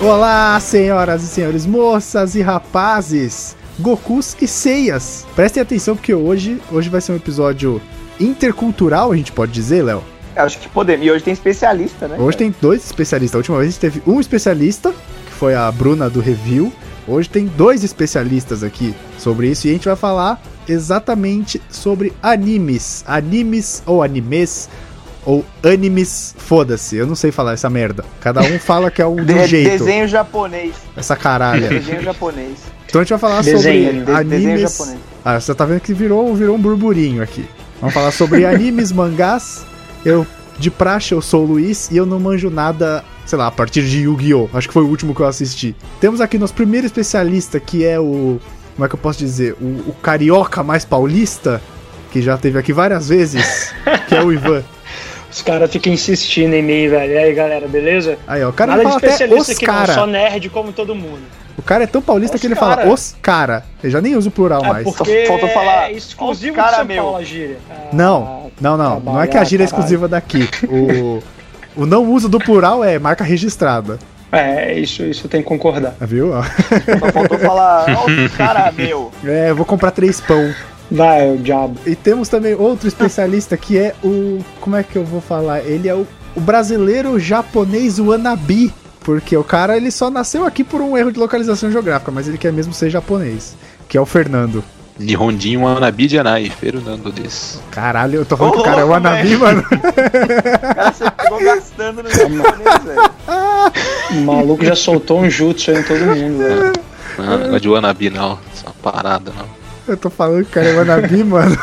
Olá, senhoras e senhores, moças e rapazes, Gokus e Seias. Prestem atenção porque hoje vai ser um episódio intercultural, a gente pode dizer, Léo? Acho que podemos. E hoje tem especialista, né? Hoje tem 2 especialistas. A última vez a gente teve um especialista, que foi a Bruna do Review. Hoje tem 2 especialistas aqui sobre isso e a gente vai falar exatamente sobre animes. Animes ou animes ou animes, foda-se, eu não sei falar essa merda. Cada um fala que é um do jeito. Desenho japonês. Essa caralha. Desenho japonês. Então a gente vai falar sobre animes. Desenho japonês. Ah, você tá vendo que virou um burburinho aqui. Vamos falar sobre animes, mangás. De praxe, eu sou o Luiz e eu não manjo nada, sei lá, a partir de Yu-Gi-Oh! Acho que foi o último que eu assisti. Temos aqui nosso primeiro especialista, que é o... Como é que eu posso dizer? O carioca mais paulista, que já teve aqui várias vezes, que é o Ivan. Os caras ficam insistindo em mim, velho. E aí, galera, beleza? Aí, ó, o cara nada fala de especialista até aqui não, só nerd como todo mundo. O cara é tão paulista que ele fala os cara. Ele já nem usa o plural mais. Porque faltou falar é exclusivo cara, de São meu. Paulo a gíria. Não é que a gíria é exclusiva daqui. O não uso do plural é marca registrada. É, isso tem que concordar. Viu? Só faltou falar, cara, meu. É, eu vou comprar 3 pão. Vai, o diabo. E temos também outro especialista que é o... Como é que eu vou falar? Ele é o brasileiro japonês Wannabe. Porque o cara, ele só nasceu aqui por um erro de localização geográfica, mas ele quer mesmo ser japonês. Que é o Fernando. Nihonjin Wannabe Janai, Fernando desu. Caralho, eu tô falando que o cara é o Wannabe, mano. Cara, você pegou gastando no japonês, velho. O maluco já soltou um jutsu aí em todo mundo, velho. Não, negócio de Wannabe não, essa parada não. Eu tô falando que o cara é Wannabe, mano.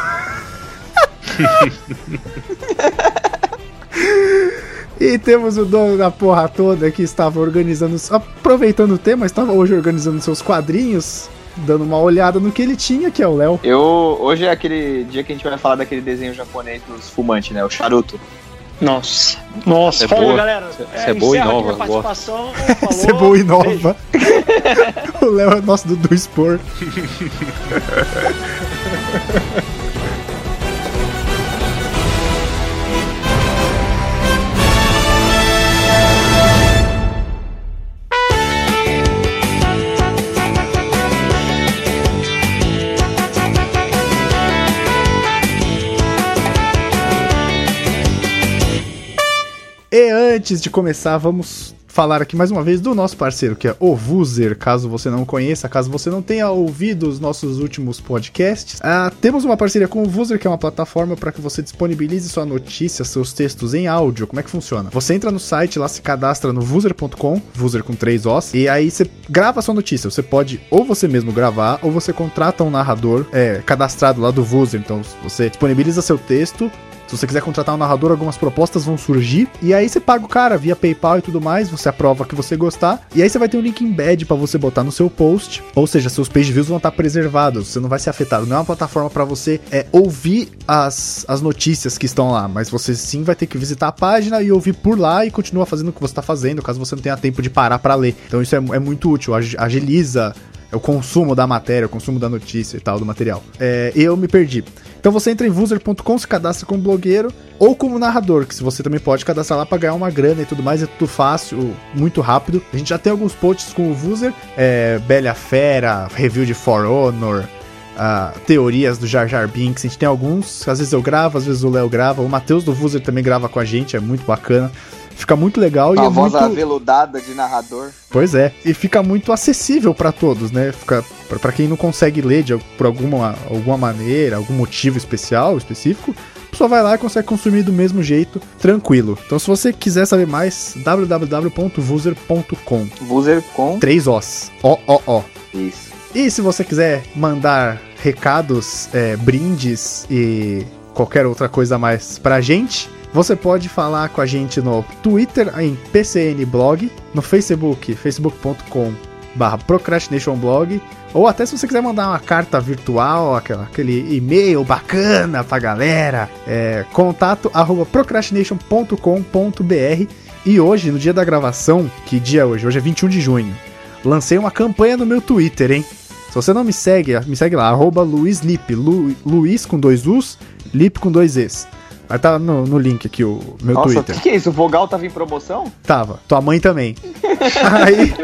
E temos o dono da porra toda que estava organizando, aproveitando o tema, estava hoje organizando seus quadrinhos, dando uma olhada no que ele tinha, que é o Léo. Hoje é aquele dia que a gente vai falar daquele desenho japonês dos fumantes, né? O charuto. Nossa, é falou, boa, galera. Isso é boa e nova. Participação, Isso é boa e nova. O Léo é nosso do Spor. E antes de começar, vamos falar aqui mais uma vez do nosso parceiro, que é o Vuser, caso você não conheça, caso você não tenha ouvido os nossos últimos podcasts. Temos uma parceria com o Vuser, que é uma plataforma para que você disponibilize sua notícia, seus textos em áudio. Como é que funciona? Você entra no site, lá se cadastra no vuser.com, Vuser com 3 Os, e aí você grava a sua notícia. Você pode ou você mesmo gravar, ou você contrata um narrador cadastrado lá do Vuser. Então você disponibiliza seu texto. Se você quiser contratar um narrador, algumas propostas vão surgir. E aí você paga o cara via PayPal e tudo mais. Você aprova que você gostar. E aí você vai ter um link embed pra você botar no seu post. Ou seja, seus page views vão estar preservados. Você não vai ser afetado. Não é uma plataforma pra você ouvir as notícias que estão lá. Mas você sim vai ter que visitar a página e ouvir por lá. E continua fazendo o que você tá fazendo, caso você não tenha tempo de parar pra ler. Então isso é muito útil. Agiliza o consumo da matéria, o consumo da notícia e tal, do material. Eu me perdi. Então você entra em vuser.com, se cadastra como blogueiro ou como narrador, que você também pode cadastrar lá pra ganhar uma grana e tudo mais, é tudo fácil, muito rápido. A gente já tem alguns posts com o Vuser, Bela Fera, review de For Honor, teorias do Jar Jar Binks, a gente tem alguns, às vezes eu gravo, às vezes o Léo grava, o Matheus do Vuser também grava com a gente, é muito bacana. Fica muito legal. Uma e voz muito aveludada de narrador. Pois é, e fica muito acessível pra todos, né? Fica pra quem não consegue ler por alguma maneira, algum motivo específico, a pessoa vai lá e consegue consumir do mesmo jeito, tranquilo. Então se você quiser saber mais, www.vuser.com. Vuser com 3 Os. O. Isso. E se você quiser mandar recados, brindes e qualquer outra coisa a mais pra gente, você pode falar com a gente no Twitter, em PCN Blog, no Facebook, facebook.com/procrastinationblog, ou até se você quiser mandar uma carta virtual, aquele e-mail bacana pra galera, contato@procrastination.com.br. E hoje, no dia da gravação, que dia é hoje? Hoje é 21 de junho, lancei uma campanha no meu Twitter, hein? Se você não me segue lá, @LuizLip, Luiz com 2 U's, Lip com 2 E's. Mas tá no link aqui, o meu Nossa, Twitter. o que é isso? O Vogal tava em promoção? Tava. Tua mãe também. Aí...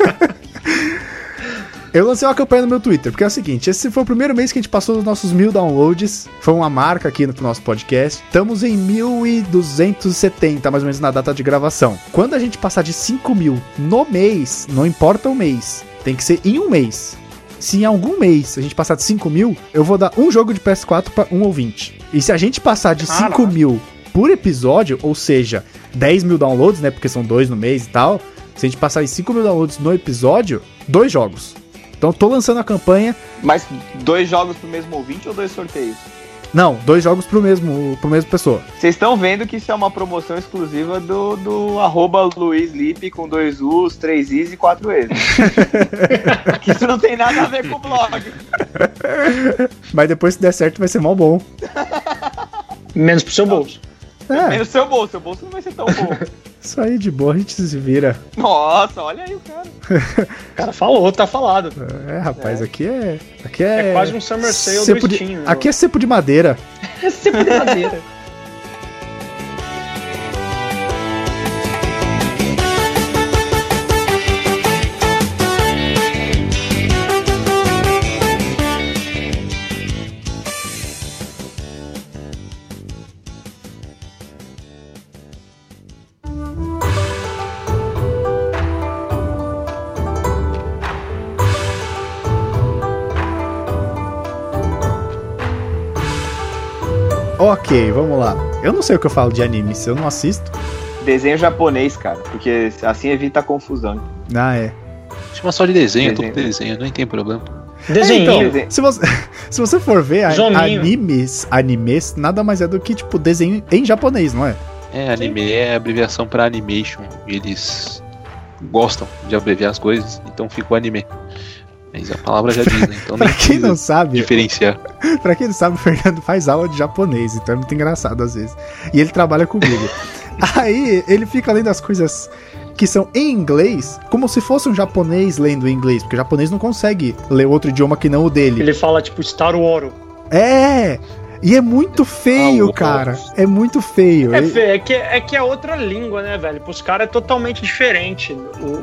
Eu lancei uma campanha no meu Twitter, porque é o seguinte, esse foi o primeiro mês que a gente passou dos nossos 1000 downloads, foi uma marca aqui no nosso podcast, estamos em 1270, mais ou menos na data de gravação. Quando a gente passar de 5.000 no mês, não importa o mês, tem que ser em um mês. Se em algum mês a gente passar de 5.000, eu vou dar um jogo de PS4 para um ouvinte. E se a gente passar de 5.000 por episódio, ou seja, 10.000 downloads, né, porque são 2 no mês e tal, se a gente passar em 5.000 downloads no episódio, 2 jogos. Então eu tô lançando a campanha. Mas 2 jogos pro mesmo ouvinte ou 2 sorteios? Não, 2 jogos pro mesmo pessoa. Vocês estão vendo que isso é uma promoção exclusiva do @LuizLipe com 2 U's, 3 I's e 4 E's. Que isso não tem nada a ver com o blog. Mas depois, se der certo, vai ser mó bom. Menos pro seu bolso. Menos seu bolso não vai ser tão bom. Isso aí, de boa, a gente se vira. Nossa, olha aí o cara. O cara falou, tá falado. É, rapaz, aqui é quase um Summer Sale do Steam. Aqui é cepo de madeira. É cepo de madeira. Ok, vamos lá. Eu não sei o que eu falo de anime, se eu não assisto. Desenho japonês, cara, porque assim evita a confusão. Ah, é. Chama só de desenho, tudo desenho, não tem problema. Desenho. Então, se você for ver, animes nada mais é do que, tipo, desenho em japonês, não é? É, anime é abreviação pra animation, e eles gostam de abreviar as coisas, então fica o anime. Mas a palavra já diz, né? Então pra quem não sabe, diferenciar. Pra quem não sabe, o Fernando faz aula de japonês, então é muito engraçado às vezes. E ele trabalha comigo. Aí ele fica lendo as coisas que são em inglês, como se fosse um japonês lendo em inglês, porque o japonês não consegue ler outro idioma que não o dele. Ele fala tipo Star Wars. É! E é muito feio, cara. É muito feio. É feio, é que é outra língua, né, velho? Pros caras é totalmente diferente.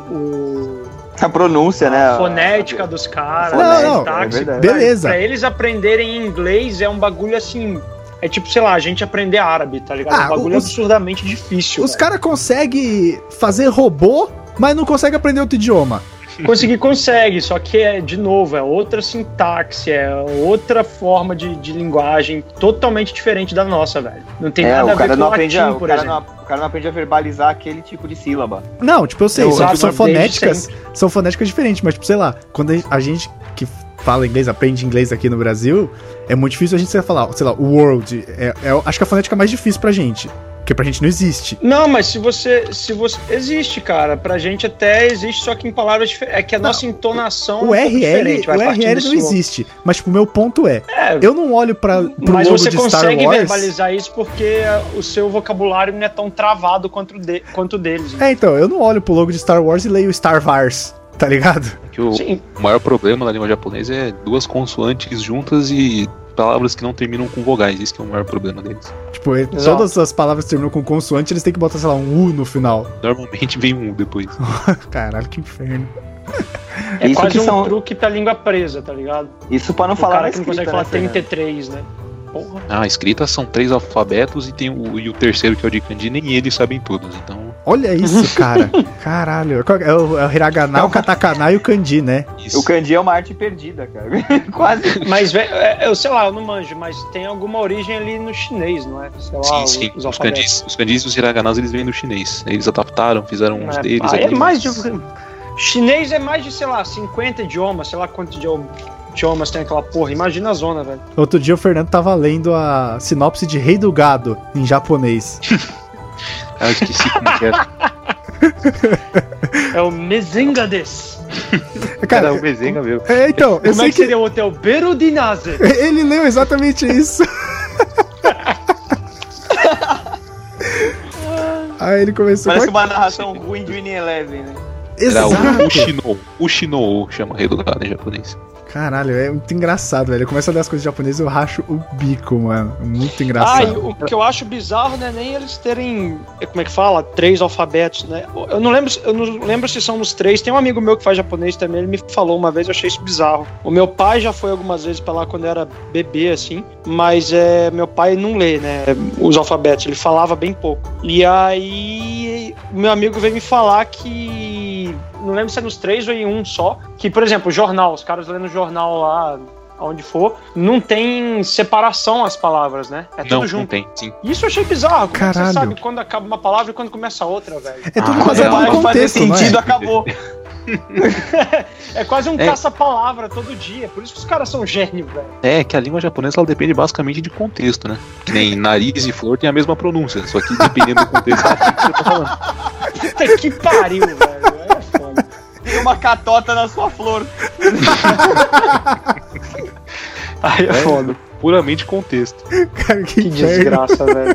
A pronúncia, né? A fonética dos caras, não, beleza. Pra eles aprenderem inglês é um bagulho assim. É tipo, sei lá, a gente aprender árabe, tá ligado? É um bagulho absurdamente difícil. Os caras conseguem fazer robô, mas não conseguem aprender outro idioma. Consegue, só que de novo, é outra sintaxe, é outra forma de linguagem totalmente diferente da nossa, velho. Não tem nada a ver com o latim, por exemplo. O cara não aprende a verbalizar aquele tipo de sílaba. Não, tipo, eu sei, são fonéticas diferentes, mas, tipo, sei lá, quando a gente que fala inglês, aprende inglês aqui no Brasil, é muito difícil a gente falar, sei lá, world, acho que a fonética mais difícil pra gente. Porque pra gente não existe. Não, mas se você existe, cara. Pra gente até existe, só que em palavras diferentes. É que a nossa entonação é diferente. O RL não existe. Mas, tipo, o meu ponto eu não olho pro logo de Star Wars. Mas você consegue verbalizar isso porque o seu vocabulário não é tão travado quanto o deles. Né? Então, eu não olho pro logo de Star Wars e leio Star Wars, tá ligado? Que o maior problema na língua japonesa é 2 consoantes juntas e palavras que não terminam com vogais, isso que é o maior problema deles. Tipo, todas as palavras que terminam com consoante, eles têm que botar, sei lá, um U no final. Normalmente vem um U depois. Caralho, que inferno. É isso quase um truque pra língua presa, tá ligado? Isso pra não falar cara que não consegue falar 33, né? Porra. A escrita são 3 alfabetos e tem o terceiro, que é o de kanji, nem eles sabem todos, então... Olha isso, cara. Caralho. É o hiragana, o katakana e o kanji, né? Isso. O kanji é uma arte perdida, cara. Quase. Mas, eu sei lá, eu não manjo, mas tem alguma origem ali no chinês, não é? Sei lá, sim. Os kanjis e os hiraganas, eles vêm do chinês. Eles adaptaram, fizeram uns deles. É mais de... Chinês é mais de, sei lá, 50 idiomas, sei lá quantos idiomas tem aquela porra. Imagina a zona, velho. Outro dia o Fernando tava lendo a sinopse de Rei do Gado em japonês. Eu esqueci como que era. É o Mezenga desu. Cara, é o Mezenga mesmo. Então, eu como sei é que seria o hotel Berudinase? Ele leu exatamente isso. Aí ele começou... Parece uma narração ruim de Winnie Eleven, né? Exato. Era o Ushinou, chama Rei do Gado em japonês. Caralho, é muito engraçado, velho. Eu começo a ler as coisas japonesas e eu racho o bico, mano. Muito engraçado. E o que eu acho bizarro, né? Nem eles terem, como é que fala? 3 alfabetos, né? Eu não lembro se são os 3. Tem um amigo meu que faz japonês também, ele me falou uma vez, eu achei isso bizarro. O meu pai já foi algumas vezes pra lá quando eu era bebê, assim, mas meu pai não lê, né? Os alfabetos, ele falava bem pouco. E aí, meu amigo veio me falar que... Não lembro se é nos 3 ou em um só. Que, por exemplo, jornal. Os caras lendo jornal lá, onde for, não tem separação as palavras, né? É tudo junto. Não tem, sim. Isso eu achei bizarro. Como é que você sabe quando acaba uma palavra e quando começa a outra, velho? É tudo baseado no contexto, sentido, acabou. É quase um caça-palavra todo dia. Por isso que os caras são gênios, velho. É que a língua japonesa ela depende basicamente de contexto, né? Que nem nariz e flor tem a mesma pronúncia. Só que dependendo do contexto, é assim que você tá falando. Puta que pariu, velho. É foda. Tem uma catota na sua flor. Aí é foda. Puramente contexto. Cara, que desgraça, velho.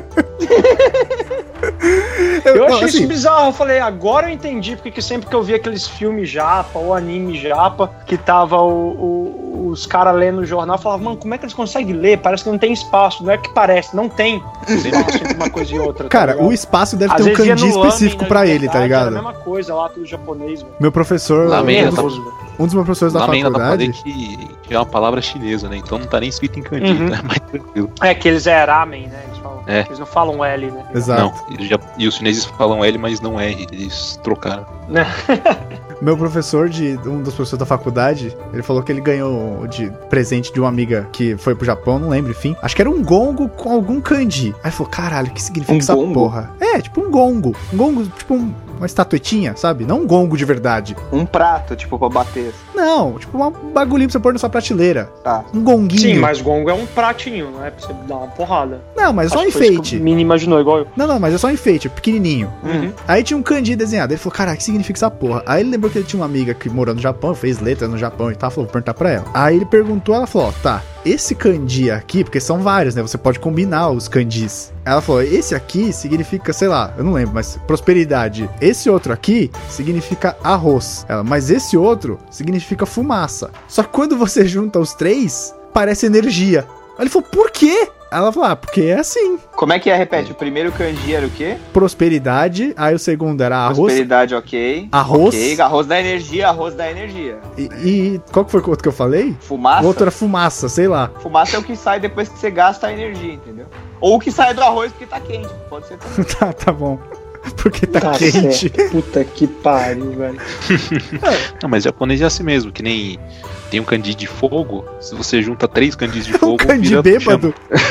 Eu achei isso bizarro. Eu falei, agora eu entendi porque que sempre que eu via aqueles filmes japa ou anime japa que tava os caras lendo o jornal, eu falava, mano, como é que eles conseguem ler? Parece que não tem espaço. Não é que parece, não tem espaço entre uma coisa e outra. Cara, tá o espaço deve ter um kanji específico pra ele, tá ligado? É a mesma coisa lá, tudo japonês, velho. Meu professor... Um dos meus professores da faculdade... que é uma palavra chinesa, né? Então não tá nem escrito em kanji, né? Mais tranquilo. É que eles é ramen, né? Eles falam. Eles não falam L, né? Exato. Não, e os chineses falam L, mas não R. Eles trocaram. Meu professor, um dos professores da faculdade, ele falou que ele ganhou de presente de uma amiga que foi pro Japão, não lembro, enfim. Acho que era um gongo com algum kanji. Aí ele falou, caralho, o que significa essa porra? É, tipo um gongo. Um gongo, tipo uma estatuetinha, sabe? Não um gongo de verdade. Um prato, tipo, pra bater. Não, tipo um bagulhinho pra você pôr na sua prateleira. Tá. Um gonguinho. Sim, mas gongo é um pratinho, não é pra você dar uma porrada. Não, mas é só um enfeite. Mini imaginou, igual eu. Não, mas é só um enfeite, pequenininho. Aí tinha um kanji desenhado. Ele falou, caralho, o que significa essa porra? Aí ele lembrou que ele tinha uma amiga que morou no Japão, fez letras no Japão e tal, falou, vou perguntar pra ela. Aí ele perguntou, ela falou, tá, esse kanji aqui, porque são vários, né? Você pode combinar os kanjis. Ela falou, esse aqui significa, sei lá, eu não lembro, mas prosperidade. Esse outro aqui significa arroz. Ela, mas esse outro significa fumaça. Só que quando você junta os 3, parece energia. Aí ele falou, por quê? Ela falou, porque é assim. Como é que é? Repete, o primeiro kanji era o quê? Prosperidade, aí o segundo era arroz. Prosperidade, ok. Arroz. Ok, arroz da energia. E qual que foi o outro que eu falei? Fumaça? O outro era fumaça, sei lá. Fumaça é o que sai depois que você gasta a energia, entendeu? Ou o que sai do arroz porque tá quente, pode ser também. Tá bom. Porque tá quente. Puta que pariu, velho. Não, mas japonês é assim mesmo, que nem tem um kanji de fogo, se você junta 3 kanjis de fogo... Um kanji bêbado?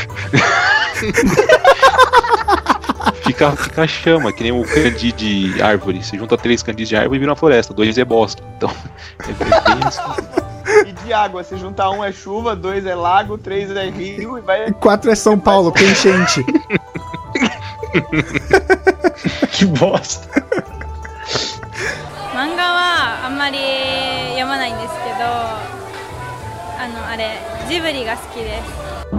Fica chama, que nem o kanji de árvore. Você junta 3 kanjis de árvore e vira uma floresta, 2 é bosque. Então, é bem assim. E de água, se juntar 1 é chuva, 2 é lago, 3 é rio e vai... 4 é São Paulo, que é enchente. Que bosta. Manga wa ammari yamanaiんですけど、あれジブリが好きです。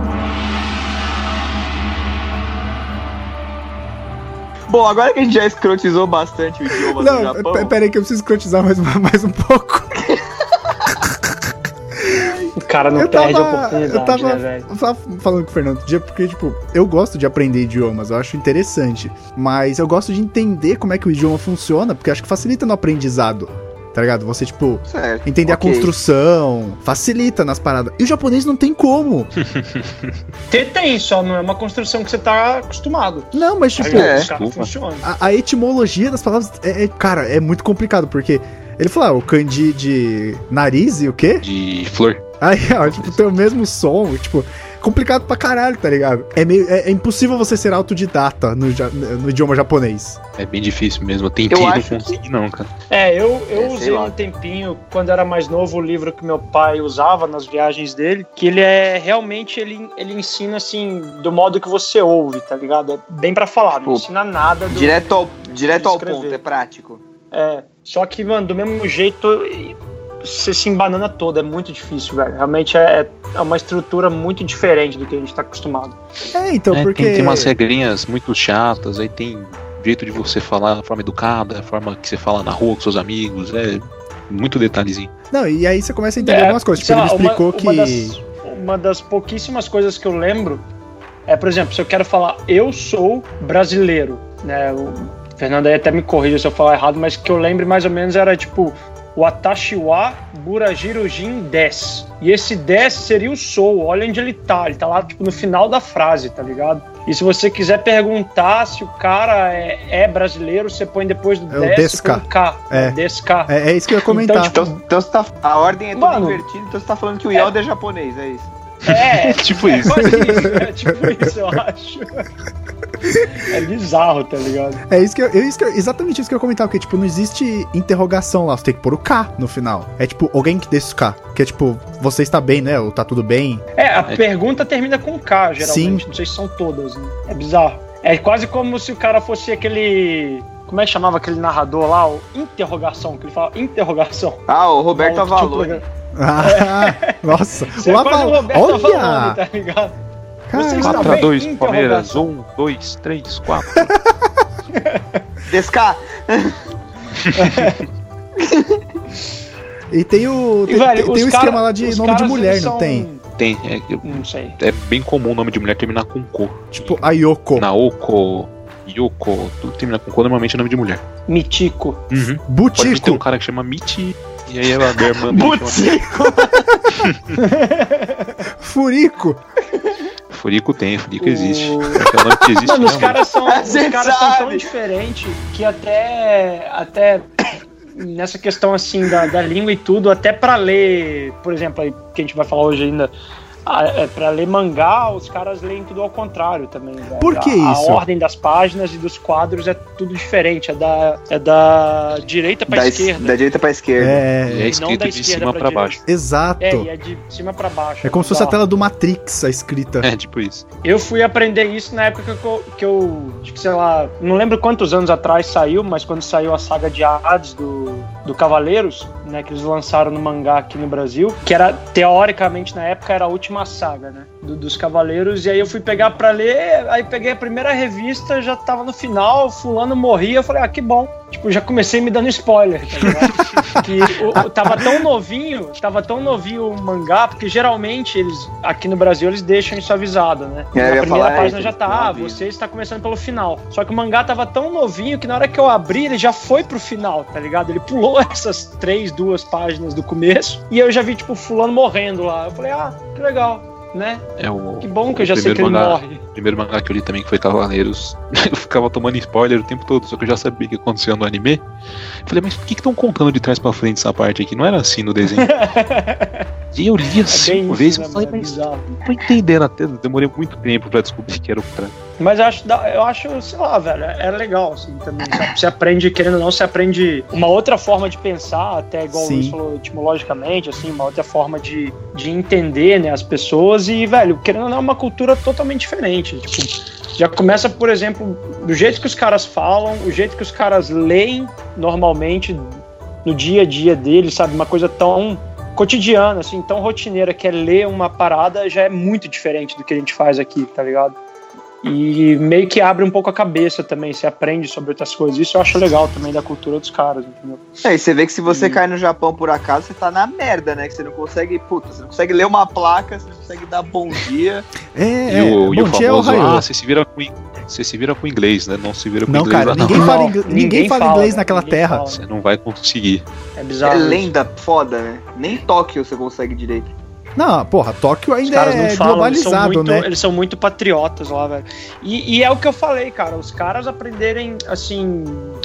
Bom, agora que a gente já escrotizou bastante o idioma do Japão... Não, peraí que eu preciso escrotizar mais um pouco. O cara não perde a oportunidade, né, velho? Eu tava falando com o Fernando outro dia, porque, tipo, eu gosto de aprender idiomas, eu acho interessante. Mas eu gosto de entender como é que o idioma funciona, porque eu acho que facilita no aprendizado. Tá ligado? Você, tipo, entender a construção, facilita nas paradas. E o japonês não tem como. Tem, só não é uma construção que você tá acostumado. Não, mas, tipo, a etimologia das palavras, cara, é muito complicado, porque ele falou, o kanji de nariz e o quê? De flor. Aí, ó, tipo, tem o mesmo som, tipo, complicado pra caralho, tá ligado? É impossível você ser autodidata no idioma japonês. É bem difícil mesmo, eu tentei e não consegui não, cara. Eu usei um tempinho, quando era mais novo, o livro que meu pai usava nas viagens dele, que ele realmente, ele ensina, assim, do modo que você ouve, tá ligado? É bem pra falar, não ensina nada direto ao ponto, é prático. Só que, mano, do mesmo jeito... Você se embanana toda, é muito difícil, velho. Realmente é uma estrutura muito diferente do que a gente tá acostumado. Então, porque... Tem umas regrinhas muito chatas, aí tem jeito de você falar de forma educada, a forma que você fala na rua com seus amigos, muito detalhezinho. Não, e aí você começa a entender algumas coisas. Tipo, ele explicou Uma das pouquíssimas coisas que eu lembro é, por exemplo, se eu quero falar eu sou brasileiro, né? O Fernando aí até me corrija se eu falar errado, mas que eu lembre mais ou menos era tipo Watashi wa Burajirojin des. E esse des seria o sou, olha onde ele tá lá tipo no final da frase, tá ligado? E se você quiser perguntar se o cara é brasileiro, você põe depois do des, você põe K. Deska. É isso que eu ia comentar. Então você tá, a ordem é toda invertida, então você tá falando que o Yoda é japonês, é isso? Tipo isso. É tipo isso, eu acho. É bizarro, tá ligado? Exatamente isso que eu ia comentar, porque tipo, não existe interrogação lá, você tem que pôr o K no final. É tipo, alguém que desse K, que é tipo, você está bem, né? Ou tá tudo bem. A pergunta termina com K, geralmente. Sim. Não sei se são todas, né? É bizarro. É quase como se o cara fosse aquele... Como é que chamava aquele narrador lá? O interrogação, que ele fala interrogação. O Roberto Avalone. Nossa. Você é quase o Roberto Avalone, tá ligado? 4-2, Palmeiras, 1, 2, 3, 4. Descar. E tem o esquema lá de nome de mulher, não tem? Tem. Não sei. É bem comum o nome de mulher terminar com Ko. Tipo Ayoko. Naoko, Yoko, tudo que termina com Ko normalmente é nome de mulher. Mitico. Uhum. Butico. Pode ter um cara que chama Miti, e aí ela minha irmã Butico. Furico. Furico existe. É o nome que existe. Mano, os caras são tão diferentes que até nessa questão assim da língua e tudo, até pra ler, por exemplo, aí, que a gente vai falar hoje ainda, pra ler mangá, os caras leem tudo ao contrário também. Velho. Por que isso? A ordem das páginas e dos quadros é tudo diferente. É da direita pra esquerda. Da direita pra esquerda. E é escrito de cima pra baixo. Exato. E é de cima pra baixo. É como se fosse a tela do Matrix, a escrita. É, tipo isso. Eu fui aprender isso na época que eu acho que, sei lá, não lembro quantos anos atrás saiu, mas quando saiu a saga de Hades do Cavaleiros, né, que eles lançaram no mangá aqui no Brasil, que era, teoricamente, na época, era a última saga, né, dos Cavaleiros, e aí eu fui pegar pra ler, aí peguei a primeira revista, já tava no final, fulano morria, eu falei, que bom. Tipo, já comecei me dando spoiler, tá ligado? Que tava tão novinho o mangá, porque geralmente eles, aqui no Brasil, eles deixam isso avisado, né? Na primeira página já tá, você está começando pelo final. Só que o mangá tava tão novinho que na hora que eu abri, ele já foi pro final, tá ligado? Ele pulou essas 2 páginas do começo, e eu já vi, tipo, fulano morrendo lá. Eu falei, que legal. Né? Que bom que eu já sei que ele morre. O primeiro mangá que eu li também, que foi Cavaleiros, eu ficava tomando spoiler o tempo todo, só que eu já sabia o que acontecia no anime. Eu falei, mas por que estão contando de trás pra frente essa parte aqui? Não era assim no desenho. E eu li assim uma vez, eu falei, mas não tô entendendo até, demorei muito tempo pra descobrir que era o contrário. Mas eu acho, sei lá, velho, é legal, assim, também, sabe? Você aprende, querendo ou não, você aprende uma outra forma de pensar, até igual o Luiz falou, etimologicamente, assim, uma outra forma de entender, né, as pessoas e, velho, querendo ou não, é uma cultura totalmente diferente, tipo, já começa, por exemplo, do jeito que os caras falam, o jeito que os caras leem normalmente no dia a dia deles, sabe, uma coisa tão cotidiana, assim, tão rotineira, que é ler uma parada, já é muito diferente do que a gente faz aqui, tá ligado? E meio que abre um pouco a cabeça também, você aprende sobre outras coisas. Isso eu acho legal também da cultura dos caras, entendeu? E você vê que se você cai no Japão por acaso, você tá na merda, né? Que você não consegue, você não consegue ler uma placa, você não consegue dar bom dia. E o famoso, você se vira com inglês, né? Não se vira com inglês. Cara, ninguém fala inglês naquela terra. Você não vai conseguir. É bizarro. É lenda foda, né? Nem Tóquio você consegue direito. Não, porra, Tóquio ainda é globalizado, né? Eles são muito patriotas lá, velho. E é o que eu falei, cara. Os caras aprenderem, assim...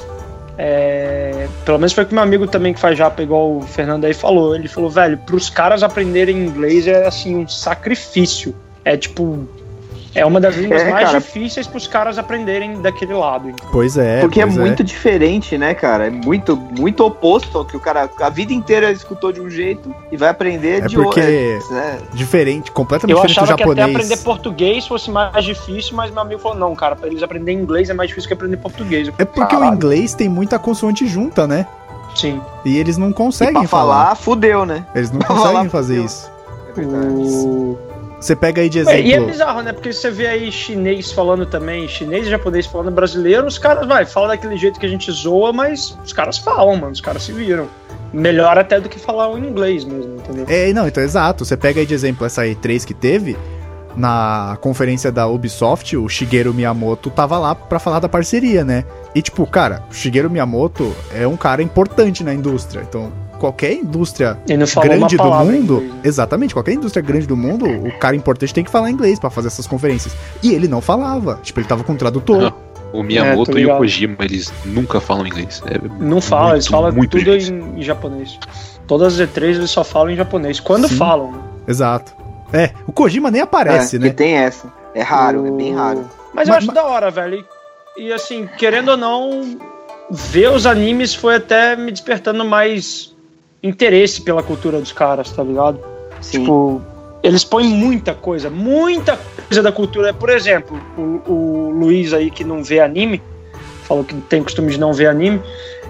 pelo menos foi o que meu amigo também que faz japa, igual o Fernando aí falou. Ele falou, velho, pros caras aprenderem inglês é, assim, um sacrifício. É, tipo... É uma das línguas mais difíceis pros caras aprenderem daquele lado. Então. Pois é. Porque é muito diferente, né, cara? É muito, muito oposto ao que o cara a vida inteira escutou de um jeito e vai aprender de outro. Diferente, completamente diferente do japonês. Eu achava que até aprender português fosse mais difícil, mas meu amigo falou, não, cara, pra eles aprenderem inglês é mais difícil que aprender português. É porque o inglês tem muita consoante junta, né? Sim. E eles não conseguem pra falar, fudeu, né? Eles não conseguem fazer isso. É verdade. Você pega aí de exemplo... E é bizarro, né? Porque você vê aí chinês falando também, chinês e japonês falando brasileiro, os caras, falam daquele jeito que a gente zoa, mas os caras falam, mano, os caras se viram. melhor até do que falar o inglês mesmo, entendeu? Não, então exato. Você pega aí de exemplo essa E3 que teve, na conferência da Ubisoft, o Shigeru Miyamoto tava lá pra falar da parceria, né? E tipo, cara, o Shigeru Miyamoto é um cara importante na indústria, então qualquer indústria grande do mundo, exatamente, qualquer indústria grande do mundo, o cara importante tem que falar inglês pra fazer essas conferências. E ele não falava, tipo, ele tava com o tradutor. O Miyamoto e o Kojima, eles nunca falam inglês. Não falam, eles falam tudo em japonês. Todas as E3 eles só falam em japonês, quando falam. Exato. O Kojima nem aparece, né? Que tem essa. É raro, é bem raro. Mas eu acho da hora, velho. E assim, querendo ou não, ver os animes foi até me despertando mais interesse pela cultura dos caras, tá ligado? Sim. Tipo, eles põem muita coisa da cultura. Por exemplo, o Luiz aí que não vê anime, falou que tem costume de não ver anime,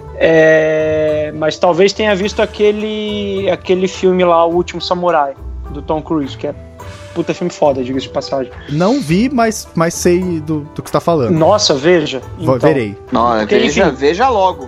mas talvez tenha visto aquele filme lá, O Último Samurai, do Tom Cruise, que é puta filme foda, diga-se de passagem. Não vi, mas sei do que você tá falando. Nossa, veja. Então, verei. Não, veja logo.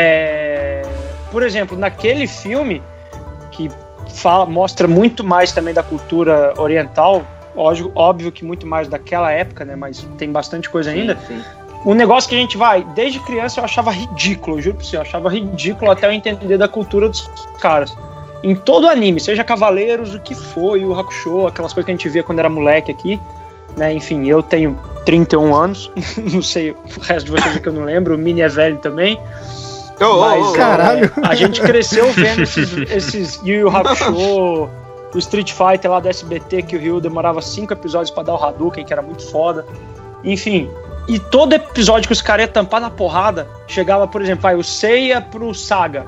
Por exemplo, naquele filme que mostra muito mais também da cultura oriental, óbvio que muito mais daquela época, né? Mas tem bastante coisa ainda. Sim. Um negócio que a gente desde criança eu achava ridículo, eu juro pra você, eu achava ridículo até eu entender da cultura dos caras. Em todo anime, seja Cavaleiros, o que foi, o Hakusho, aquelas coisas que a gente via quando era moleque aqui, né? Enfim, eu tenho 31 anos, não sei o resto de vocês que eu não lembro, o Mini é velho também. Mas, caralho! A gente cresceu vendo esses Yu Yu Hakusho, o Street Fighter lá do SBT, que o Ryu demorava 5 episódios pra dar o Hadouken, que era muito foda. Enfim, e todo episódio que os caras iam tampar na porrada, chegava, por exemplo, o Seiya pro Saga.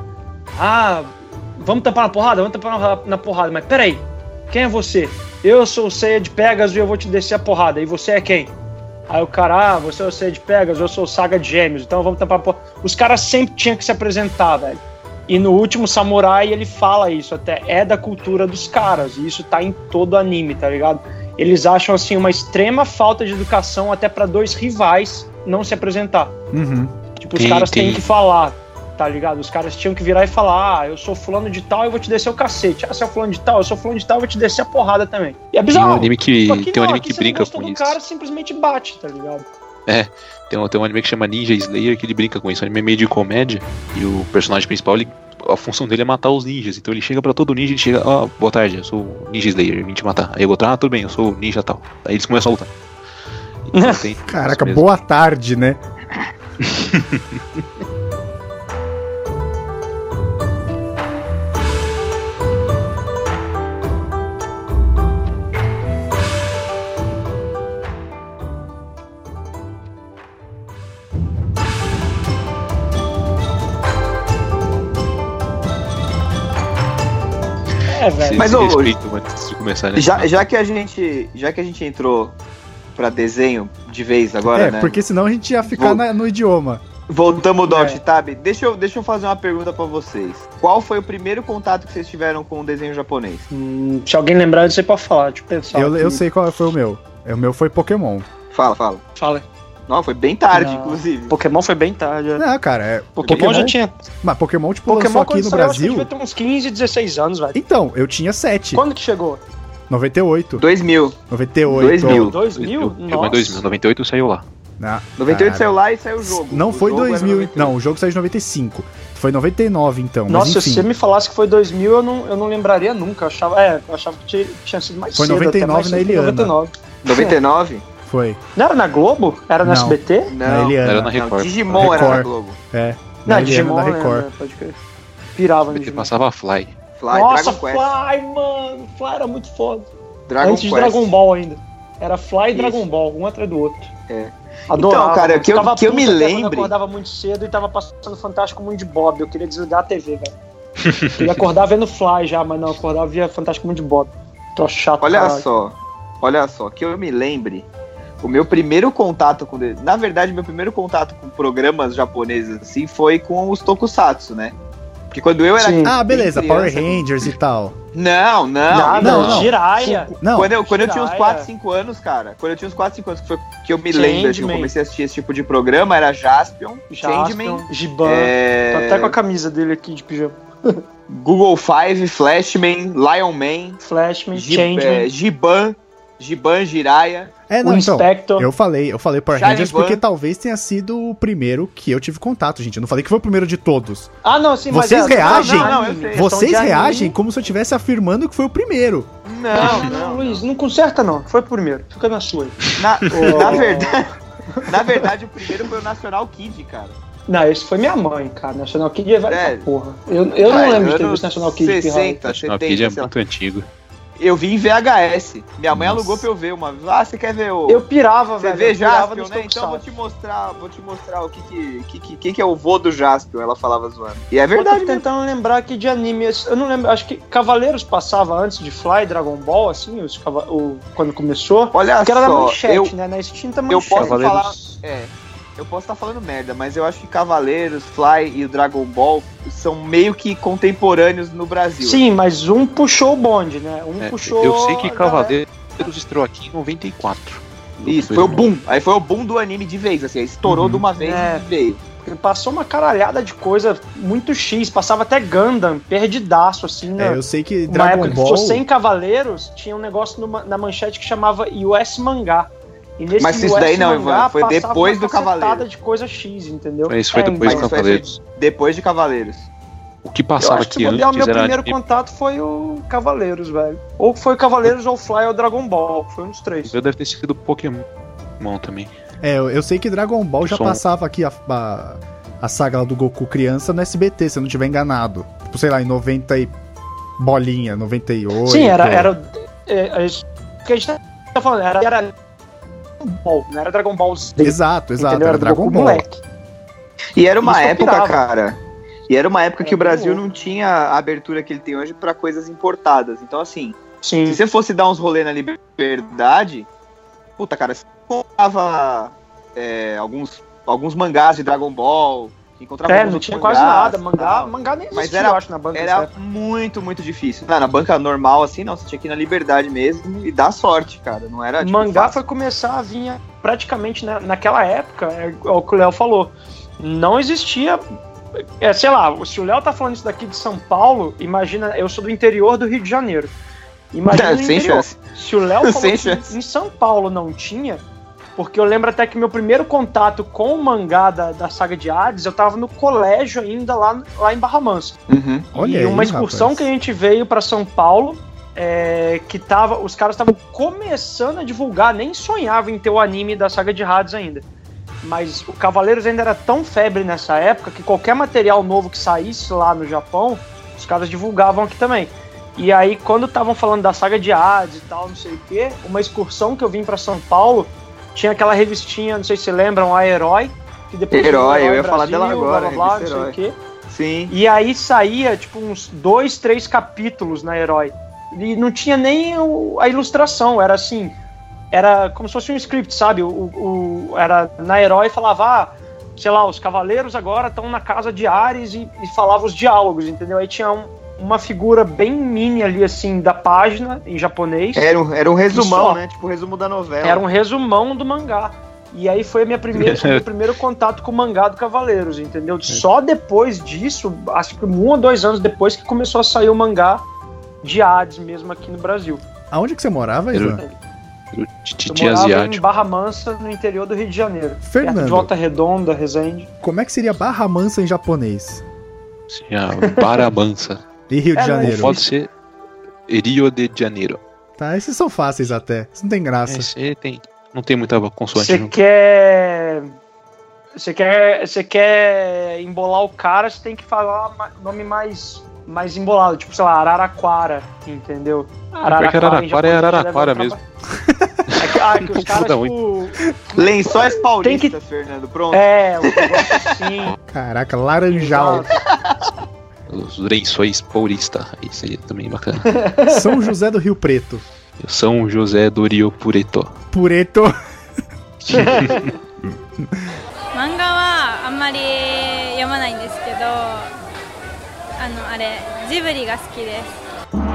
Vamos tampar na porrada? Vamos tampar na porrada. Mas peraí, quem é você? Eu sou o Seiya de Pegasus e eu vou te descer a porrada. E você é quem? Aí o cara, você é o Seiya de Pegasus, eu sou o Saga de Gêmeos. Então vamos tampar a porrada. Os caras sempre tinham que se apresentar, velho. E no Último Samurai ele fala isso até. É da cultura dos caras. E isso tá em todo anime, tá ligado? Eles acham assim uma extrema falta de educação até pra dois rivais não se apresentar. Uhum. Tipo, os caras têm que falar, tá ligado? Os caras tinham que virar e falar: eu sou fulano de tal, eu vou te descer o cacete. Você é fulano de tal, eu sou fulano de tal, eu vou te descer a porrada também. E é bizarro. Tem um anime que brinca com isso. O cara simplesmente bate, tá ligado? Tem um anime que chama Ninja Slayer que ele brinca com isso. O anime é meio de comédia e o personagem principal, a função dele é matar os ninjas. Então ele chega pra todo ninja, ele chega: boa tarde, eu sou o Ninja Slayer, vim te matar. Aí o outro: tudo bem, eu sou o ninja tal. Aí eles começam a lutar. Então, caraca, boa tarde, né? velho. Mas antes de começar, né? Já que a gente entrou pra desenho de vez agora, né? Porque senão a gente ia ficar no idioma. Voltamos do Alt-Tab. Deixa eu fazer uma pergunta pra vocês. Qual foi o primeiro contato que vocês tiveram com o desenho japonês? Se alguém lembrar, você pode falar. Deixa eu pensar. Eu sei qual foi o meu. O meu foi Pokémon. Fala. Não, foi bem tarde, inclusive. Pokémon foi bem tarde. Não, cara, Pokémon já tinha. Mas Pokémon, lançou aqui no Brasil. Devia ter uns 15, 16 anos, velho. Então, eu tinha 7. Quando que chegou? 98. 2000? Chegou em 2000. 98 saiu lá. 98 saiu lá e saiu o jogo. Não foi 2000. Não, o jogo saiu em 95. Foi 99, então. Nossa, se você me falasse que foi 2000, eu não lembraria nunca. Eu achava que tinha sido mais cedo. Foi 99 na Eliana. 99? Foi. Não era na Globo? Era no SBT? Não, na Eliana. Era na Record. Digimon era na Globo. Na Digimon, da Record. Pode crer. Pirava no Digimon. Passava Fly. Nossa, Fly, mano. Fly era muito foda. Antes de Quest. Dragon Ball ainda. Era Fly e Dragon Ball, um atrás do outro. Adorava. Então, cara, que eu me lembro. Eu acordava muito cedo e tava passando Fantástico Mundo de Bob. Eu queria desligar a TV, velho. Eu ia acordar vendo Fly já, mas não, eu acordava via Fantástico Mundo de Bob. Tô chato. Olha só, que eu me lembre. O meu primeiro contato com... Na verdade, meu primeiro contato com programas japoneses, assim, foi com os tokusatsu, né? Porque quando eu era... beleza, criança, Power Rangers e tal. Não. Jiraiya. Quando eu tinha uns 4, 5 anos, cara. Quando eu tinha uns 4, 5 anos, que foi que eu me lembro, assim, eu comecei a assistir esse tipo de programa, era Jaspion, Changeman, Giban. Tô até com a camisa dele aqui de pijama. Google Five, Flashman, Lion Man, Changeman, Giban, Jiraiya. Não, então, Inspector. eu falei Power Rangers porque talvez tenha sido o primeiro que eu tive contato, gente. Eu não falei que foi o primeiro de todos. Ah, não, sim, vocês mas reagem, eu sei. vocês reagem como se eu estivesse afirmando que foi o primeiro. Não, Luiz, não conserta não. Foi o primeiro. Fica na sua. Na verdade, o primeiro foi o National Kid, cara. Não, esse foi minha mãe, cara. National Kid é velho pra porra. Eu não lembro de ter visto National Kid. 60, National Kid é muito antigo. Eu vi em VHS. Minha mãe alugou pra eu ver uma. Você quer ver o... Eu pirava, velho. Você vê Jaspion, né? Então vou te mostrar o que é o vô do Jaspion, ela falava zoando. E é verdade. Eu tô tentando lembrar aqui de anime. Eu não lembro, acho que Cavaleiros passava antes de Fly, Dragon Ball, assim, quando começou. Olha porque só, era na manchete, né? Na extinta manchete. Eu posso falar... Eu posso estar falando merda, mas eu acho que Cavaleiros, Fly e o Dragon Ball são meio que contemporâneos no Brasil. Sim, mas um puxou o bonde, né? Eu sei que Cavaleiros estreou aqui em 94. Isso, foi o boom. Aí foi o boom do anime de vez, assim, estourou de uma vez e veio. Porque passou uma caralhada de coisa muito X, passava até Gundam, perdidaço, assim, né? Eu sei que Dragon Ball... que sem Cavaleiros, tinha um negócio na manchete que chamava US Mangá. Mas isso daí não, Ivan, foi depois do Cavaleiros. De coisa X, entendeu? Isso foi depois do Cavaleiros. Depois de Cavaleiros. O que passava aqui antes era... meu primeiro contato foi o Cavaleiros, velho. Ou foi Cavaleiros, ou Fly, ou Dragon Ball. Foi um dos três. Eu deve ter sido Pokémon também. Eu sei que Dragon Ball já passava aqui a saga lá do Goku criança no SBT, se eu não estiver enganado. Tipo, sei lá, em 90 e bolinha, 98. Sim, era o que a gente tá falando, era Ball, não era Dragon Ball Z. Exato, era Dragon Ball. Moleque. E era uma época, cara. E era uma época que o Brasil não tinha a abertura que ele tem hoje pra coisas importadas. Então, assim, se você fosse dar uns rolê na Liberdade, puta, cara, você encontrava alguns mangás de Dragon Ball. Encontrava não tinha quase nada. Mangá nem existia, eu acho, na banca. Era muito, muito difícil. Na banca normal, assim, não. Você tinha que ir na Liberdade mesmo e dar sorte, cara. Não era, tipo, mangá fácil. Foi começar a vir praticamente naquela época, é o que o Léo falou. Não existia... sei lá, se o Léo tá falando isso daqui de São Paulo, imagina... Eu sou do interior do Rio de Janeiro. Imagina sem chance. Se o Léo falou que em São Paulo não tinha... Porque eu lembro até que meu primeiro contato com o mangá da saga de Hades, eu tava no colégio ainda lá em Barra Mansa. Uhum. Olha e uma aí, excursão rapaz. que a gente veio pra São Paulo, os caras estavam começando a divulgar, nem sonhavam em ter o anime da saga de Hades ainda. Mas o Cavaleiros ainda era tão febre nessa época que qualquer material novo que saísse lá no Japão, os caras divulgavam aqui também. E aí, quando estavam falando da saga de Hades e tal, não sei o quê, uma excursão que eu vim pra São Paulo, tinha aquela revistinha, não sei se vocês lembram, a Herói. Que depois Herói, eu ia Brasil, falar dela agora, blá, não sei o quê. Sim. E aí saía, tipo, uns 2, 3 capítulos na Herói. E não tinha nem a ilustração, era assim... Era como se fosse um script, sabe? Era na Herói falava, sei lá, os cavaleiros agora estão na casa de Ares e falava os diálogos, entendeu? Aí tinha uma figura bem mini ali, assim, da página, em japonês. Era um resumão, né? Tipo o resumo da novela. Era um resumão do mangá. E aí foi meu primeiro contato com o mangá do Cavaleiros, entendeu? Só depois disso, acho que 1 ou 2 anos depois que começou a sair o mangá de Hades mesmo aqui no Brasil. Aonde que você morava, Ivan? Eu morava em Barra Mansa, no interior do Rio de Janeiro. Fernando, perto de Volta Redonda, Resende. Como é que seria Barra Mansa em japonês? Sim, Barra Mansa. E Rio de Janeiro? Pode ser Rio de Janeiro. Tá, esses são fáceis até. Isso não tem graça. Não tem muita consoante. Você quer embolar o cara, você tem que falar nome mais embolado, tipo, sei lá, Araraquara, entendeu? Porque Araraquara é Araraquara mesmo. Que os caras, tipo... Lençóis paulistas, Fernando, pronto. Um negócio assim. Caraca, Laranjal. Os Lençóis Paulista, aí seria também bacana. São José do Rio Preto. São José do Rio Pureto. Pureto. 漫画はあんまり読まないんですけど、ジブリが好きです。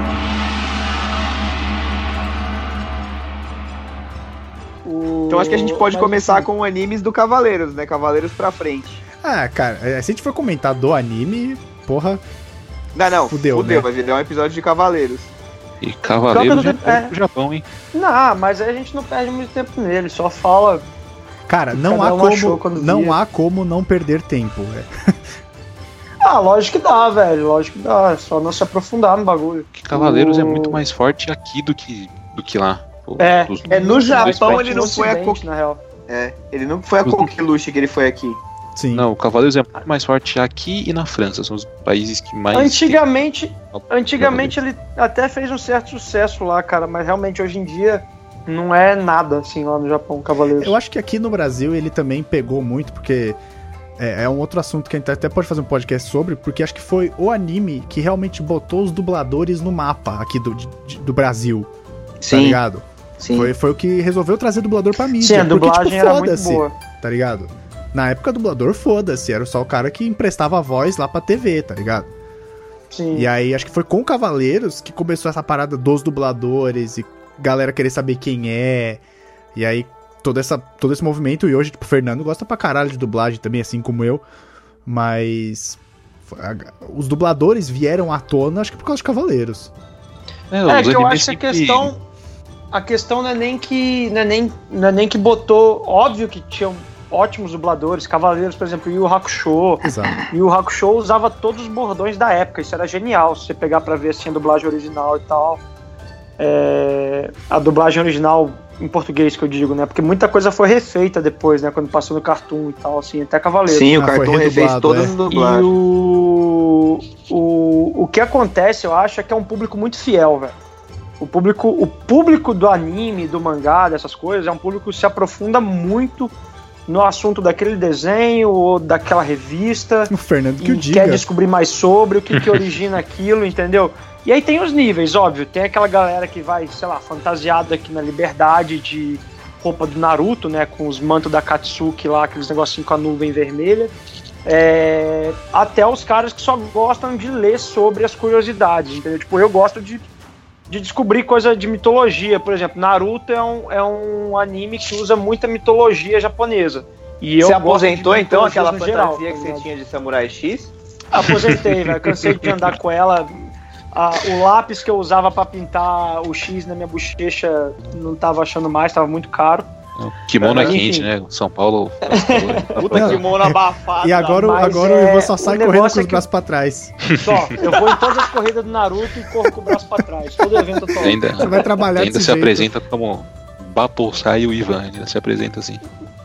Então acho que a gente pode começar com animes do Cavaleiros, né? Cavaleiros pra frente. Ah, cara, se a gente for comentar do anime, porra, Não, fudeu, né? Vai virar um episódio de Cavaleiros. E Cavaleiros é pro Japão, hein? Não, mas aí a gente não perde muito tempo nele, só fala... Cara, não há como não perder tempo, velho. Lógico que dá, velho, lógico que dá, é só não se aprofundar no bagulho. Que Cavaleiros é muito mais forte aqui do que lá. No Japão ele não foi na real. Ele não foi a Coqueluche que ele foi aqui. Sim. Não, o Cavaleiros é muito mais forte aqui e na França, são os países que mais... Antigamente ele até fez um certo sucesso lá, cara, mas realmente hoje em dia não é nada assim lá no Japão, Cavaleiros. Eu acho que aqui no Brasil ele também pegou muito, porque é um outro assunto que a gente até pode fazer um podcast sobre, porque acho que foi o anime que realmente botou os dubladores no mapa aqui do Brasil. Sim. Tá ligado? Sim. Foi o que resolveu trazer dublador pra mídia. Sim, a dublagem era muito boa. Tá ligado? Na época, dublador, foda-se. Era só o cara que emprestava a voz lá pra TV, tá ligado? Sim. E aí, acho que foi com Cavaleiros que começou essa parada dos dubladores e galera querer saber quem é. E aí, todo esse movimento. E hoje, tipo, o Fernando gosta pra caralho de dublagem também, assim como eu. Mas... os dubladores vieram à tona, acho que por causa de Cavaleiros. Que eu acho que a questão não é nem que botou... Óbvio que tinham ótimos dubladores, Cavaleiros, por exemplo, Yu Hakusho. Exato. Yu Hakusho usava todos os bordões da época, isso era genial, se você pegar pra ver assim a dublagem original e tal. A dublagem original em português que eu digo, né? Porque muita coisa foi refeita depois, né? Quando passou no Cartoon e tal, assim, até Cavaleiros. Sim, o Cartoon refez todas as dublagens. E o que acontece, eu acho, é que é um público muito fiel, velho. O público do anime, do mangá, dessas coisas, é um público que se aprofunda muito no assunto daquele desenho ou daquela revista. O Fernando que o diga. Quer descobrir mais sobre o que origina aquilo, entendeu? E aí tem os níveis, óbvio. Tem aquela galera que vai, sei lá, fantasiada aqui na Liberdade de roupa do Naruto, né? Com os mantos da Katsuki lá, aqueles negocinhos com a nuvem vermelha. Até os caras que só gostam de ler sobre as curiosidades, entendeu? Tipo, eu gosto de descobrir coisa de mitologia. Por exemplo, Naruto é um anime que usa muita mitologia japonesa. E você aposentou então aquela fantasia geral, que você tinha de Samurai X? Aposentei, velho. Cansei de andar com ela. O lápis que eu usava pra pintar o X na minha bochecha não tava achando mais, tava muito caro. O kimono é quente, né? São Paulo. Puta kimono abafado. E agora o Ivan só sai correndo com os braços pra trás. Só, eu vou em todas as corridas do Naruto e corro com o braço pra trás. Todo evento eu tô. Você vai trabalhar ainda se jeito. Apresenta como Bapolsai e o Ivan, ainda se apresenta assim.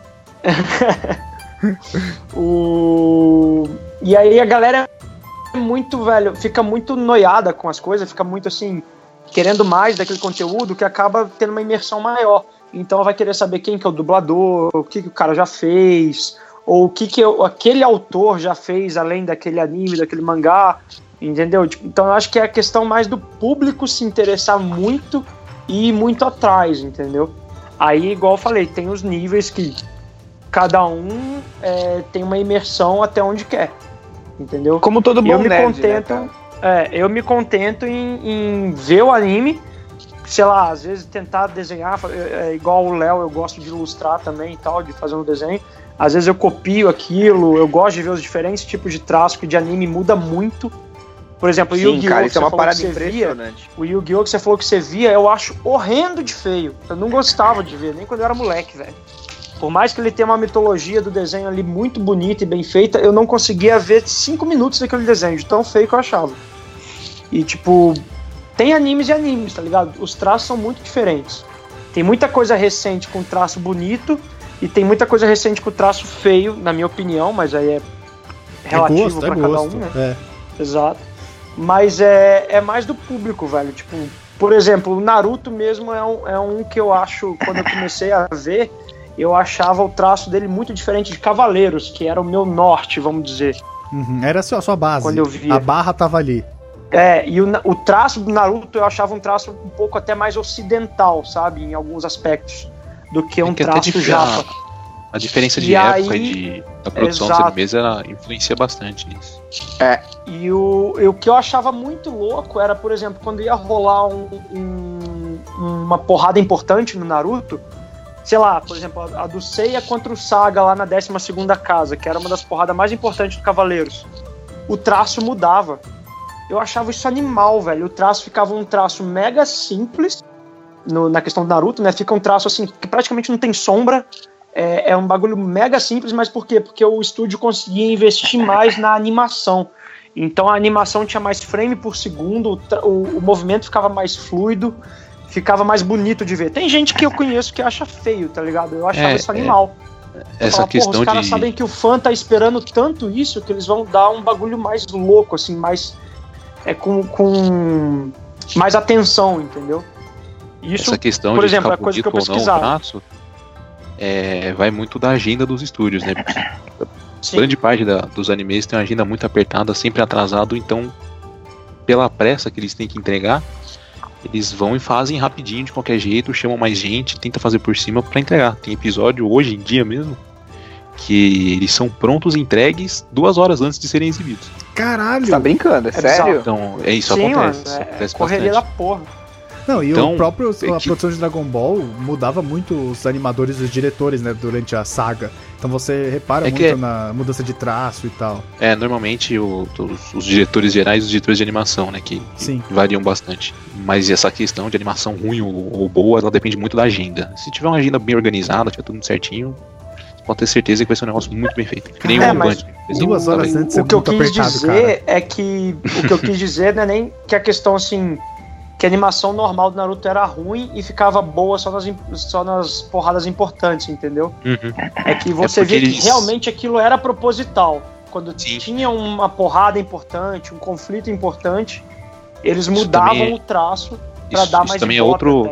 E aí a galera é muito, velho, fica muito noiada com as coisas, fica muito assim, querendo mais daquele conteúdo, que acaba tendo uma imersão maior. Então vai querer saber quem que é o dublador, o que o cara já fez, ou o que aquele autor já fez além daquele anime, daquele mangá, entendeu? Então eu acho que é a questão mais do público se interessar muito e ir muito atrás, entendeu? Aí, igual eu falei, tem os níveis que cada um tem uma imersão até onde quer, entendeu? Como todo bom nerd, eu me contento em ver o anime, sei lá, às vezes tentar desenhar, igual o Léo, eu gosto de ilustrar também e tal, de fazer um desenho. Às vezes eu copio aquilo, eu gosto de ver os diferentes tipos de traço, que de anime muda muito. Por exemplo, o Yu-Gi-Oh! Cara, isso é uma parada impressionante. O Yu-Gi-Oh! Que você falou que você via, eu acho horrendo de feio. Eu não gostava de ver, nem quando eu era moleque, velho. Por mais que ele tenha uma mitologia do desenho ali muito bonita e bem feita, eu não conseguia ver 5 minutos daquele desenho, de tão feio que eu achava. E tipo... Tem animes e animes, tá ligado? Os traços são muito diferentes. Tem muita coisa recente com traço bonito e tem muita coisa recente com traço feio, na minha opinião, mas aí é relativo pra cada um, né? Exato. Mas é mais do público, velho. Tipo, por exemplo, o Naruto mesmo é um que eu acho, quando eu comecei a ver, eu achava o traço dele muito diferente de Cavaleiros, que era o meu norte, vamos dizer. Uhum, era a sua base. Quando eu via. A barra tava ali. E o traço do Naruto eu achava um traço um pouco até mais ocidental, sabe? Em alguns aspectos, do que um traço japa. A diferença de época e da produção dos animes influencia bastante nisso. E o que eu achava muito louco era, por exemplo, quando ia rolar uma porrada importante no Naruto, sei lá, por exemplo, a do Seiya contra o Saga lá na 12ª casa, que era uma das porradas mais importantes do Cavaleiros. O traço mudava. eu achava isso animal, velho. O traço ficava um traço mega simples, na questão do Naruto, né? Fica um traço assim, que praticamente não tem sombra. É um bagulho mega simples, mas por quê? Porque o estúdio conseguia investir mais na animação. Então a animação tinha mais frame por segundo, o movimento ficava mais fluido, ficava mais bonito de ver. Tem gente que eu conheço que acha feio, tá ligado? Eu achava isso animal. Essa questão os caras sabem que o fã tá esperando tanto isso que eles vão dar um bagulho mais louco, assim, mais... com mais atenção, entendeu? Isso, essa questão por de exemplo, a coisa que eu pesquisava. Vai muito da agenda dos estúdios, né? Grande parte dos animes tem uma agenda muito apertada, sempre atrasado, então pela pressa que eles têm que entregar, eles vão e fazem rapidinho, de qualquer jeito, chamam mais gente, tenta fazer por cima pra entregar. Tem episódio hoje em dia mesmo que eles são prontos e entregues 2 horas antes de serem exibidos. Caralho! Você tá brincando, é sério? Então, isso Sim, acontece. Mano, acontece correria bastante. da porra. Não, e então, a produção de Dragon Ball mudava muito os animadores e os diretores, né, durante a saga. Então você repara muito na mudança de traço e tal. Normalmente os diretores gerais e os diretores de animação, né, que variam bastante. Mas essa questão de animação ruim ou boa, ela depende muito da agenda. Se tiver uma agenda bem organizada, tiver tudo certinho, pode ter certeza que vai ser um negócio muito bem feito. Que nem o Band. 2 horas antes o que eu quis apertado, dizer é que o que eu quis dizer não é nem que a questão assim, que a animação normal do Naruto era ruim e ficava boa só nas porradas importantes, entendeu? Uhum. É que você vê que realmente aquilo era proposital. Quando tinha uma porrada importante, um conflito importante, eles mudavam o traço pra dar mais também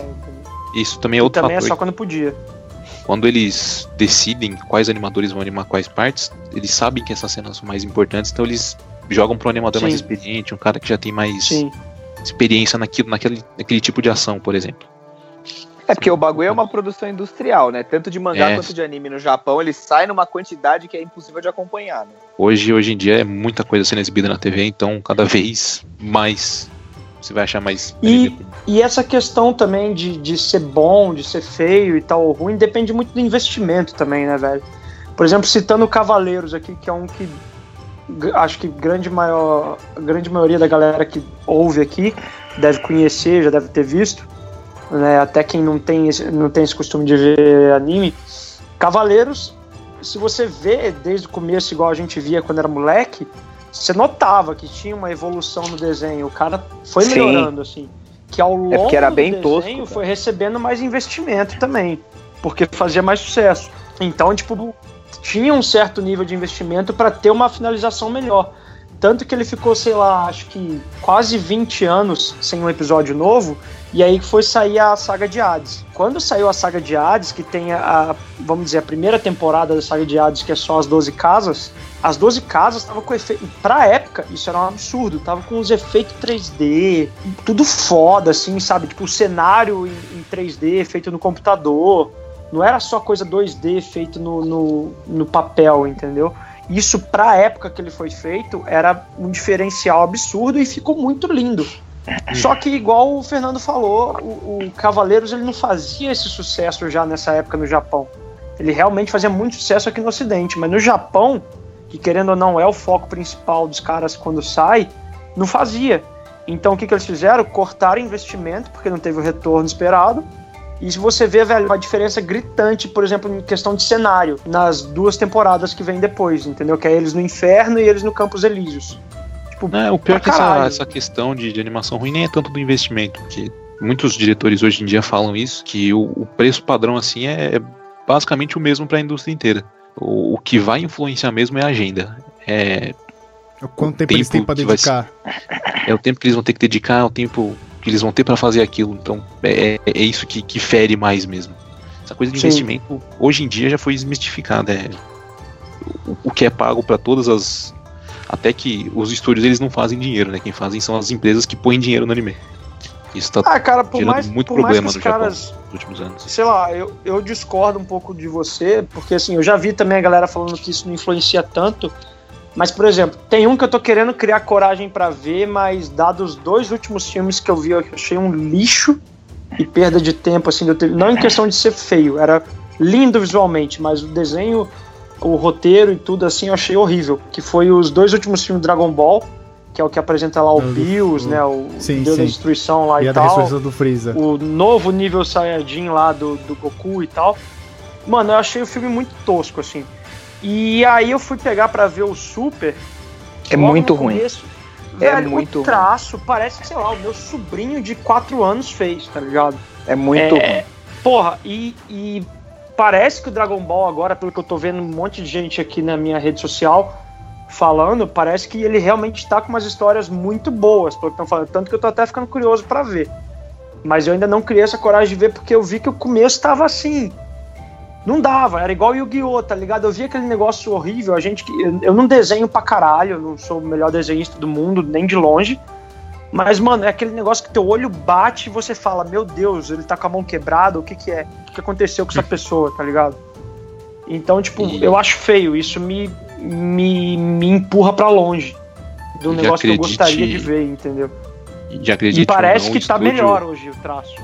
Isso também é outro também fator. É só quando podia. Quando eles decidem quais animadores vão animar quais partes, eles sabem que essas cenas são mais importantes, então eles jogam para um animador mais experiente, um cara que já tem mais experiência naquele tipo de ação, por exemplo. Porque o bagulho é uma produção industrial, né? Tanto de mangá quanto de anime no Japão, ele sai numa quantidade que é impossível de acompanhar, né? Hoje em dia é muita coisa sendo exibida na TV, então cada vez mais você vai achar mais... E essa questão também de ser bom, de ser feio e tal, ou ruim, depende muito do investimento também, né, velho? Por exemplo, citando Cavaleiros aqui, que é um que acho que a grande maioria da galera que ouve aqui deve conhecer, já deve ter visto, né? Até quem não tem esse costume de ver anime. Cavaleiros, se você vê desde o começo, igual a gente via quando era moleque, você notava que tinha uma evolução no desenho. O cara foi melhorando, assim. Que ao longo era do bem desenho tosco, foi recebendo mais investimento também, porque fazia mais sucesso. Então, tipo, tinha um certo nível de investimento para ter uma finalização melhor. Tanto que ele ficou, sei lá, acho que quase 20 anos sem um episódio novo, e aí foi sair a saga de Hades. Quando saiu a saga de Hades, que tem vamos dizer, a primeira temporada da saga de Hades, que é só as 12 casas, as 12 casas estavam com efeito... Pra época, isso era um absurdo, tava com os efeitos 3D, tudo foda, assim, sabe? Tipo, o cenário em 3D feito no computador, não era só coisa 2D feito no papel, entendeu? Isso, pra época que ele foi feito, era um diferencial absurdo e ficou muito lindo. Só que, igual o Fernando falou, o Cavaleiros ele não fazia esse sucesso já nessa época no Japão. Ele realmente fazia muito sucesso aqui no Ocidente, mas no Japão, que querendo ou não é o foco principal dos caras quando sai, não fazia. Então o que eles fizeram? Cortaram investimento, porque não teve o retorno esperado. E se você vê, velho, uma diferença gritante, por exemplo, em questão de cenário, nas 2 temporadas que vem depois, entendeu? Que é eles no Inferno e eles no Campos Elíseos. Tipo, o pior é que essa questão de animação ruim nem é tanto do investimento, porque muitos diretores hoje em dia falam isso, que o preço padrão assim é basicamente o mesmo para a indústria inteira. O que vai influenciar mesmo é a agenda. Quanto tempo eles têm para dedicar? É o tempo que eles vão ter que dedicar, é o tempo que eles vão ter para fazer aquilo. Então é isso que fere mais mesmo. Essa coisa de investimento hoje em dia já foi desmistificada. O que é pago para todas as... Até que os estúdios eles não fazem dinheiro, né? Quem fazem são as empresas que põem dinheiro no anime. Isso tá gerando muito problema no Japão nos últimos anos. Sei lá, eu discordo um pouco de você, porque assim, eu já vi também a galera falando que isso não influencia tanto. Mas, por exemplo, tem um que eu tô querendo criar coragem pra ver, mas dados os 2 últimos filmes que eu vi, eu achei um lixo e perda de tempo, assim, não em questão de ser feio, era lindo visualmente, mas o desenho, o roteiro e tudo, assim, eu achei horrível, que foi os 2 últimos filmes de Dragon Ball, que é o que apresenta lá o Bills, né? O Deus da Destruição lá e tal. A ressurreição do Freeza. O novo nível Saiyajin lá do Goku e tal. Mano, eu achei o filme muito tosco, assim. E aí eu fui pegar pra ver o Super. É muito ruim. Velho, muito o traço parece que, sei lá, o meu sobrinho de 4 anos fez, tá ligado? É muito ruim. Porra, e parece que o Dragon Ball agora, pelo que eu tô vendo um monte de gente aqui na minha rede social falando, parece que ele realmente tá com umas histórias muito boas, pelo que estão falando, tanto que eu tô até ficando curioso pra ver. Mas eu ainda não criei essa coragem de ver, porque eu vi que o começo tava assim, não dava, era igual Yu-Gi-Oh!, tá ligado? Eu vi aquele negócio horrível, eu não desenho pra caralho, eu não sou o melhor desenhista do mundo, nem de longe, mas, mano, é aquele negócio que teu olho bate e você fala, meu Deus, ele tá com a mão quebrada, o que é? O que aconteceu com essa pessoa, tá ligado? Então, tipo, eu acho feio, isso me empurra pra longe do negócio que eu gostaria de ver, entendeu? E parece que tá melhor hoje o traço.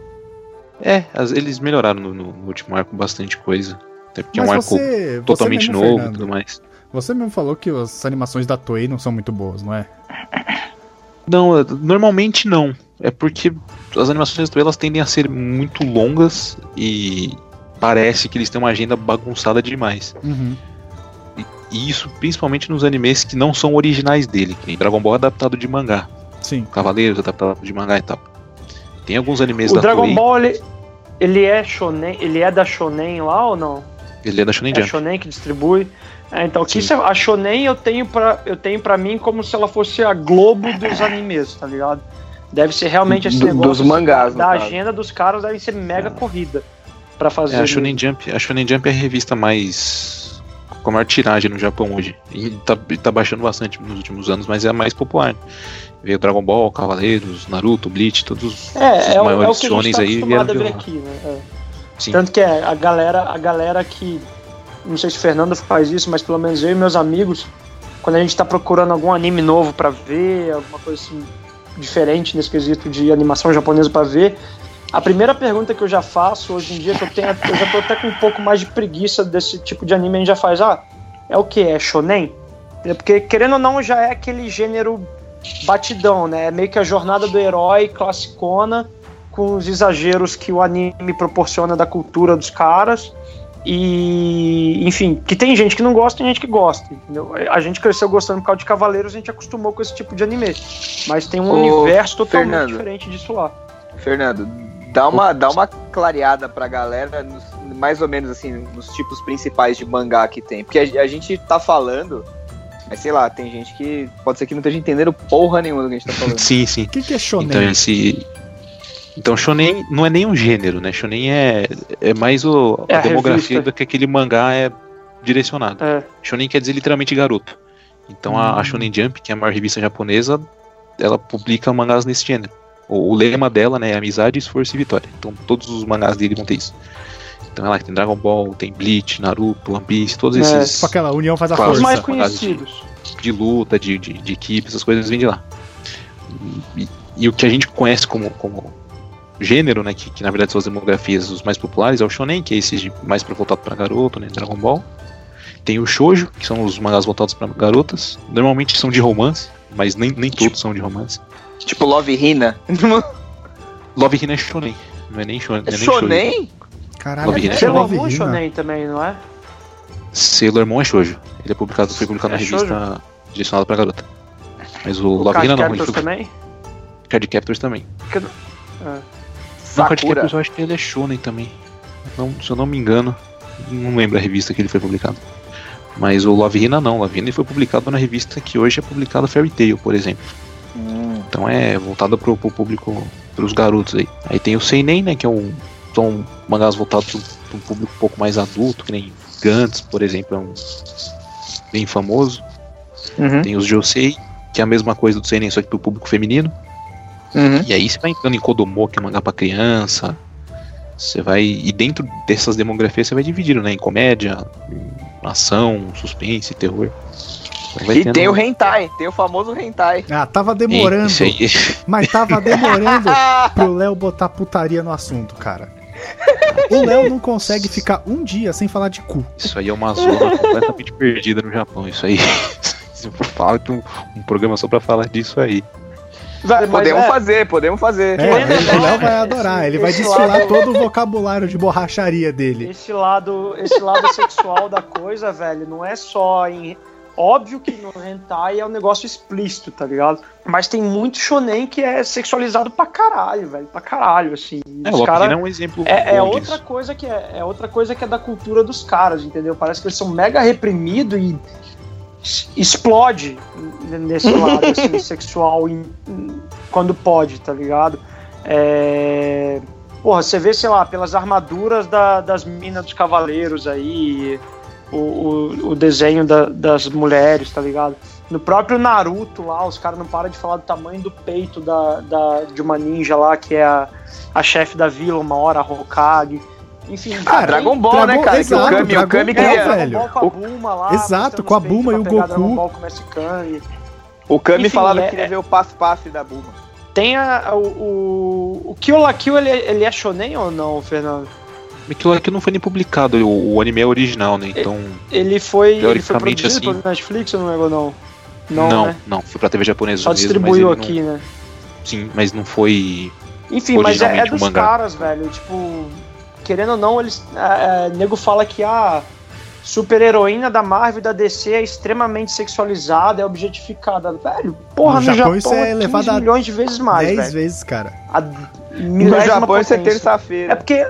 Eles melhoraram no último arco bastante coisa. Até porque é um arco totalmente novo e tudo mais. Você mesmo falou que as animações da Toei não são muito boas, não é? Não, normalmente não. É porque as animações da Toei elas tendem a ser muito longas e parece que eles têm uma agenda bagunçada demais. Uhum. E isso principalmente nos animes que não são originais dele. Que Dragon Ball é adaptado de mangá. Sim. Cavaleiros adaptado de mangá e tal. Tem alguns animes da Dragon Toei. Ball, ele é shonen, ele é da Shonen lá ou não? Ele é da Shonen Jump. É a Shonen que distribui. Então, que isso, a Shonen eu tenho pra mim como se ela fosse a Globo dos animes, tá ligado? Deve ser realmente esse negócio dos mangás, da agenda dos caras deve ser mega corrida pra fazer. A Shonen Jump é a revista mais com a maior tiragem no Japão hoje. E tá baixando bastante nos últimos anos, mas é a mais popular. Veio Dragon Ball, Cavaleiros, Naruto, Bleach, todos os maiores shonens aí vieram ver aqui, né? Tanto que a galera que, não sei se o Fernando faz isso, mas pelo menos eu e meus amigos, quando a gente tá procurando algum anime novo pra ver, alguma coisa assim diferente nesse quesito de animação japonesa pra ver, a primeira pergunta que eu já faço hoje em dia, que eu já tô até com um pouco mais de preguiça desse tipo de anime, a gente já faz, é o que? É shonen? Porque, querendo ou não, já é aquele gênero batidão, né? É meio que a jornada do herói classicona, com os exageros que o anime proporciona da cultura dos caras. E, enfim, que tem gente que não gosta e tem gente que gosta, entendeu? A gente cresceu gostando por causa de Cavaleiros, a gente acostumou com esse tipo de anime. Mas tem um universo totalmente diferente disso lá. Fernando, dá uma clareada pra galera, mais ou menos assim, nos tipos principais de mangá que tem. Porque a gente tá falando, mas sei lá, tem gente que pode ser que não esteja entendendo porra nenhuma do que a gente tá falando. Sim. O que é shonen? Então shonen não é nem um gênero, né? Shonen é mais a demografia do que aquele mangá é direcionado. Shonen quer dizer literalmente garoto. Então a Shonen Jump, que é a maior revista japonesa, ela publica mangás nesse gênero. O lema dela, né, é amizade, esforço e vitória. Então todos os mangás dele vão ter isso. Então ela tem Dragon Ball, tem Bleach, Naruto, One Piece, todos esses... Tipo aquela união faz a força. Os mais conhecidos. De luta, de equipe, essas coisas vêm de lá. E o que a gente conhece como gênero, né, que na verdade são as demografias os mais populares, é o shonen, que é esse mais voltado para garoto, né, Dragon Ball. Tem o shoujo, que são os mangás voltados para garotas. Normalmente são de romance, mas nem todos são de romance. Tipo Love Hina. Love Hina é shonen, não é nem shonen. É shonen? Caralho, Sailor Moon é shonen também, não é? Sailor Moon é shoujo. Ele foi publicado na revista direcionada para garota. Mas o Love Hina não. Também? Card Captors também. Card Captors eu acho que ele é shonen também. Não, se eu não me engano, não lembro a revista que ele foi publicado. Mas o Love Hina não. O Love Hina foi publicado na revista que hoje é publicada Fairy Tail, por exemplo. Então é voltado pro público, pros garotos aí. Aí tem o Seinen, né, que são mangás voltados para um público um pouco mais adulto, que nem Gantz, por exemplo, é um bem famoso. Tem os Josei, que é a mesma coisa do Seinen, só que pro público feminino. E aí você vai entrando em Kodomo, que é mangá pra criança. Você vai. E dentro dessas demografias você vai dividindo, né? Em comédia, ação, suspense, terror. Então e tem o hentai, tem o famoso hentai. Tava demorando. Mas tava demorando pro Léo botar putaria no assunto, cara. O Léo não consegue ficar um dia sem falar de cu. Isso aí é uma zona completamente perdida no Japão, isso aí. Fala que um programa só pra falar disso aí. Podemos fazer. O Léo vai adorar, ele vai desfilar todo o vocabulário de borracharia dele. Esse lado sexual da coisa, velho, não é só em... Óbvio que no hentai é um negócio explícito, tá ligado? Mas tem muito shonen que é sexualizado pra caralho, velho. Pra caralho, assim. O Loki é um exemplo outra coisa que é outra coisa que é da cultura dos caras, entendeu? Parece que eles são mega reprimidos e explode nesse lado, assim, sexual quando pode, tá ligado? Porra, você vê, sei lá, pelas armaduras das minas dos cavaleiros aí... O desenho das mulheres, tá ligado? No próprio Naruto lá, os caras não param de falar do tamanho do peito de uma ninja lá, que é a chefe da vila, uma hora, a Hokage. Enfim, Dragon Ball, né, cara? Exato, que o Kami queria. Velho. Com a Bulma lá, exato, com a Bulma e o Goku. Dragon Ball com o Mestre Kami. O Kami falava que queria ver o passe-passe da Bulma. Tem o Kill la Kill, ele é shonen ou não, Fernando? Aquilo aqui não foi nem publicado, o anime é original, né? Então. Ele foi teoricamente produzido assim. pela Netflix ou não? Não, foi pra TV japonesa só mesmo. Distribuiu aqui, né? Sim, mas não foi. Enfim, mas é dos caras, velho. Tipo, querendo ou não, eles. Nego fala que a super-heroína da Marvel e da DC é extremamente sexualizada, é objetificada. Velho, porra, no Japão isso é levado 15 milhões de vezes mais, 10 vezes, cara. No Japão isso é terça-feira. É porque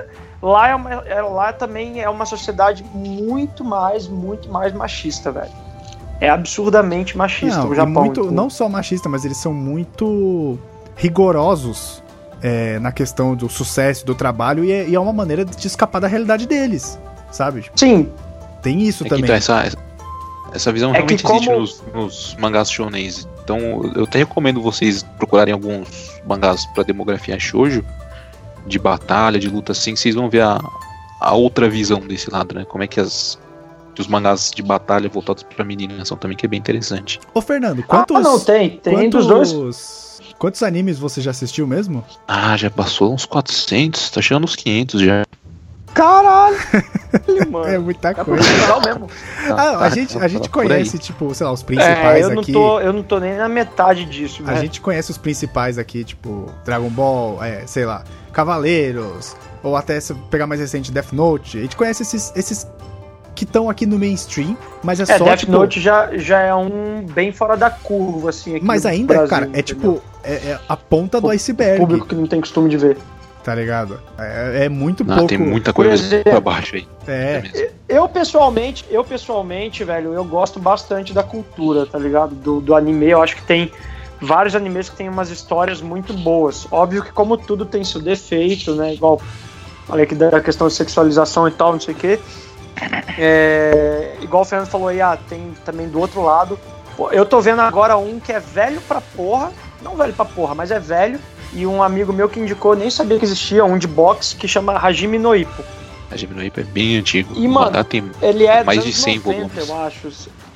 lá também é uma sociedade muito mais machista, velho. É absurdamente machista o Japão. Não só machista, mas eles são muito rigorosos na questão do sucesso, do trabalho, e é uma maneira de escapar da realidade deles, sabe? Sim. Tem isso também. Então, essa visão realmente existe nos mangás shonens. Então eu até recomendo vocês procurarem alguns mangás pra demografia shoujo, de batalha, de luta assim, vocês vão ver a outra visão desse lado, né? Como é que os mangás de batalha voltados pra meninas são também, que é bem interessante. Ô Fernando, quantos... tem dos dois. Quantos animes você já assistiu mesmo? Já passou uns 400, tá chegando uns 500 já. Caralho, mano. É muita coisa. Mesmo. A gente conhece, tipo, sei lá, os principais aqui. Eu não tô nem na metade disso, A gente conhece os principais aqui, tipo, Dragon Ball, sei lá, Cavaleiros, ou até se pegar mais recente, Death Note. A gente conhece esses que estão aqui no mainstream, mas só, Death Note já é um bem fora da curva, assim, aqui mas ainda, Brasil, cara, tipo, é a ponta do iceberg. Público que não tem costume de ver. Tá ligado? É muito pouco. Tem muita coisa pra baixo aí. Eu pessoalmente, velho, eu gosto bastante da cultura, tá ligado? Do anime. Eu acho que tem vários animes que tem umas histórias muito boas. Óbvio que, como tudo tem seu defeito, né? Igual falei aqui da questão de sexualização e tal, não sei o quê. Igual o Fernando falou aí, tem também do outro lado. Eu tô vendo agora um que é velho pra porra. Não velho pra porra, mas é velho. E um amigo meu que indicou, nem sabia que existia, um de boxe que chama Hajime no Ippo. Hajime no Ippo é bem antigo. E, mano, tem ele é mais de 100 90, volumes. eu acho.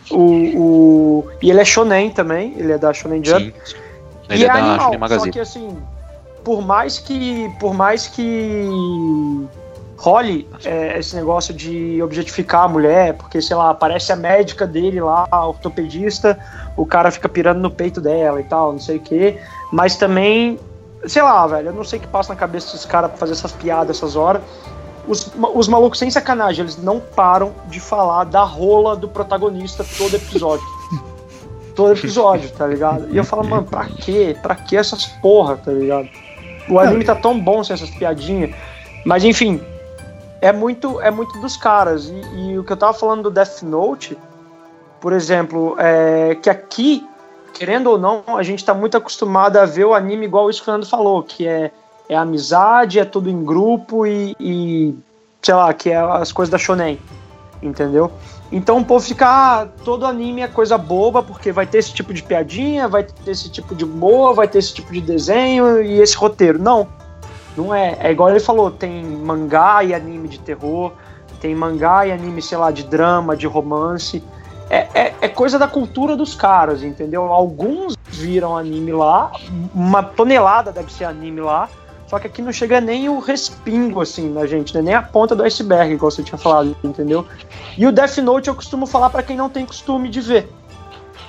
E ele é shonen também, ele é da Shonen Jump. Sim. Ele é da animal, Shonen Magazine. só que assim, por mais que role esse negócio de objetificar a mulher, porque, sei lá, aparece a médica dele lá, a ortopedista, o cara fica pirando no peito dela e tal, não sei o quê, mas também, sei lá, velho, eu não sei o que passa na cabeça desses caras pra fazer essas piadas essas horas. Os malucos, sem sacanagem, eles não param de falar da rola do protagonista todo episódio. Todo episódio, tá ligado? E eu falo, mano, pra quê? Pra que essas porra, tá ligado? O anime tá tão bom sem essas piadinhas. Mas enfim, é muito dos caras. E o que eu tava falando do Death Note, por exemplo, que aqui, querendo ou não, a gente tá muito acostumado a ver o anime igual isso que o Fernando falou, que é amizade, é tudo em grupo e sei lá, que é as coisas da shonen, entendeu? Então o povo fica, todo anime é coisa boba, porque vai ter esse tipo de piadinha, vai ter esse tipo de humor, vai ter esse tipo de desenho e esse roteiro. Não é. É igual ele falou, tem mangá e anime de terror, tem mangá e anime, sei lá, de drama, de romance. É coisa da cultura dos caras, entendeu? Alguns viram anime lá, uma tonelada deve ser anime lá, só que aqui não chega nem o respingo, assim, na gente, né? Nem a ponta do iceberg, igual você tinha falado, entendeu? E o Death Note eu costumo falar pra quem não tem costume de ver.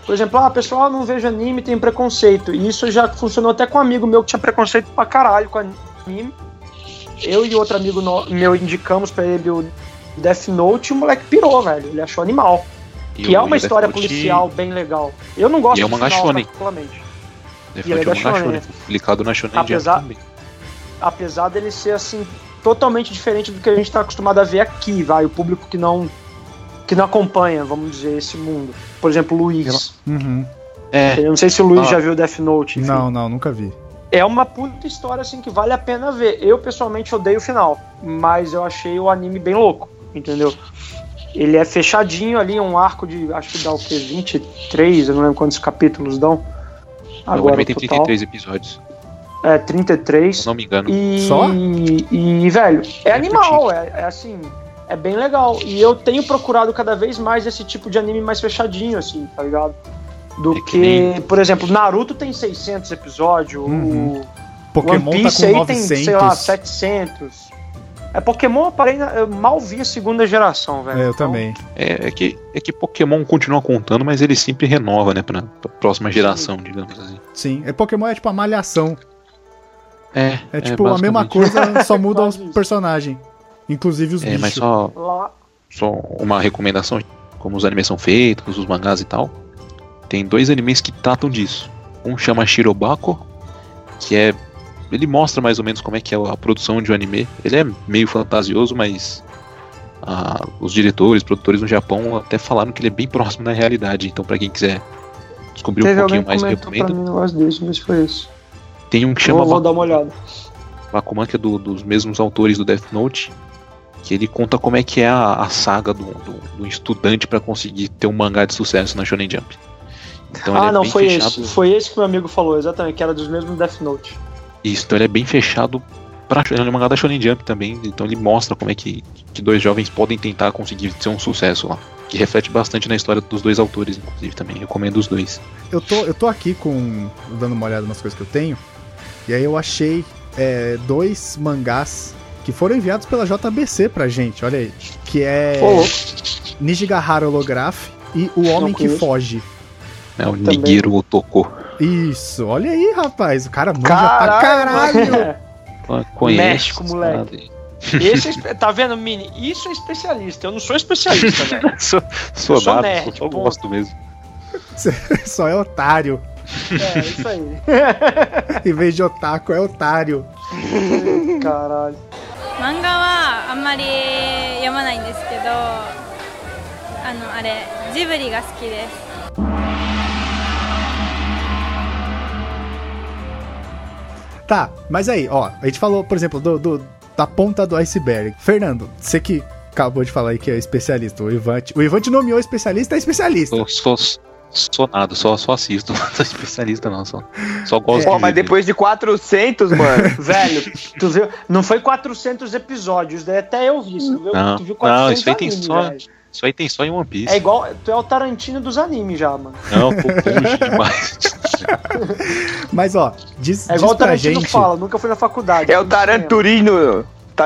Por exemplo, pessoal, não vejo anime, tem preconceito. E isso já funcionou até com um amigo meu que tinha preconceito pra caralho com anime. Eu e outro amigo meu indicamos pra ele o Death Note e o moleque pirou, velho. Ele achou animal. Que é uma história policial bem legal. Eu não gosto de final, particularmente. E ele é shonen, publicado na Shonen Jump também. Apesar dele ser, assim, totalmente diferente do que a gente tá acostumado a ver aqui, vai. O público que não acompanha, vamos dizer, esse mundo. Por exemplo, o Luiz. Uhum. Eu não sei se o Luiz já viu Death Note. Enfim. Não, nunca vi. É uma puta história, assim, que vale a pena ver. Eu, pessoalmente, odeio o final. Mas eu achei o anime bem louco, entendeu? Ele é fechadinho ali, um arco de, acho que dá o quê? 23, eu não lembro quantos capítulos dão. Agora, o anime tem 33 episódios. 33. Se não me engano. Só? E velho, é animal, é assim, é bem legal. E eu tenho procurado cada vez mais esse tipo de anime mais fechadinho, assim, tá ligado? Do que, por exemplo, Naruto tem 600 episódios, o Pokémon One Piece tá com aí 900. tem, sei lá, 700. Pokémon, eu mal vi a segunda geração, velho. Eu também. É que Pokémon continua contando, mas ele sempre renova, né, pra próxima geração, digamos assim. Sim, Pokémon é tipo a malhação. É tipo a basicamente mesma coisa, só muda os personagens. Inclusive os bichos. Mas só uma recomendação, como os animes são feitos, os mangás e tal. Tem 2 animes que tratam disso. Um chama Shirobako, que ele mostra mais ou menos como é que é a produção de um anime. Ele é meio fantasioso, mas os diretores, produtores no Japão até falaram que ele é bem próximo da realidade. Então, pra quem quiser descobrir um pouquinho mais, eu recomendo. Pra mim, um negócio desse, mas foi isso. Tem um que chama Vou dar uma olhada. Bakuman, que é dos mesmos autores do Death Note, que ele conta como é que é a saga do estudante pra conseguir ter um mangá de sucesso na Shonen Jump. Então, ele é não, bem foi fechado. esse. Foi esse que meu amigo falou, exatamente, que era dos mesmos Death Note. Isso, então ele é bem fechado pra ele é um mangá da Shonen Jump também, então ele mostra como é que 2 jovens podem tentar conseguir ser um sucesso lá. Que reflete bastante na história dos 2 autores, inclusive, também. Recomendo os 2. Eu tô aqui dando uma olhada nas coisas que eu tenho, e aí eu achei 2 mangás que foram enviados pela JBC pra gente, olha aí. Que é Nijigahara Holograph e O Homem que Foge. É o Nigiru Otoko. Isso, olha aí, rapaz. O cara manja pra caralho. México, moleque. Esse tá vendo, Mini? Isso é especialista. Eu não sou especialista, velho. sou nada, nerd, só gosto mesmo. Só é otário. Isso aí. Em vez de otaku, é otário. Caralho. Manga wa ammari yamanai desu kedo, Ghibli ga suki desu. Tá, mas aí, ó, a gente falou, por exemplo, da ponta do iceberg. Fernando, você que acabou de falar aí que é especialista, o Ivan te nomeou especialista, é especialista. Sou nada, só assisto, não sou especialista não, só gosto de mas depois de 400, mano. Velho, tu viu, não foi 400 episódios, daí até eu vi, tu viu? Não, tu viu 400 isso aí tem animes, só... velho. Isso aí tem só em One Piece. É igual, tu é o Tarantino dos animes já, mano. Não, tô longe demais. Mas ó, diz é igual diz o Tarantino gente... fala, nunca fui na faculdade. É o Taranturino.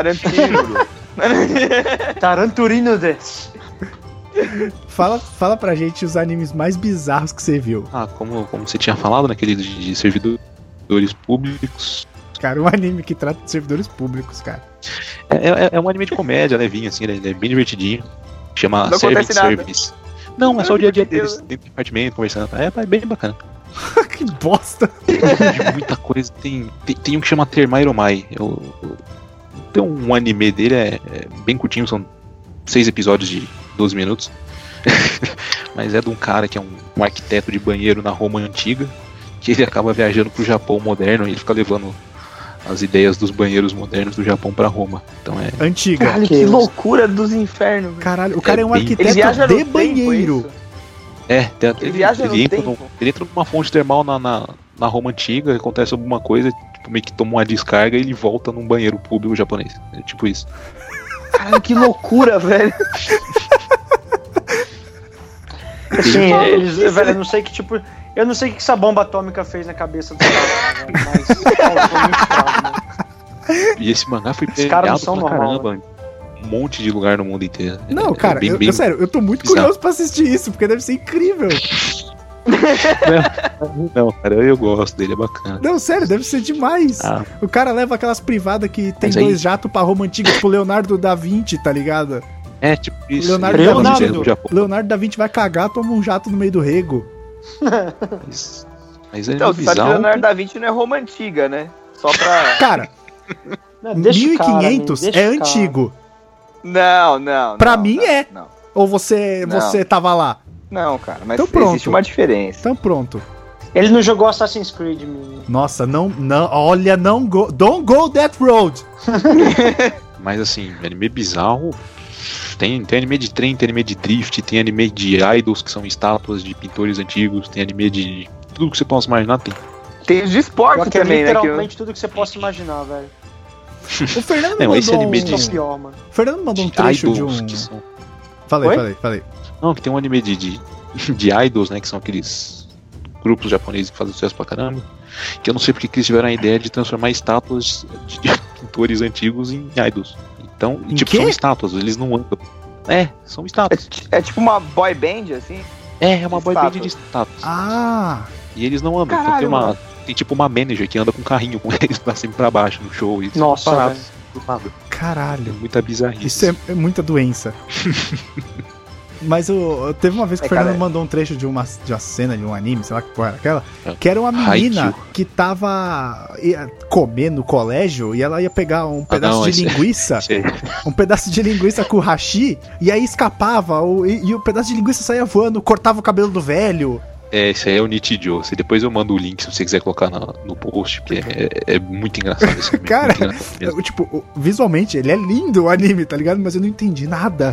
Taranturino desse. Fala pra gente os animes mais bizarros que você viu. Como você tinha falado, naquele de servidores públicos. Cara, um anime que trata de servidores públicos, cara. É um anime de comédia, levinho, assim, ele é bem divertidinho. Chama Não Service nada. Service. Não, é só o dia a dia deles, dentro do departamento, conversando. É bem bacana. Que bosta. De muita coisa. Tem um que chama Termairomai. Tem um anime dele, é bem curtinho, são 6 episódios de 12 minutos. Mas é de um cara que é um arquiteto de banheiro na Roma antiga, que ele acaba viajando pro Japão moderno e ele fica levando as ideias dos banheiros modernos do Japão pra Roma. Então é... Antiga. Caralho, que loucura dos infernos. Velho. Caralho, o cara é um arquiteto de banheiro. Ele entra numa fonte termal na Roma antiga, acontece alguma coisa, tipo, meio que toma uma descarga e ele volta num banheiro público japonês. É tipo isso. Caralho, que loucura, velho. Assim, velho, eu não sei que tipo. Eu não sei o que essa bomba atômica fez na cabeça do cara, mas foi muito fraco, né? E esse mangá foi premiado pra caramba. Né? Um monte de lugar no mundo inteiro. Não, cara, sério, eu tô muito curioso pra assistir isso, porque deve ser incrível. Não, cara, eu gosto dele, é bacana. Não, sério, deve ser demais. O cara leva aquelas privadas que tem dois jatos pra Roma antiga, tipo Leonardo da Vinci, tá ligado? É, tipo isso. Leonardo da Vinci vai cagar, toma um jato no meio do rego. Mas é então, você sabe que Leonardo da Vinci não é Roma antiga, né? Só pra... Cara, não, 1500 é antigo. Não. Pra mim é. Não. Ou você tava lá? Não, cara, mas então, pronto. Existe uma diferença. Então pronto. Ele não jogou Assassin's Creed, menino. Nossa, olha, don't go that road. Mas assim, anime bizarro. Tem anime de trem, tem anime de drift, tem anime de idols, que são estátuas de pintores antigos, tem anime de tudo que você possa imaginar, tem. Tem os de esporte também, né? Literalmente tudo que você possa imaginar, velho. O Fernando Fernando mandou um trecho de um... São... Falei. Não, que tem um anime de idols, né, que são aqueles grupos japoneses que fazem sucesso pra caramba, que eu não sei porque que eles tiveram a ideia de transformar estátuas de pintores antigos em idols. Então, são estátuas, eles não andam. São estátuas. É tipo uma boy band, assim? É uma boy band de estátuas. E eles não andam. Caralho, então tem tipo uma manager que anda com um carrinho com eles pra cima e pra baixo no show. E nossa, parados. Caralho. Muita bizarrice. Isso é muita doença. Mas teve uma vez que o Fernando mandou um trecho de uma cena de um anime, sei lá que porra era aquela, que era uma menina que tava comendo no colégio e ela ia pegar um pedaço de linguiça, um pedaço de linguiça com hashi, e aí escapava, e o pedaço de linguiça saía voando, cortava o cabelo do velho. Esse aí é o Nichijou. Depois eu mando o link se você quiser colocar no post, porque é muito engraçado esse anime. Cara, tipo, visualmente ele é lindo o anime, tá ligado? Mas eu não entendi nada.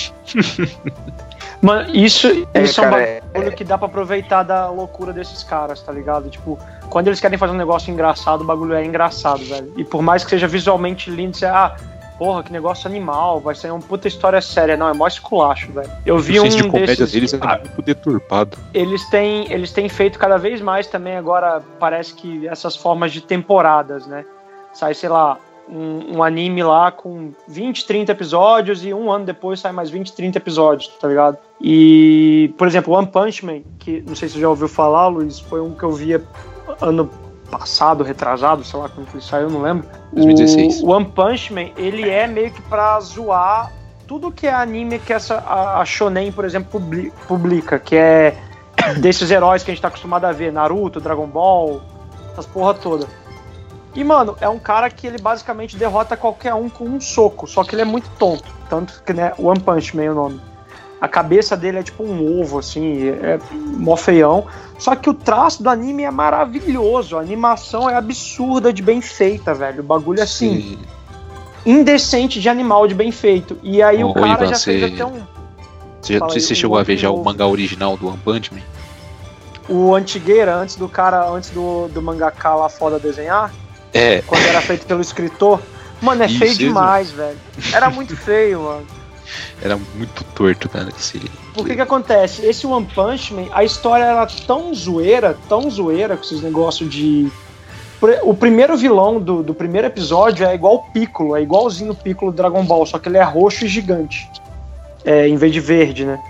Mano, isso é um bagulho que dá pra aproveitar da loucura desses caras, tá ligado? Tipo, quando eles querem fazer um negócio engraçado, o bagulho é engraçado, velho. E por mais que seja visualmente lindo, você porra, que negócio animal, vai ser uma puta história séria. Não, é mó esculacho, velho. Eu vi um de comédia desses... deles é muito deturpado. Eles têm feito cada vez mais também agora, parece que essas formas de temporadas, né? Sai, sei lá, um anime lá com 20, 30 episódios e um ano depois sai mais 20, 30 episódios, tá ligado? E, por exemplo, One Punch Man, que não sei se você já ouviu falar, Luiz, foi um que eu via ano passado, retrasado, sei lá quando ele saiu, não lembro. 2016. O One Punch Man, ele é meio que pra zoar tudo que é anime que a Shonen, por exemplo, publica, que é desses heróis que a gente tá acostumado a ver, Naruto, Dragon Ball, essas porra toda. E, mano, é um cara que ele basicamente derrota qualquer um com um soco, só que ele é muito tonto, tanto que, né, One Punch Man é o nome. A cabeça dele é tipo um ovo, assim, é mó feião. Só que o traço do anime é maravilhoso, a animação é absurda de bem feita, velho. O bagulho é assim, indecente de animal de bem feito. E aí o cara Ivan, já fez até um... Não sei se você chegou a ver já o mangá original do One Punch Man. O Antigueira, antes do mangaka lá foda desenhar, quando era feito pelo escritor. Mano, é feio demais, velho. Era muito feio, mano. Era muito torto, cara. Por que acontece? Esse One Punch Man, a história era tão zoeira com esses negócios de... O primeiro vilão do primeiro episódio é igual o Piccolo, é igualzinho o Piccolo do Dragon Ball, só que ele é roxo e gigante, em vez de verde, né?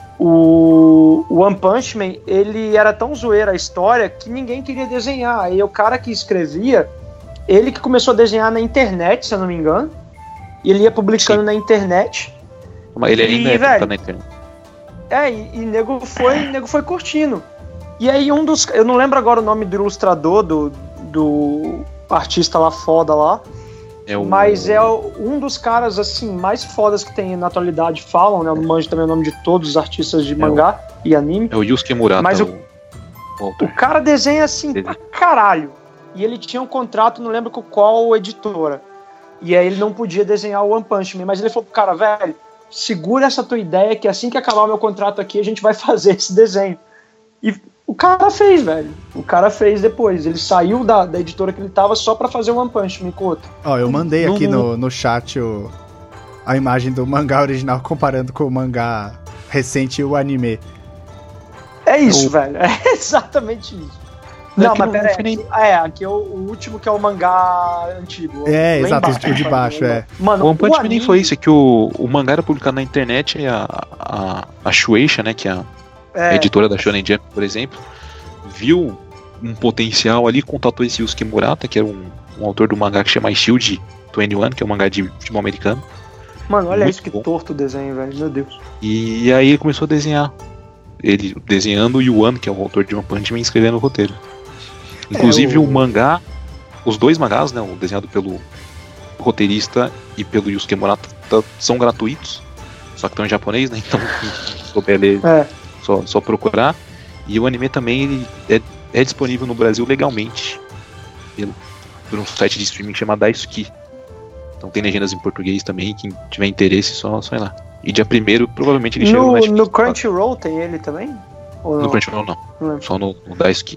O One Punch Man, ele era tão zoeira a história que ninguém queria desenhar. Aí o cara que escrevia, ele que começou a desenhar na internet, se eu não me engano, e ele ia publicando na internet. Mas ele ainda tá na internet. E nego foi curtindo. E aí eu não lembro agora o nome do ilustrador, do artista lá foda lá, mas é um dos caras assim mais fodas que tem na atualidade, falam, né? Eu não manjo também o nome de todos os artistas de mangá e anime. É o Yusuke Murata. Mas o cara desenha assim pra caralho. E ele tinha um contrato, não lembro com qual editora. E aí ele não podia desenhar o One Punch Man, mas ele falou pro cara, velho, segura essa tua ideia que assim que acabar o meu contrato aqui, a gente vai fazer esse desenho. E o cara fez, velho. O cara fez depois. Ele saiu da editora que ele tava só pra fazer o One Punch Man com outro. Eu mandei aqui no chat a imagem do mangá original comparando com o mangá recente e o anime. É isso, velho. É exatamente isso. Não, mas pera aí. Aqui é o último que é o mangá antigo. Exato, o de baixo, Mano, o One Punch Man nem foi isso, é que o mangá era publicado na internet e a Shueisha, né, que é A editora da Shonen Jump, por exemplo, viu um potencial ali, contatou esse Yusuke Murata, que era um autor do mangá que chama Shield 21, que é um mangá de futebol americano. Mano, olha Muito isso, que bom. torto o desenho, velho, meu Deus. E aí ele começou a desenhar. Ele desenhando o Yuan, que é o autor de One Punch Man, escrevendo o roteiro. Inclusive o mangá, os dois mangás, né, o desenhado pelo roteirista e pelo Yusuke Murata, são gratuitos, só que estão em japonês, né, então quem souber ler, só procurar. E o anime também ele é disponível no Brasil legalmente por um site de streaming chamado Daisuki. Então tem legendas em português também, quem tiver interesse só ir lá. E dia 1º provavelmente ele chega no Netflix. No Crunchyroll tem ele também? Ou não? No Crunchyroll não. Só no Daisuki.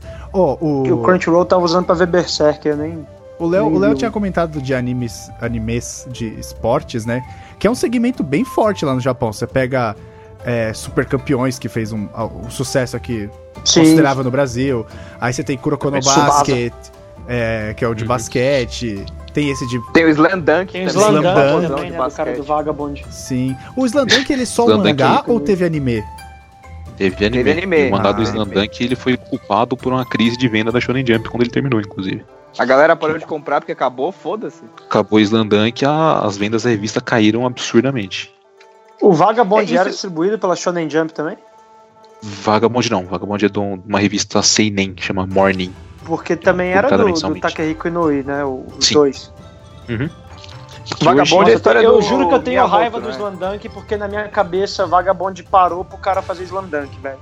O Crunchyroll tava usando pra ver Berserker, nem... O Léo tinha comentado de animes de esportes, né? Que é um segmento bem forte lá no Japão. Você pega Super Campeões, que fez um sucesso aqui considerável no Brasil. Aí você tem Kuroko no Basket, que é o de basquete. Tem esse de... Tem o Slam Dunk. Tem o Slam Dunk também, né? Do cara do Vagabond. Sim. O Slam Dunk, ele é só um mangá ou teve anime? Teve anime. O mangá do Slam Dunk, ele foi culpado por uma crise de venda da Shonen Jump quando ele terminou, inclusive. A galera parou de comprar porque acabou, foda-se. Acabou o Slam Dunk, as vendas da revista caíram absurdamente. O Vagabond era distribuído pela Shonen Jump também? Vagabond não. Vagabond é de uma revista seinen, que chama Morning. Porque também era do Takehiko Inoue, né? Os dois. Uhum. Vagabond é a história eu juro que eu tenho raiva do Slam Dunk, porque na minha cabeça Vagabond parou pro cara fazer Slam Dunk, velho.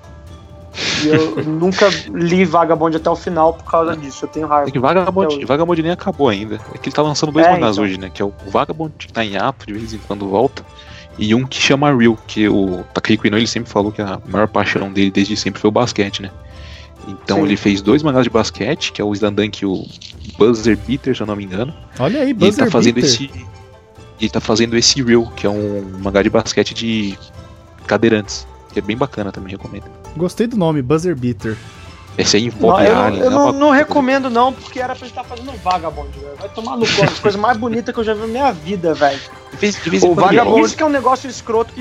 E eu nunca li Vagabond até o final por causa disso, eu tenho raiva. É que Vagabond nem acabou ainda. É que ele tá lançando dois mangás hoje, né? Que é o Vagabond, que tá em ato, de vez em quando volta. E um que chama Real, que o Takehiko Inoue ele sempre falou que a maior paixão dele desde sempre foi o basquete, né? Então ele fez 2 mangás de basquete, que é o Slam Dunk e o Buzzer Beater, se eu não me engano. Olha aí, Buzzer Beater. Ele tá fazendo esse Real, que é um mangá de basquete de cadeirantes, que é bem bacana também, recomendo. Gostei do nome, Buzzer Beater. Esse aí envolve alien. Eu não recomendo não, porque era pra ele estar fazendo um Vagabond, velho. Vai tomar no cu, a coisa mais bonita que eu já vi na minha vida, velho. O Vagabond, isso que é um negócio escroto,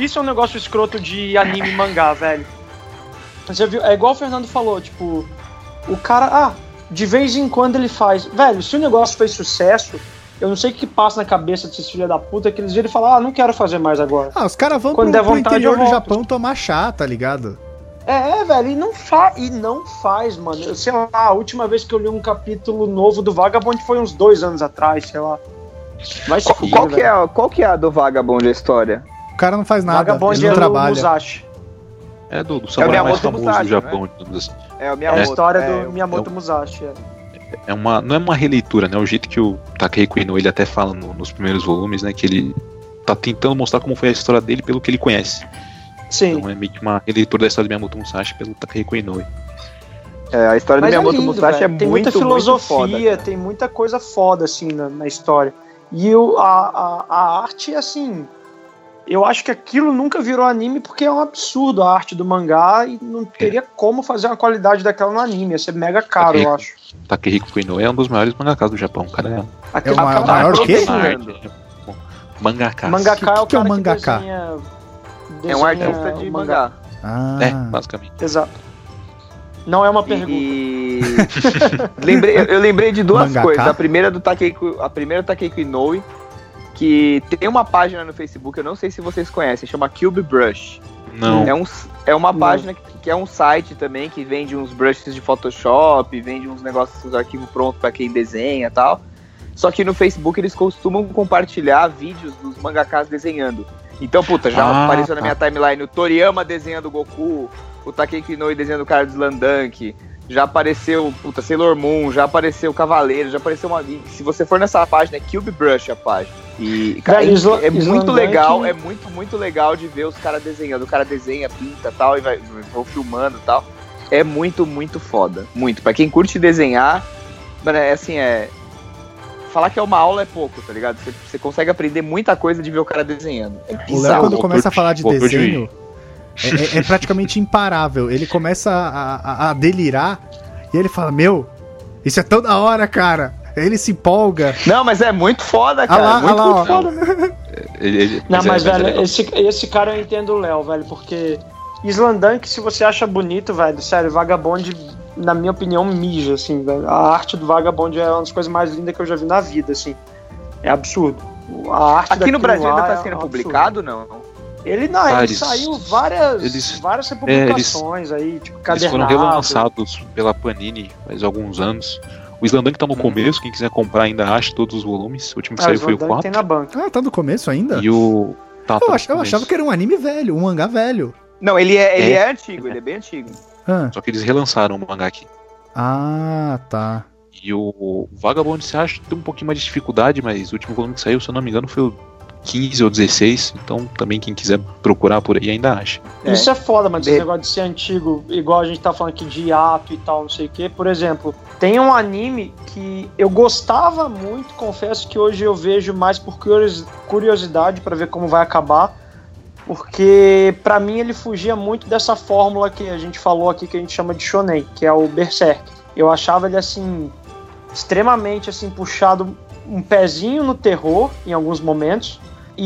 de anime e mangá, velho. Você viu? É igual o Fernando falou, tipo, o cara, de vez em quando ele faz. Velho, se o negócio fez sucesso, eu não sei o que passa na cabeça desses filhos da puta, que eles viram e falam, não quero fazer mais agora. Os caras vão pro interior do Japão tomar chá, tá ligado? Velho, e não faz, mano. Sei lá, a última vez que eu li um capítulo novo do Vagabond foi uns 2 anos atrás, sei lá. Vai se fuder, qual que é a do Vagabond, a história? O cara não faz nada, Vagabond ele não trabalha. Musashi. É do samurai mais famoso do Japão, digamos assim. A história do Miyamoto Musashi. Não é uma releitura, né? O jeito que o Takehiko Inoue ele até fala nos primeiros volumes, né? Que ele tá tentando mostrar como foi a história dele pelo que ele conhece. Sim. Então é meio que uma releitura da história do Miyamoto Musashi pelo Takehiko Inoue. A história do Miyamoto Musashi tem muita filosofia, tem muita coisa foda assim na história. E a arte, assim, eu acho que aquilo nunca virou anime porque é um absurdo a arte do mangá e não teria como fazer uma qualidade daquela no anime, ia ser mega caro, eu acho. Takehiko Inoue é um dos maiores mangakas do Japão, cara. É o maior o quê? Mangaka. Mangaka é o cara mangaka? Que desenha é um artista de mangá. Basicamente. Exato. Não é uma pergunta. Eu lembrei de 2 coisas. A primeira do Takehiko Inoue, que tem uma página no Facebook, eu não sei se vocês conhecem, chama Cube Brush. Não. É uma página que é um site também, que vende uns brushes de Photoshop, vende uns negócios, uns arquivos prontos pra quem desenha e tal. Só que no Facebook eles costumam compartilhar vídeos dos mangakas desenhando. Então, já apareceu na minha timeline o Toriyama desenhando o Goku, o Takehiko Inoue desenhando o cara do Slam Dunk, já apareceu, Sailor Moon, já apareceu Cavaleiro, já apareceu uma... Se você for nessa página, é Cube Brush a página. E, cara, é muito legal, é muito legal de ver os caras desenhando. O cara desenha, pinta e tal, e vão filmando e tal. É muito, muito foda. Muito. Pra quem curte desenhar, falar que é uma aula é pouco, tá ligado? Você consegue aprender muita coisa de ver o cara desenhando. O Léo, quando começa a falar de desenho, é praticamente imparável. Ele começa a delirar e ele fala, isso é tão da hora, cara. Ele se empolga. Não, mas é muito foda, cara. Muito foda. Não, mas velho, esse cara eu entendo o Léo, velho, porque Slandunk, se você acha bonito, velho, sério, Vagabond, na minha opinião, mija, assim, velho. A arte do Vagabond é uma das coisas mais lindas que eu já vi na vida, assim. É absurdo. A arte aqui no Brasil ainda tá sendo publicado, não? Ele saiu várias republicações aí, tipo, cadernado. Eles foram relançados pela Panini faz alguns anos. O Slandunk tá no começo, quem quiser comprar ainda acha todos os volumes. O último que saiu foi o 4. Tem na banca. Ah, tá no começo ainda? E o... eu achava que era um anime velho, um mangá velho. Não, ele é antigo, ele é bem antigo. Só que eles relançaram o mangá aqui. Ah, tá. E o Vagabond, você acha que tem um pouquinho mais de dificuldade, mas o último volume que saiu, se eu não me engano, foi o 15 ou 16, então também quem quiser procurar por aí ainda acha. Isso é foda, mas esse negócio de ser antigo, igual a gente tá falando aqui de hiato e tal, não sei o que. Por exemplo, tem um anime que eu gostava muito, confesso que hoje eu vejo mais por curiosidade pra ver como vai acabar, porque pra mim ele fugia muito dessa fórmula que a gente falou aqui, que a gente chama de shonen, que é o Berserk. Eu achava ele assim, extremamente assim, puxado um pezinho no terror em alguns momentos,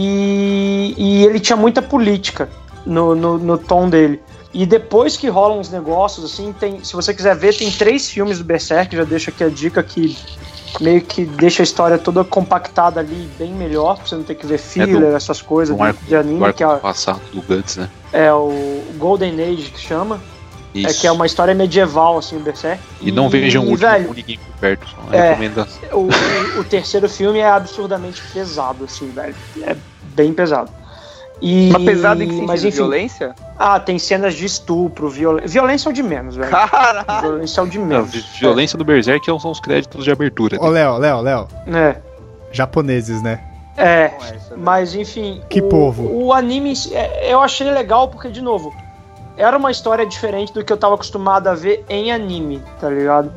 e ele tinha muita política no tom dele. E depois que rolam uns negócios, assim, se você quiser ver, tem 3 filmes do Berserk, já deixo aqui a dica que meio que deixa a história toda compactada ali, bem melhor, pra você não ter que ver filler, essas coisas de anime. Que é passado do Guts, né? É o Golden Age que chama. Isso. Que é uma história medieval, assim, o Berserk. E não vejam o último com ninguém por perto, só recomendação. O terceiro filme é absurdamente pesado, assim, velho. É bem pesado. Mas pesado em que sentido? Violência? Tem cenas de estupro, violência é o de menos, velho. Caralho! Violência é o de menos. Violência do Berserk são os créditos de abertura. Ô, Léo. É. Japoneses, né? Mas enfim. Que povo. O anime, eu achei legal porque, de novo, era uma história diferente do que eu tava acostumado a ver em anime, tá ligado?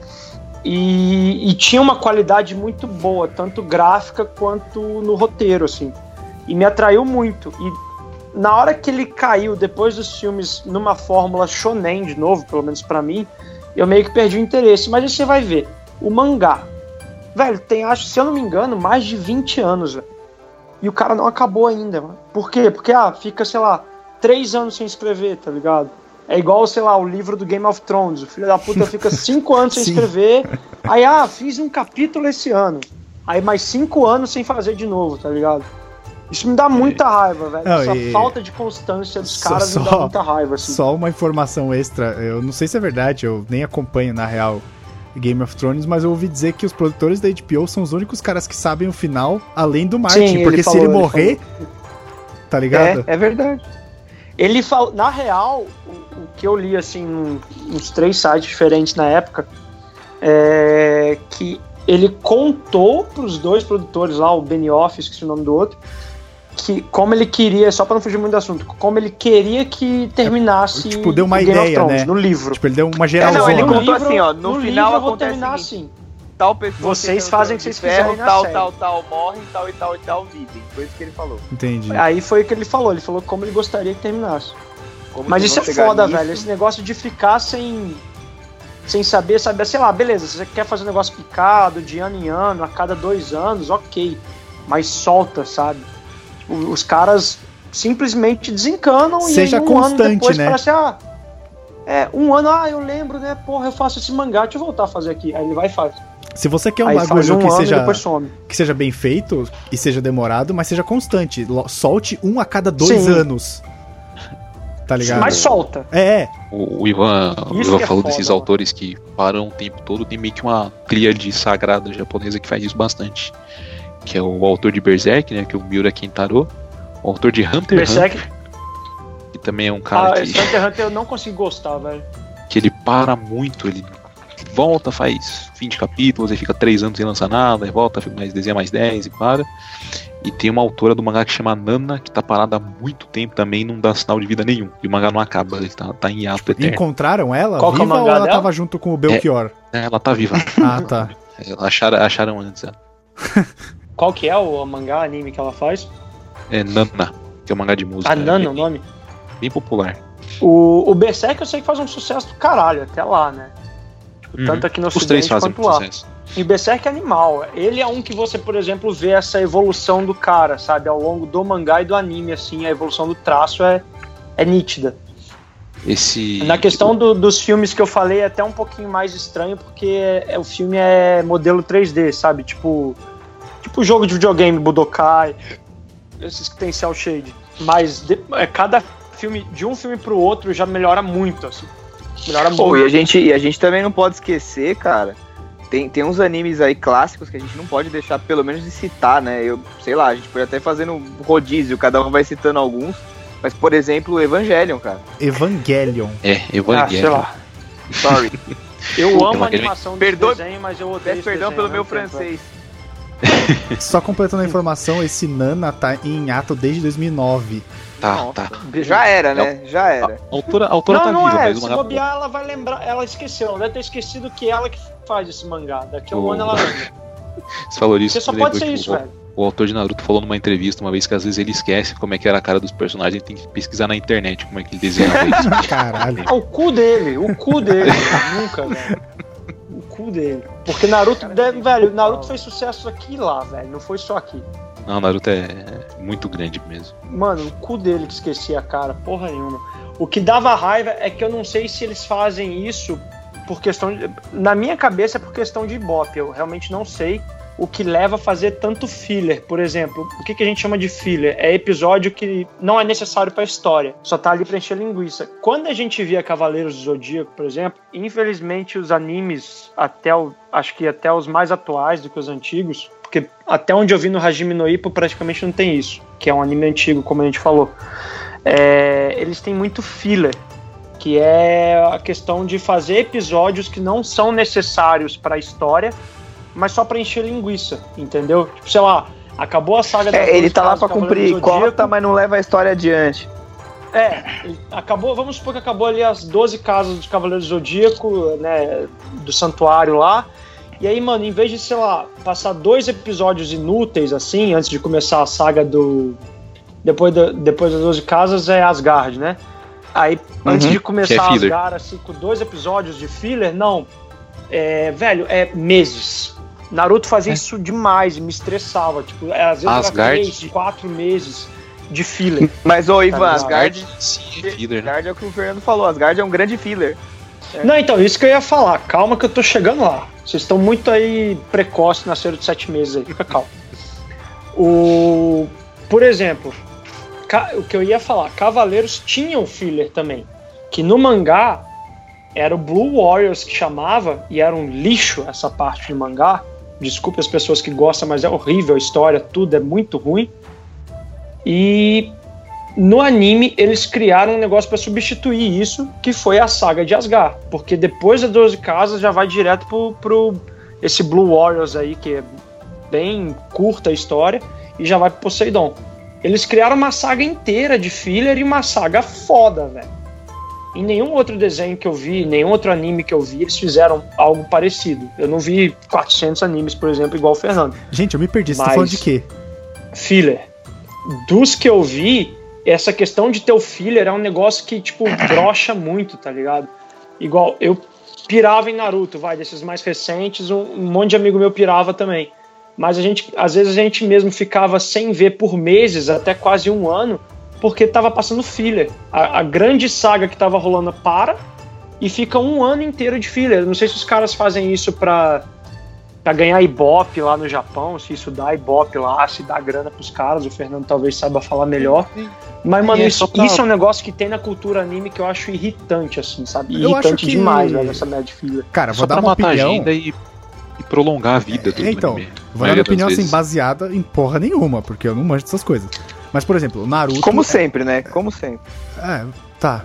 E tinha uma qualidade muito boa, tanto gráfica quanto no roteiro, assim. E me atraiu muito. E na hora que ele caiu, depois dos filmes, numa fórmula shonen de novo, pelo menos pra mim, eu meio que perdi o interesse. Mas aí você vai ver, o mangá, velho, tem, acho, se eu não me engano, mais de 20 anos, velho. E o cara não acabou ainda, mano. Por quê? Porque, fica, sei lá, 3 anos sem escrever, tá ligado? É igual, sei lá, o livro do Game of Thrones. O filho da puta fica 5 anos sem escrever. Aí, fiz um capítulo esse ano. Aí mais 5 anos sem fazer de novo, tá ligado? Isso me dá muita raiva, velho. Essa falta de constância dos caras me dá muita raiva, assim. Só uma informação extra. Eu não sei se é verdade, eu nem acompanho, na real, Game of Thrones, mas eu ouvi dizer que os produtores da HBO são os únicos caras que sabem o final, além do Martin. Sim, porque se ele morrer, tá ligado? É verdade. Ele falou, na real, o que eu li, assim, uns 3 sites diferentes na época, é que ele contou pros 2 produtores lá, o Benioff, esqueci o nome do outro, que como ele queria, só pra não fugir muito do assunto, como ele queria que terminasse tipo, deu uma Game ideia, of Thrones, né? no livro. Tipo, ele deu uma geralzona. Não, ele contou livro, assim, ó, no final livro eu vou acontece terminar assim. Tal pessoa vocês fazem o que vocês quiserem na tal, série. tal, morrem, tal e tal vivem. Foi isso que ele falou. Entendi. Aí foi o que ele falou como ele gostaria que terminasse. Como mas isso é foda, nisso? velho, esse negócio de ficar sem saber, sei lá, beleza, se você quer fazer um negócio picado, de ano em ano, a cada 2 anos, ok, mas solta, sabe? Tipo, os caras simplesmente desencanam. Seja e aí constante, ano depois né? parece, um ano, eu lembro, né, porra, eu faço esse mangá, deixa eu voltar a fazer aqui. Aí ele vai e faz. Se você quer um aí bagulho que seja bem feito e seja demorado, mas seja constante, solte um a cada 2 anos. Tá ligado? Mas solta. O Ivan falou desses autores que param o tempo todo. Tem meio que uma tríade sagrada japonesa que faz isso bastante. Que é o autor de Berserk, né? Que é o Miura Kentaro. O autor de Hunter x Hunter. Que também é um cara que... Hunter x Hunter eu não consigo gostar, velho. Que ele para muito, ele volta, faz 20 capítulos, aí fica 3 anos sem lançar nada, aí volta, desenha mais 10 e para. E tem uma autora do mangá que chama Nana, que tá parada há muito tempo também, não dá sinal de vida nenhum. E o mangá não acaba, ele tá em hiato eterno. Encontraram ela Qual viva que é o ou mangá ela dela? tava junto com o Belchior? Ela tá viva. Ah, tá. Acharam antes ela. Qual que é o mangá, anime que ela faz? É Nana, que é um mangá de música. Nana, o nome? Bem popular. O Berserk eu sei que faz um sucesso do caralho, até lá, né? Tipo, tanto aqui no Os 3 Ocidente fazem quanto lá. sucesso. E o Berserk é animal. Ele é um que você, por exemplo, vê essa evolução do cara, sabe? Ao longo do mangá e do anime, assim, a evolução do traço é nítida. Na questão dos filmes que eu falei, é até um pouquinho mais estranho, porque o filme é modelo 3D, sabe? Tipo jogo de videogame, Budokai, esses que tem cel shade. Mas cada filme, de um filme pro outro, já melhora muito, assim. Melhora muito. E a gente também não pode esquecer, cara, tem uns animes aí clássicos que a gente não pode deixar, pelo menos, de citar, né? Sei lá, a gente pode até fazer um rodízio, cada um vai citando alguns. Mas, por exemplo, o Evangelion, cara. Evangelion. Evangelion. Sei lá. Sorry. Eu amo a animação do desenho, mas eu odeio. Peço perdão pelo meu francês. Só completando a informação, esse Nana tá em ato desde 2009. Tá. Já era, né? Já era. A autora tá não viva, mas se bobear, ela vai lembrar. Ela esqueceu, ela deve ter esquecido que ela que faz esse mangá. Daqui a um ano ela lembra. Você falou isso. Você só pode ser isso, velho. O autor de Naruto falou numa entrevista uma vez que às vezes ele esquece como é que era a cara dos personagens, tem que pesquisar na internet como é que ele desenhava isso. Caralho. O cu dele. Nunca, velho. O cu dele. Porque Naruto fez sucesso aqui e lá, velho. Não foi só aqui. Não, Naruto é muito grande mesmo. Mano, o cu dele que esquecia a cara, porra nenhuma. O que dava raiva é que eu não sei se eles fazem isso por questão de... Na minha cabeça é por questão de ibope. Eu realmente não sei o que leva a fazer tanto filler. Por exemplo, o que a gente chama de filler? É episódio que não é necessário pra história, só tá ali pra encher linguiça. Quando a gente via Cavaleiros do Zodíaco, por exemplo, infelizmente os animes, acho que até os mais atuais do que os antigos, porque até onde eu vi no Hajime no Ippo praticamente não tem isso, que é um anime antigo, como a gente falou. Eles têm muito filler, que é a questão de fazer episódios que não são necessários pra história, mas só pra encher linguiça, entendeu? Tipo, sei lá, acabou a saga da ele tá lá pra cumprir cota, mas não leva a história adiante. Vamos supor que acabou ali as 12 casas dos Cavaleiros do Zodíaco, né, do santuário lá, e aí, mano, em vez de, sei lá, passar 2 episódios inúteis, assim, antes de começar a saga depois das 12 casas, é Asgard, né? Aí, antes de começar Asgard, assim, com 2 episódios de filler, não, velho, meses. Naruto fazia isso demais, me estressava. Tipo, às vezes Asgard. Era 3, 4 meses de filler. Mas, Ivan, Asgard sim, é filler, né? Asgard é o que o Fernando falou, Asgard é um grande filler. Não, então, isso que eu ia falar. Calma que eu tô chegando lá. Vocês estão muito aí precoces, nasceram de 7 meses aí. Fica calmo. Por exemplo, o que eu ia falar, Cavaleiros tinham filler também. Que no mangá era o Blue Warriors que chamava, e era um lixo essa parte do mangá. Desculpe as pessoas que gostam, mas é horrível a história, tudo é muito ruim. E no anime eles criaram um negócio para substituir isso, que foi a saga de Asgard. Porque depois das 12 casas já vai direto pro esse Blue Warriors aí, que é bem curta a história, e já vai pro Poseidon. Eles criaram uma saga inteira de filler e uma saga foda, velho. Em nenhum outro desenho que eu vi, nenhum outro anime que eu vi, eles fizeram algo parecido. Eu não vi 400 animes, por exemplo, igual o Fernando. Gente, eu me perdi. Você tá falando de quê? Filler. Dos que eu vi, essa questão de ter o filler é um negócio que, tipo, brocha muito, tá ligado? Igual, eu pirava em Naruto, desses mais recentes, um monte de amigo meu pirava também. Mas às vezes a gente mesmo ficava sem ver por meses, até quase um ano, porque tava passando filler. A grande saga que tava rolando para e fica um ano inteiro de filler. Não sei se os caras fazem isso pra ganhar ibope lá no Japão, se isso dá ibope lá, se dá grana pros caras. O Fernando talvez saiba falar melhor. Mas, mano, isso é um negócio que tem na cultura anime que eu acho irritante, assim, sabe? Irritante demais, velho, essa merda de filler. Cara, vou dar uma opinião e prolongar a vida do então, anime. Vou dar uma opinião assim, baseada em porra nenhuma, porque eu não manjo dessas coisas. Mas, por exemplo, o Naruto... Como sempre, né? Como sempre. Tá.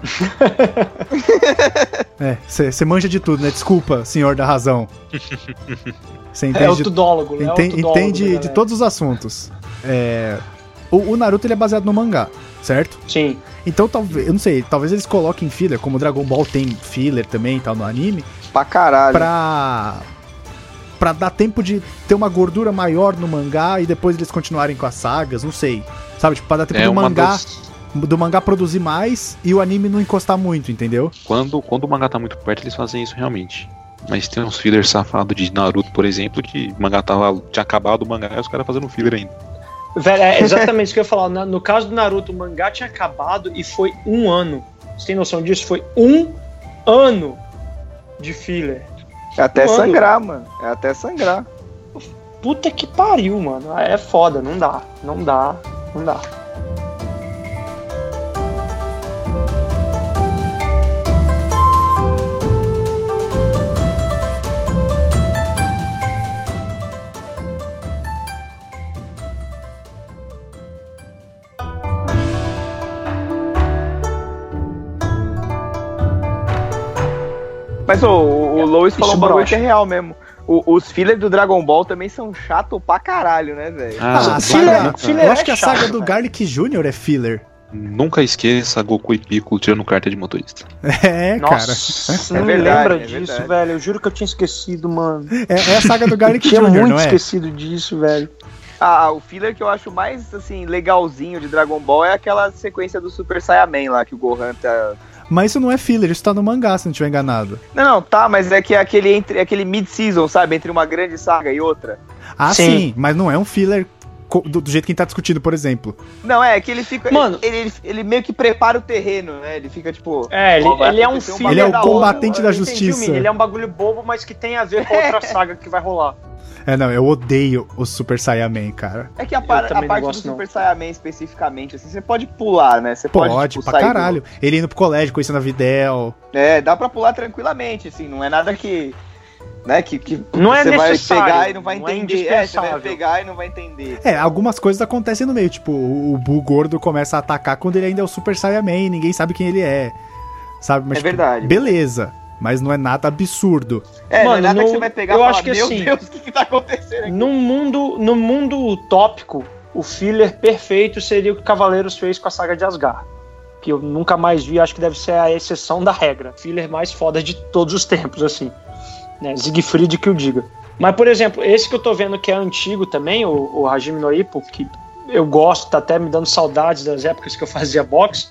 Você manja de tudo, né? Desculpa, senhor da razão. Você entende o tudólogo, né? Entende de todos os assuntos. O Naruto, ele é baseado no mangá, certo? Sim. Então, talvez, eu não sei, talvez eles coloquem filler, como o Dragon Ball tem filler também e tal no anime. Pra caralho. Pra dar tempo de ter uma gordura maior no mangá e depois eles continuarem com as sagas, não sei. Sabe, tipo, pra dar tempo do mangá produzir mais e o anime não encostar muito, entendeu? Quando o mangá tá muito perto, eles fazem isso realmente. Mas tem uns fillers safados de Naruto, por exemplo, que o mangá tinha acabado o mangá e os caras fazendo filler ainda. Velho, é exatamente isso que eu ia falar. No caso do Naruto, o mangá tinha acabado e foi um ano Você tem noção disso? Foi 1 ano de filler. É até sangrar, mano. É até sangrar. Puta que pariu, mano. É foda, não dá. Mas o Lois falou um bagulho que é real mesmo. Os fillers do Dragon Ball também são chato pra caralho, né, velho? Eu acho que a saga do Garlic Jr. é filler. Nunca esqueça Goku e Piccolo tirando carta de motorista. Nossa, não me lembra disso, velho. Eu juro que eu tinha esquecido, mano. É a saga do Garlic Jr., tinha muito esquecido disso, velho. O filler que eu acho mais, assim, legalzinho de Dragon Ball é aquela sequência do Super Saiyaman lá, que o Gohan tá... Mas isso não é filler, isso tá no mangá, se não estiver enganado. Não, tá, mas é que é aquele mid-season, sabe? Entre uma grande saga e outra. Sim, mas não é um filler do jeito que a gente tá discutindo, por exemplo. Não, é que ele fica... Mano, ele meio que prepara o terreno, né? Ele fica, tipo... ele é um filler. Ele é o combatente da justiça. Ele é um bagulho bobo, mas que tem a ver com outra saga que vai rolar. Eu odeio o Super Saiyaman, cara. É que a parte do Super Saiyaman especificamente, assim, você pode pular, né? Você pode tipo, pra caralho. Ele indo pro colégio, conhecendo a Videl. Dá pra pular tranquilamente, assim, não é nada que... Né, que não é você vai necessário, pegar e não vai entender. Você vai pegar e não vai entender. Algumas coisas acontecem no meio, tipo, o Buu gordo começa a atacar quando ele ainda é o Super Saiyaman e ninguém sabe quem ele é. Sabe? Mas, verdade. Beleza. Mas não é nada absurdo. Mano, não é nada que você vai pegar e falar, acho que meu assim, Deus, o que tá acontecendo aqui? No mundo utópico, o filler perfeito seria o que Cavaleiros fez com a saga de Asgard. Que eu nunca mais vi, acho que deve ser a exceção da regra. Filler mais foda de todos os tempos, assim. Né? Siegfried que o diga. Mas, por exemplo, esse que eu tô vendo que é antigo também, o Hajime no Ippo, que eu gosto, tá até me dando saudades das épocas que eu fazia boxe,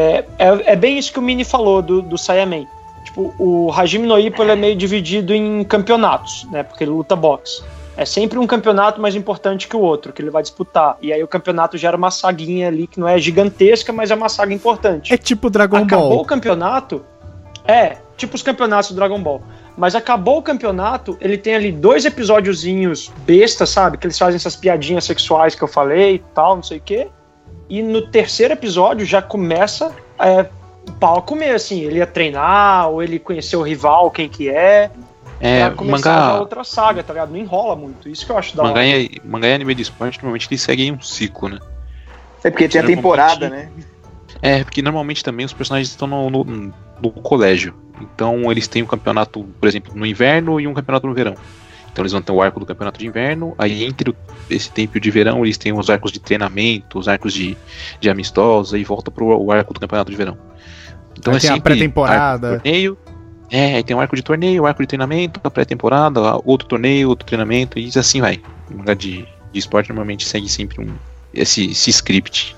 é bem isso que o Mini falou do Saiyaman. Tipo, o Hajime no Ippo ele é meio dividido em campeonatos, né? Porque ele luta boxe. É sempre um campeonato mais importante que o outro, que ele vai disputar. E aí o campeonato gera uma saguinha ali que não é gigantesca, mas é uma saga importante. É tipo Dragon Ball. Acabou o campeonato... tipo os campeonatos do Dragon Ball. Mas acabou o campeonato, ele tem ali 2 episódiozinhos bestas, sabe? Que eles fazem essas piadinhas sexuais que eu falei e tal, não sei o quê. E no 3º episódio já começa... o pau a comer, assim, ele ia treinar, ou ele conhecer o rival, quem que é. Pra começar a outra saga, tá ligado? Não enrola muito, isso que eu acho da hora. Mangá e anime de esporte, normalmente eles seguem um ciclo, né? É porque tinha temporada, né? Porque normalmente também os personagens estão no colégio. Então eles têm um campeonato, por exemplo, no inverno e um campeonato no verão. Então eles vão ter o arco do campeonato de inverno, aí entre esse tempo de verão eles têm os arcos de treinamento, os arcos de amistosos, aí volta pro arco do campeonato de verão. Então aí tem a pré-temporada. Torneio, aí tem um arco de torneio, arco de treinamento, a pré-temporada, outro torneio, outro treinamento, e assim vai. O mangá de esporte normalmente segue sempre esse script.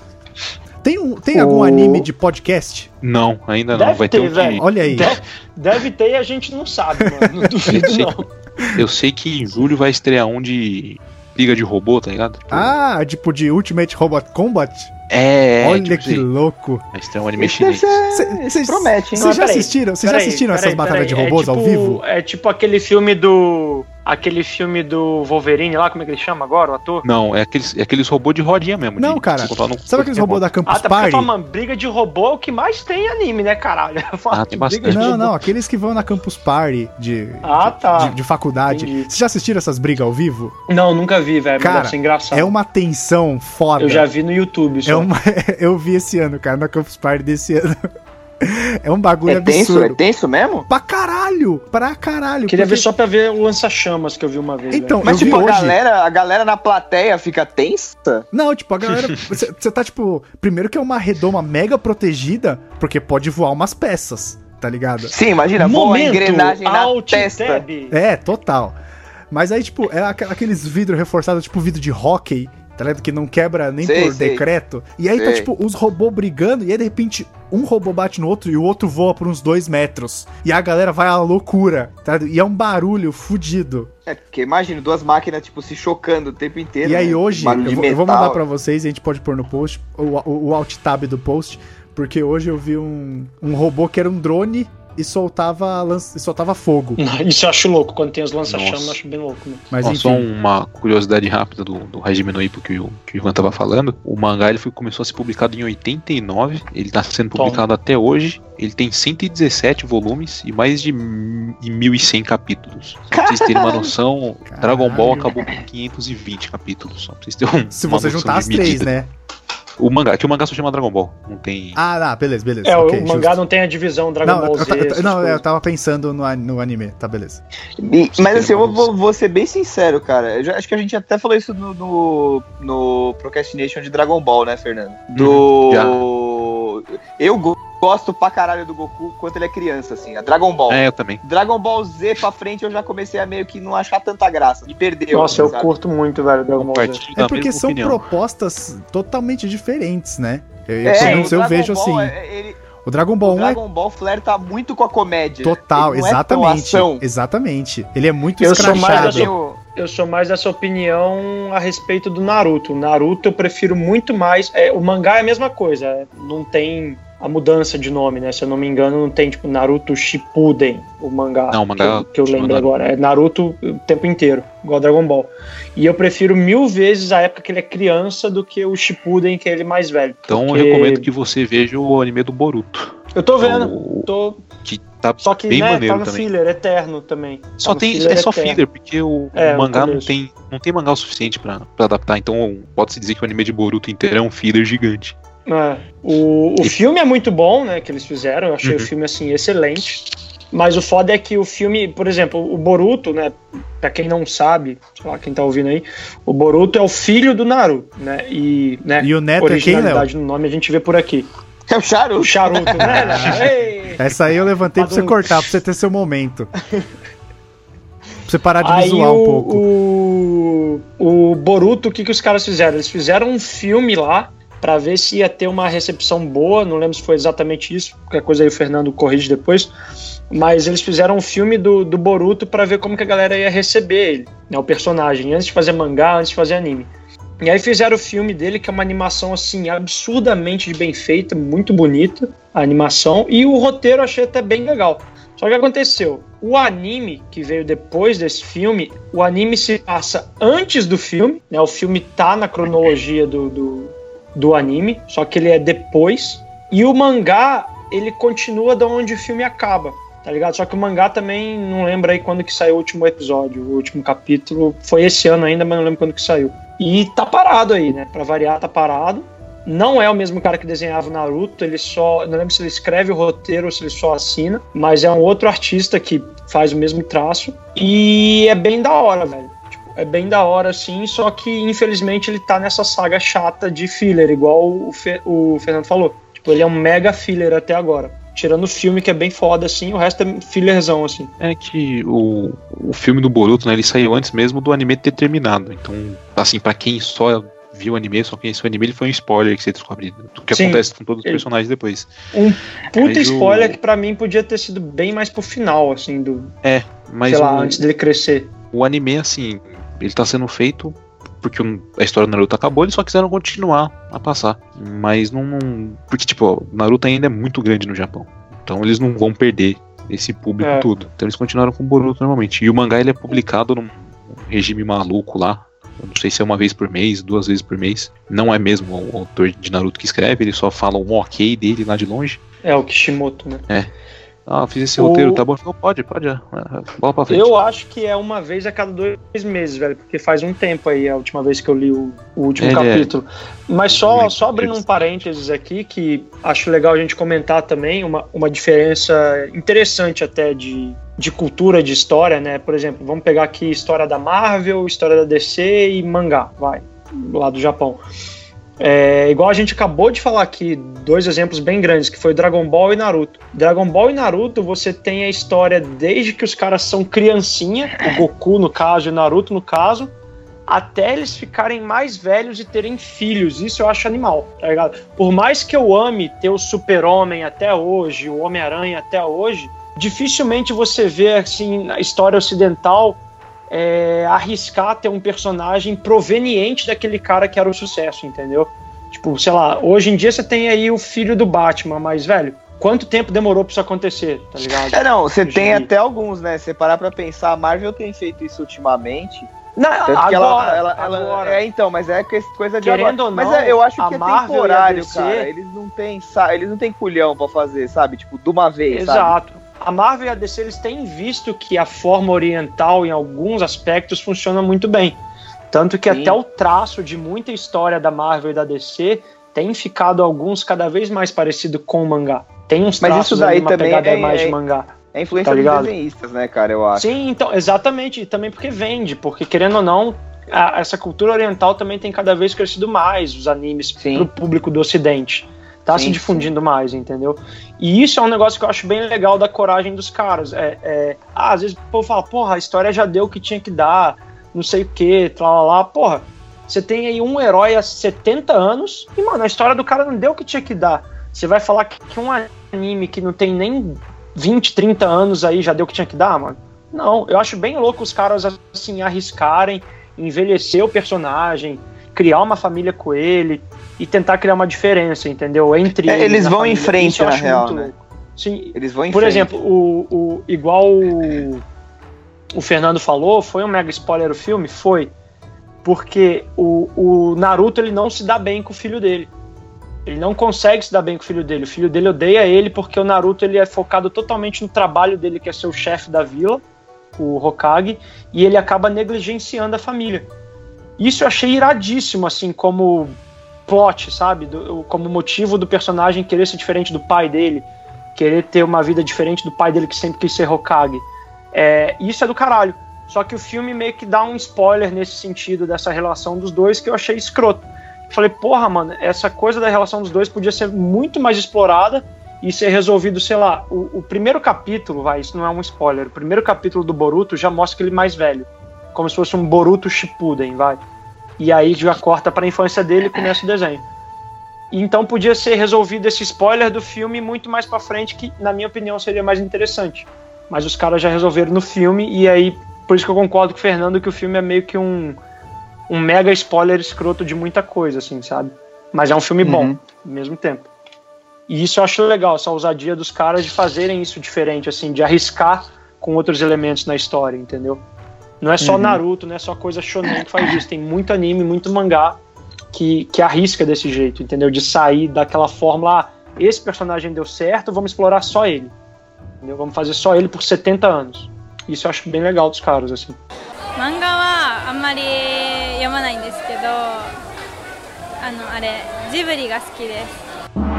Tem algum anime de podcast? Não, ainda não. Vai ter velho. Olha aí. Deve ter e a gente não sabe, mano. Não duvido, não. Eu sei que em julho vai estrear um de briga de robô, tá ligado? Tipo de Ultimate Robot Combat? Olha tipo que louco. Vai estrear um anime chinês. Vocês prometem, hein? Vocês já assistiram essas batalhas de robôs ao vivo? É tipo aquele filme do Wolverine lá, como é que ele chama agora, o ator? Não, é aqueles robôs de rodinha mesmo. Não, cara. Sabe aqueles robôs da Campus Party? Mano, briga de robô é o que mais tem anime, né, caralho? Tem bastante. Não, aqueles que vão na Campus Party de faculdade. Entendi. Vocês já assistiram essas brigas ao vivo? Não, nunca vi, velho. Cara, deve ser engraçado. É uma tensão foda. Eu já vi no YouTube só. Eu vi esse ano, cara, na Campus Party desse ano. É um bagulho absurdo. É tenso mesmo? Pra caralho. Queria ver só pra ver o lança-chamas que eu vi uma vez. Então, mas tipo, a galera na plateia fica tensa? Não, tipo, a galera... Você tá, tipo... Primeiro que é uma redoma mega protegida, porque pode voar umas peças, tá ligado? Sim, imagina, voa a engrenagem na testa. Total. Mas aí, tipo, é aqueles vidros reforçados, tipo vidro de hóquei, tá ligado? Que não quebra nem por decreto. E aí tá, tipo, os robôs brigando, e aí, de repente, um robô bate no outro e o outro voa por uns 2 metros. E a galera vai à loucura, tá ligado? E é um barulho fudido. Porque imagina, 2 máquinas, tipo, se chocando o tempo inteiro. E aí, hoje, eu vou mandar pra vocês, e a gente pode pôr no post, o alt tab do post, porque hoje eu vi um robô que era um drone e soltava fogo. Isso eu acho louco, quando tem os lança-chamas, eu acho bem louco. Né? Mas Ó, enfim. só uma curiosidade rápida do Hajime no Ippo que o Ivan tava falando. O mangá ele começou a ser publicado em 89, ele tá sendo publicado até hoje. Ele tem 117 volumes e mais de 1.100 capítulos. Só pra vocês terem uma noção, Dragon Ball acabou com 520 capítulos. Só pra vocês terem Se você juntar as três, né? O mangá só chama Dragon Ball, não tem... Beleza. Okay, o mangá não tem a divisão Dragon Ball Z. Eu tava pensando no anime, tá, beleza. Mas assim, eu vou ser bem sincero, cara. Acho que a gente até falou isso no Procrastination de Dragon Ball, né, Fernando? Eu gosto pra caralho do Goku quando ele é criança, assim, a Dragon Ball. Eu também. Dragon Ball Z pra frente eu já comecei a meio que não achar tanta graça. Me perdeu. Nossa, eu curto muito, velho, Dragon Ball Z. É porque são propostas totalmente diferentes, né? Eu vejo assim. O Dragon Ball 1 Dragon Ball flerta muito com a comédia. Total, exatamente. Ele é muito escrachado. Eu sou mais dessa opinião a respeito do Naruto. O Naruto eu prefiro muito mais... o mangá é a mesma coisa, não tem a mudança de nome, né? Se eu não me engano, não tem tipo Naruto Shippuden, o mangá, não, o mangá que eu lembro agora. É Naruto o tempo inteiro, igual Dragon Ball. E eu prefiro 1000 vezes a época que ele é criança do que o Shippuden, que é ele mais velho. Então eu recomendo que você veja o anime do Boruto. Eu tô vendo, que tá só que bem maneiro tá no também. Filler eterno também. Só filler, porque o mangá não tem mangá o suficiente pra adaptar, então pode-se dizer que o anime de Boruto inteiro é um filler gigante. O filme é muito bom, né, que eles fizeram, eu achei o filme assim excelente, mas o foda é que o filme, por exemplo, o Boruto, né, pra quem não sabe, sei lá, quem tá ouvindo aí, o Boruto é o filho do Naruto, né, e o neto originalidade no nome a gente vê por aqui. É o Charuto. O Charuto, né? Essa aí eu levantei pra você cortar, pra você ter seu momento. Pra você parar de me zoar um pouco. O Boruto, o que os caras fizeram? Eles fizeram um filme lá pra ver se ia ter uma recepção boa, não lembro se foi exatamente isso, qualquer coisa aí o Fernando corrige depois, mas eles fizeram um filme do Boruto pra ver como que a galera ia receber ele, né, o personagem, antes de fazer mangá, antes de fazer anime. E aí fizeram o filme dele, que é uma animação assim absurdamente bem feita, muito bonita a animação, e o roteiro eu achei até bem legal. Só que o que aconteceu? O anime que veio depois desse filme, o anime se passa antes do filme, né? O filme tá na cronologia do anime, só que ele é depois, e o mangá, ele continua de onde o filme acaba, tá ligado? Só que o mangá também, não lembro aí quando que saiu o último episódio, o último capítulo, foi esse ano ainda, mas não lembro quando que saiu. E tá parado aí, né? Pra variar, tá parado. Não é o mesmo cara que desenhava o Naruto, ele só... Não lembro se ele escreve o roteiro ou se ele só assina, mas é um outro artista que faz o mesmo traço. E é bem da hora, velho. Tipo, é bem da hora, sim, só que infelizmente ele tá nessa saga chata de filler, igual o Fernando falou. Tipo, ele é um mega filler até agora. Tirando o filme, que é bem foda, assim, o resto é fillerzão, assim. É que o filme do Boruto, né, ele saiu antes mesmo do anime ter terminado. Então, assim, pra quem só viu o anime, só conheceu o anime, ele foi um spoiler que você descobre do que acontece com todos os personagens depois. Um puta spoiler que pra mim podia ter sido bem mais pro final, assim, mas sei lá, antes dele crescer. O anime, assim, ele tá sendo feito porque a história do Naruto acabou, eles só quiseram continuar a passar. Mas não... Porque, tipo, o Naruto ainda é muito grande no Japão. Então eles não vão perder esse público todo. Então eles continuaram com o Boruto normalmente. E o mangá, ele é publicado num regime maluco lá. Eu não sei se é uma vez por mês, 2 vezes por mês. Não é mesmo o autor de Naruto que escreve, ele só fala um ok dele lá de longe. É o Kishimoto, né? Fiz esse roteiro, tá bom? Falou, pode, bola pra frente. Eu acho que é uma vez a cada 2 meses, velho, porque faz um tempo aí, a última vez que eu li o último capítulo. Mas só abrindo um parênteses aqui, que acho legal a gente comentar também, uma diferença interessante até de cultura, de história, né? Por exemplo, vamos pegar aqui história da Marvel, história da DC e mangá, lá do Japão. Igual a gente acabou de falar aqui, 2 exemplos bem grandes, que foi Dragon Ball e Naruto. Dragon Ball e Naruto, você tem a história desde que os caras são criancinha, o Goku no caso e o Naruto no caso, até eles ficarem mais velhos e terem filhos. Isso eu acho animal, tá ligado? Por mais que eu ame ter o Super-Homem até hoje, o Homem-Aranha até hoje, dificilmente você vê assim, na história ocidental arriscar ter um personagem proveniente daquele cara que era o sucesso, entendeu? Tipo, sei lá, hoje em dia você tem aí o filho do Batman, mas, velho, quanto tempo demorou pra isso acontecer, tá ligado? Não, você tem até alguns, né? Você parar pra pensar, a Marvel tem feito isso ultimamente. Não, agora, agora. Então, mas é coisa de querendo ou não, mas eu acho que é Marvel temporário, DC, cara. Eles não têm culhão pra fazer, sabe? Tipo, de uma vez, exato. Sabe? A Marvel e a DC, eles têm visto que a forma oriental, em alguns aspectos, funciona muito bem. Tanto que até o traço de muita história da Marvel e da DC tem ficado alguns cada vez mais parecido com o mangá. Tem uns traços, mas isso daí uma também pegada mais de mangá. É influência dos desenhistas, né, cara, eu acho. Sim, então, exatamente, e também porque vende, porque querendo ou não, essa cultura oriental também tem cada vez crescido mais, os animes pro público do ocidente. Tá se difundindo mais, entendeu? E isso é um negócio que eu acho bem legal da coragem dos caras. Às vezes o povo fala, porra, a história já deu o que tinha que dar, não sei o que, lá, porra. Você tem aí um herói há 70 anos e, mano, a história do cara não deu o que tinha que dar. Você vai falar que um anime que não tem nem 20, 30 anos aí já deu o que tinha que dar, mano? Não, eu acho bem louco os caras, assim, arriscarem, envelhecer o personagem, criar uma família com ele e tentar criar uma diferença, entendeu? Entre eles vão família. Em frente, na real, né? Sim, eles vão em por frente. exemplo, igual o Fernando falou, foi um mega spoiler o filme? Foi. Porque o Naruto, ele não se dá bem com o filho dele. Ele não consegue se dar bem com o filho dele. O filho dele odeia ele porque o Naruto, ele é focado totalmente no trabalho dele, que é ser o chefe da vila, o Hokage, e ele acaba negligenciando a família. Isso eu achei iradíssimo, assim, como plot, sabe? Como motivo do personagem querer ser diferente do pai dele, querer ter uma vida diferente do pai dele que sempre quis ser Hokage. Isso é do caralho. Só que o filme meio que dá um spoiler nesse sentido dessa relação dos dois que eu achei escroto. Falei, porra, mano, essa coisa da relação dos dois podia ser muito mais explorada e ser resolvido, sei lá, o primeiro capítulo, isso não é um spoiler, o primeiro capítulo do Boruto já mostra ele mais velho, como se fosse um Boruto Shippuden, e aí já corta pra infância dele e começa o desenho. E então podia ser resolvido esse spoiler do filme muito mais pra frente, que na minha opinião seria mais interessante. Mas os caras já resolveram no filme, e aí, por isso que eu concordo com o Fernando que o filme é meio que um mega spoiler escroto de muita coisa, assim, sabe? Mas é um filme bom, ao mesmo tempo. E isso eu acho legal, essa ousadia dos caras de fazerem isso diferente, assim, de arriscar com outros elementos na história, entendeu? Não é só Naruto, não é só coisa shonen que faz isso. Tem muito anime, muito mangá que arrisca desse jeito, entendeu? De sair daquela fórmula, esse personagem deu certo, vamos explorar só ele. Entendeu? Vamos fazer só ele por 70 anos. Isso eu acho bem legal dos caras, assim. Manga wa ammari yomanaiんですけど、ジブリが好きです。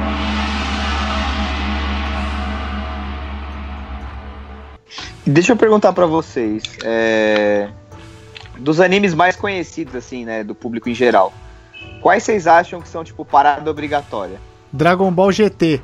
Deixa eu perguntar pra vocês, dos animes mais conhecidos, assim, né, do público em geral, quais vocês acham que são, tipo, parada obrigatória? Dragon Ball GT.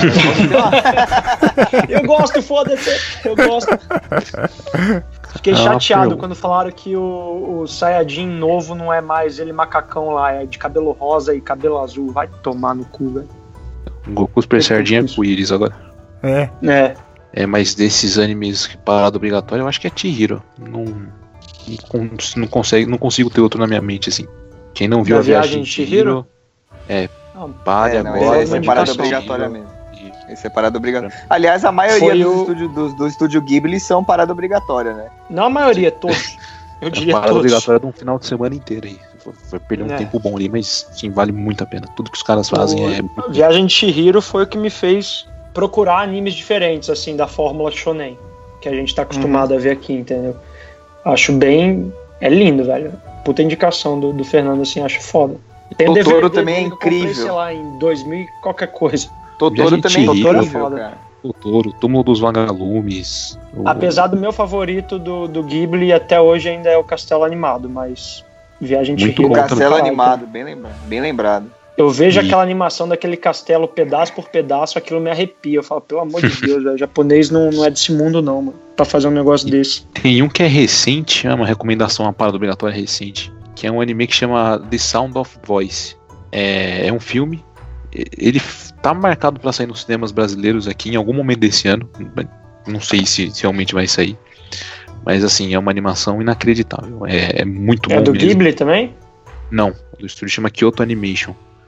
Eu gosto, foda-se, eu gosto. Fiquei chateado quando falaram que o Saiyajin novo não é mais ele macacão lá, é de cabelo rosa e cabelo azul. Vai tomar no cu, velho. O Goku Super Saiyajin é com íris agora. Mas desses animes que parada obrigatória, eu acho que é Chihiro. Não consigo ter outro na minha mente, assim. Quem não viu a viagem de Chihiro, pare agora. Esse é parada obrigatória mesmo. Esse é parada obrigatória. Aliás, a maioria do estúdio Ghibli são parada obrigatória, né? Não a maioria, todos. Eu diria parada todos. obrigatória de um final de semana inteiro aí. Foi perder um tempo bom ali, mas sim, vale muito a pena. Tudo que os caras fazem é muito... Viagem de Chihiro foi o que me fez procurar animes diferentes, assim, da fórmula shonen, que a gente tá acostumado a ver aqui, entendeu? Acho bem... É lindo, velho. Puta indicação do Fernando, assim, acho foda. Tem Totoro também é incrível. Eu comprei, sei lá, em 2000 qualquer coisa. Totoro também é incrível, cara. Totoro, Túmulo dos Vagalumes. Apesar do meu favorito do Ghibli, até hoje ainda é o Castelo Animado, mas Viagem de Chihiro. O Castelo Animado, bem lembrado. Eu vejo aquela animação daquele castelo pedaço por pedaço, aquilo me arrepia. Eu falo, pelo amor de Deus, o japonês não é desse mundo não, mano, pra fazer um negócio desse. Tem um que é recente, é uma recomendação, uma parada obrigatória recente, que é um anime que chama The Sound of Voice. É um filme, ele tá marcado pra sair nos cinemas brasileiros aqui em algum momento desse ano, não sei se realmente vai sair, mas assim, é uma animação inacreditável, é muito bom mesmo. É do Ghibli também? Não, do estúdio chama Kyoto Animation.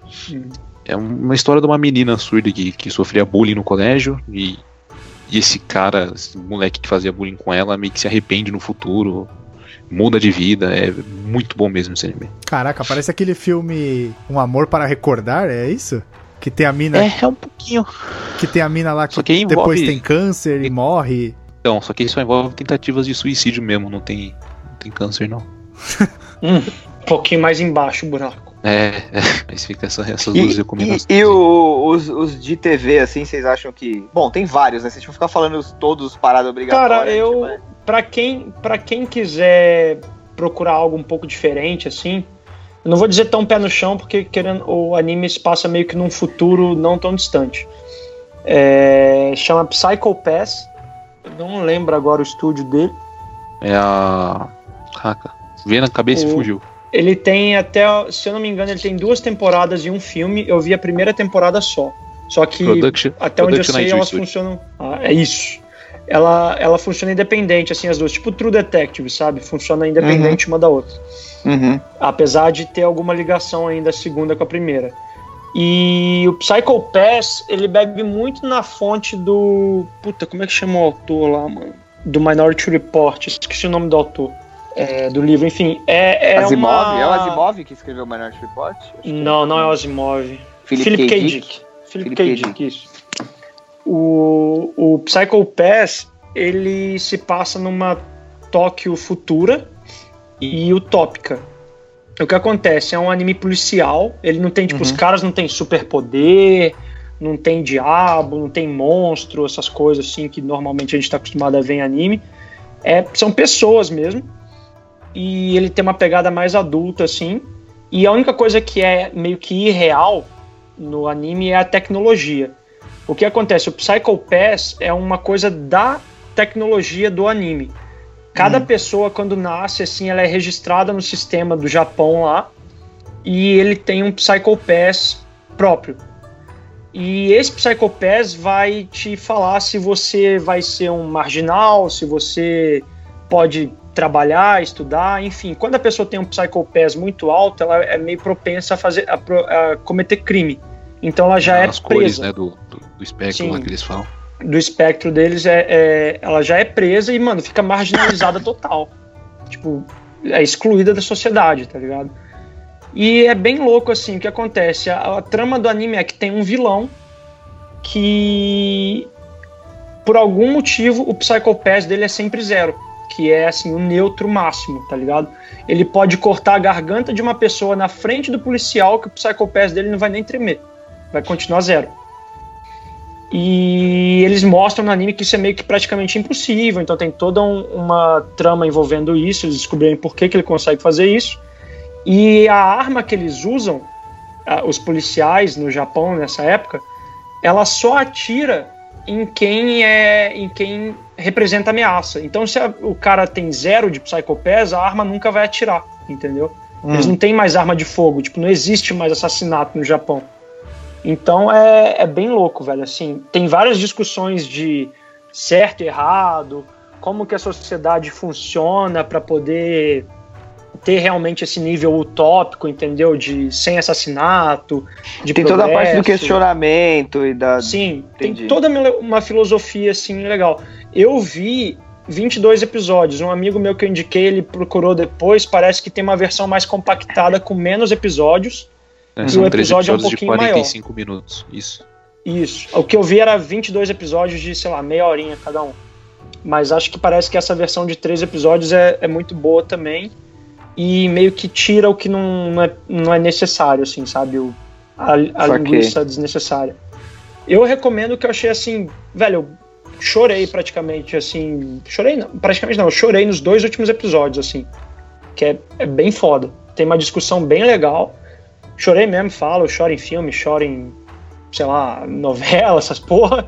É uma história de uma menina surda que sofria bullying no colégio e esse cara, esse moleque que fazia bullying com ela, meio que se arrepende no futuro, muda de vida. É muito bom mesmo esse anime. Caraca, parece aquele filme Um Amor para Recordar, é isso? Que tem a mina... É um pouquinho. Que tem a mina lá que envolve... depois tem câncer e morre. Então, só que isso só envolve tentativas de suicídio mesmo, não tem câncer não. Um pouquinho mais embaixo o buraco. Mas fica essas duas recomendações. E os de TV, assim, vocês acham que... Bom, tem vários, né? Vocês vão ficar falando todos parados obrigatórios. Cara, pra quem quiser procurar algo um pouco diferente, assim, eu não vou dizer tão pé no chão, porque o anime se passa meio que num futuro não tão distante. Chama Psycho Pass. Eu não lembro agora o estúdio dele. É a... Caraca, veio na cabeça e fugiu. Ele tem até, se eu não me engano, ele tem 2 temporadas e um filme. Eu vi a primeira temporada só. Só que, até onde eu sei, elas funcionam... é isso. Ela funciona independente, assim, as duas. Tipo True Detective, sabe? Funciona independente uma da outra. Apesar de ter alguma ligação ainda a segunda com a primeira. E o Psycho Pass, ele bebe muito na fonte do... Puta, como é que chama o autor lá, mano? Do Minority Report. Esqueci o nome do autor. Do livro, enfim. Asimov? É o Asimov que escreveu o Minority Report? Não é o Asimov. Philip K. Dick. Philip K. Dick, isso. O Psycho Pass, ele se passa numa Tóquio futura e utópica. O que acontece? É um anime policial. Ele não tem, os caras não tem superpoder, não tem diabo, não tem monstro, essas coisas assim que normalmente a gente está acostumado a ver em anime. São pessoas mesmo. E ele tem uma pegada mais adulta, assim. E a única coisa que é meio que irreal no anime é a tecnologia. O que acontece? O Psycho Pass é uma coisa da tecnologia do anime. Cada pessoa, quando nasce, assim, ela é registrada no sistema do Japão lá. E ele tem um Psycho Pass próprio. E esse Psycho Pass vai te falar se você vai ser um marginal, se você pode trabalhar, estudar, enfim. Quando a pessoa tem um Psycho Pass muito alto, ela é meio propensa a cometer crime. Então ela já as cores, presa. Né, do espectro lá que eles falam. Do espectro deles, ela já é presa e, mano, fica marginalizada total. Tipo, é excluída da sociedade, tá ligado? E é bem louco, assim, o que acontece. A trama do anime é que tem um vilão que, por algum motivo, o Psycho Pass dele é sempre 0. Que é, assim, o neutro máximo, tá ligado? Ele pode cortar a garganta de uma pessoa na frente do policial que o Psycho Pass dele não vai nem tremer. Vai continuar 0. E eles mostram no anime que isso é meio que praticamente impossível. Então tem toda uma trama envolvendo isso. Eles descobriram por que ele consegue fazer isso. E a arma que eles usam, os policiais no Japão nessa época, ela só atira em quem representa ameaça. Então se o cara tem 0 de Psycho Pass, a arma nunca vai atirar, entendeu? Eles não têm mais arma de fogo, tipo, não existe mais assassinato no Japão. Então é bem louco, velho, assim, tem várias discussões de certo e errado, como que a sociedade funciona para poder ter realmente esse nível utópico, entendeu? De sem assassinato, de tem progresso. Toda a parte do questionamento e da... Sim, entendi. Tem toda uma filosofia, assim, legal. Eu vi 22 episódios, um amigo meu que eu indiquei, ele procurou depois, parece que tem uma versão mais compactada com menos episódios, e o episódio é um pouquinho maior. 45 minutos, isso. Isso, o que eu vi era 22 episódios de, sei lá, meia horinha cada um. Mas acho que parece que essa versão de 3 episódios é muito boa também. E meio que tira o que não é necessário, assim, sabe? A linguiça desnecessária. Eu recomendo, que eu achei assim, velho, eu chorei praticamente, assim. Eu chorei nos 2 últimos episódios, assim. Que é bem foda. Tem uma discussão bem legal. Chorei mesmo, eu choro em filme, choro em, sei lá, novela, essas porra.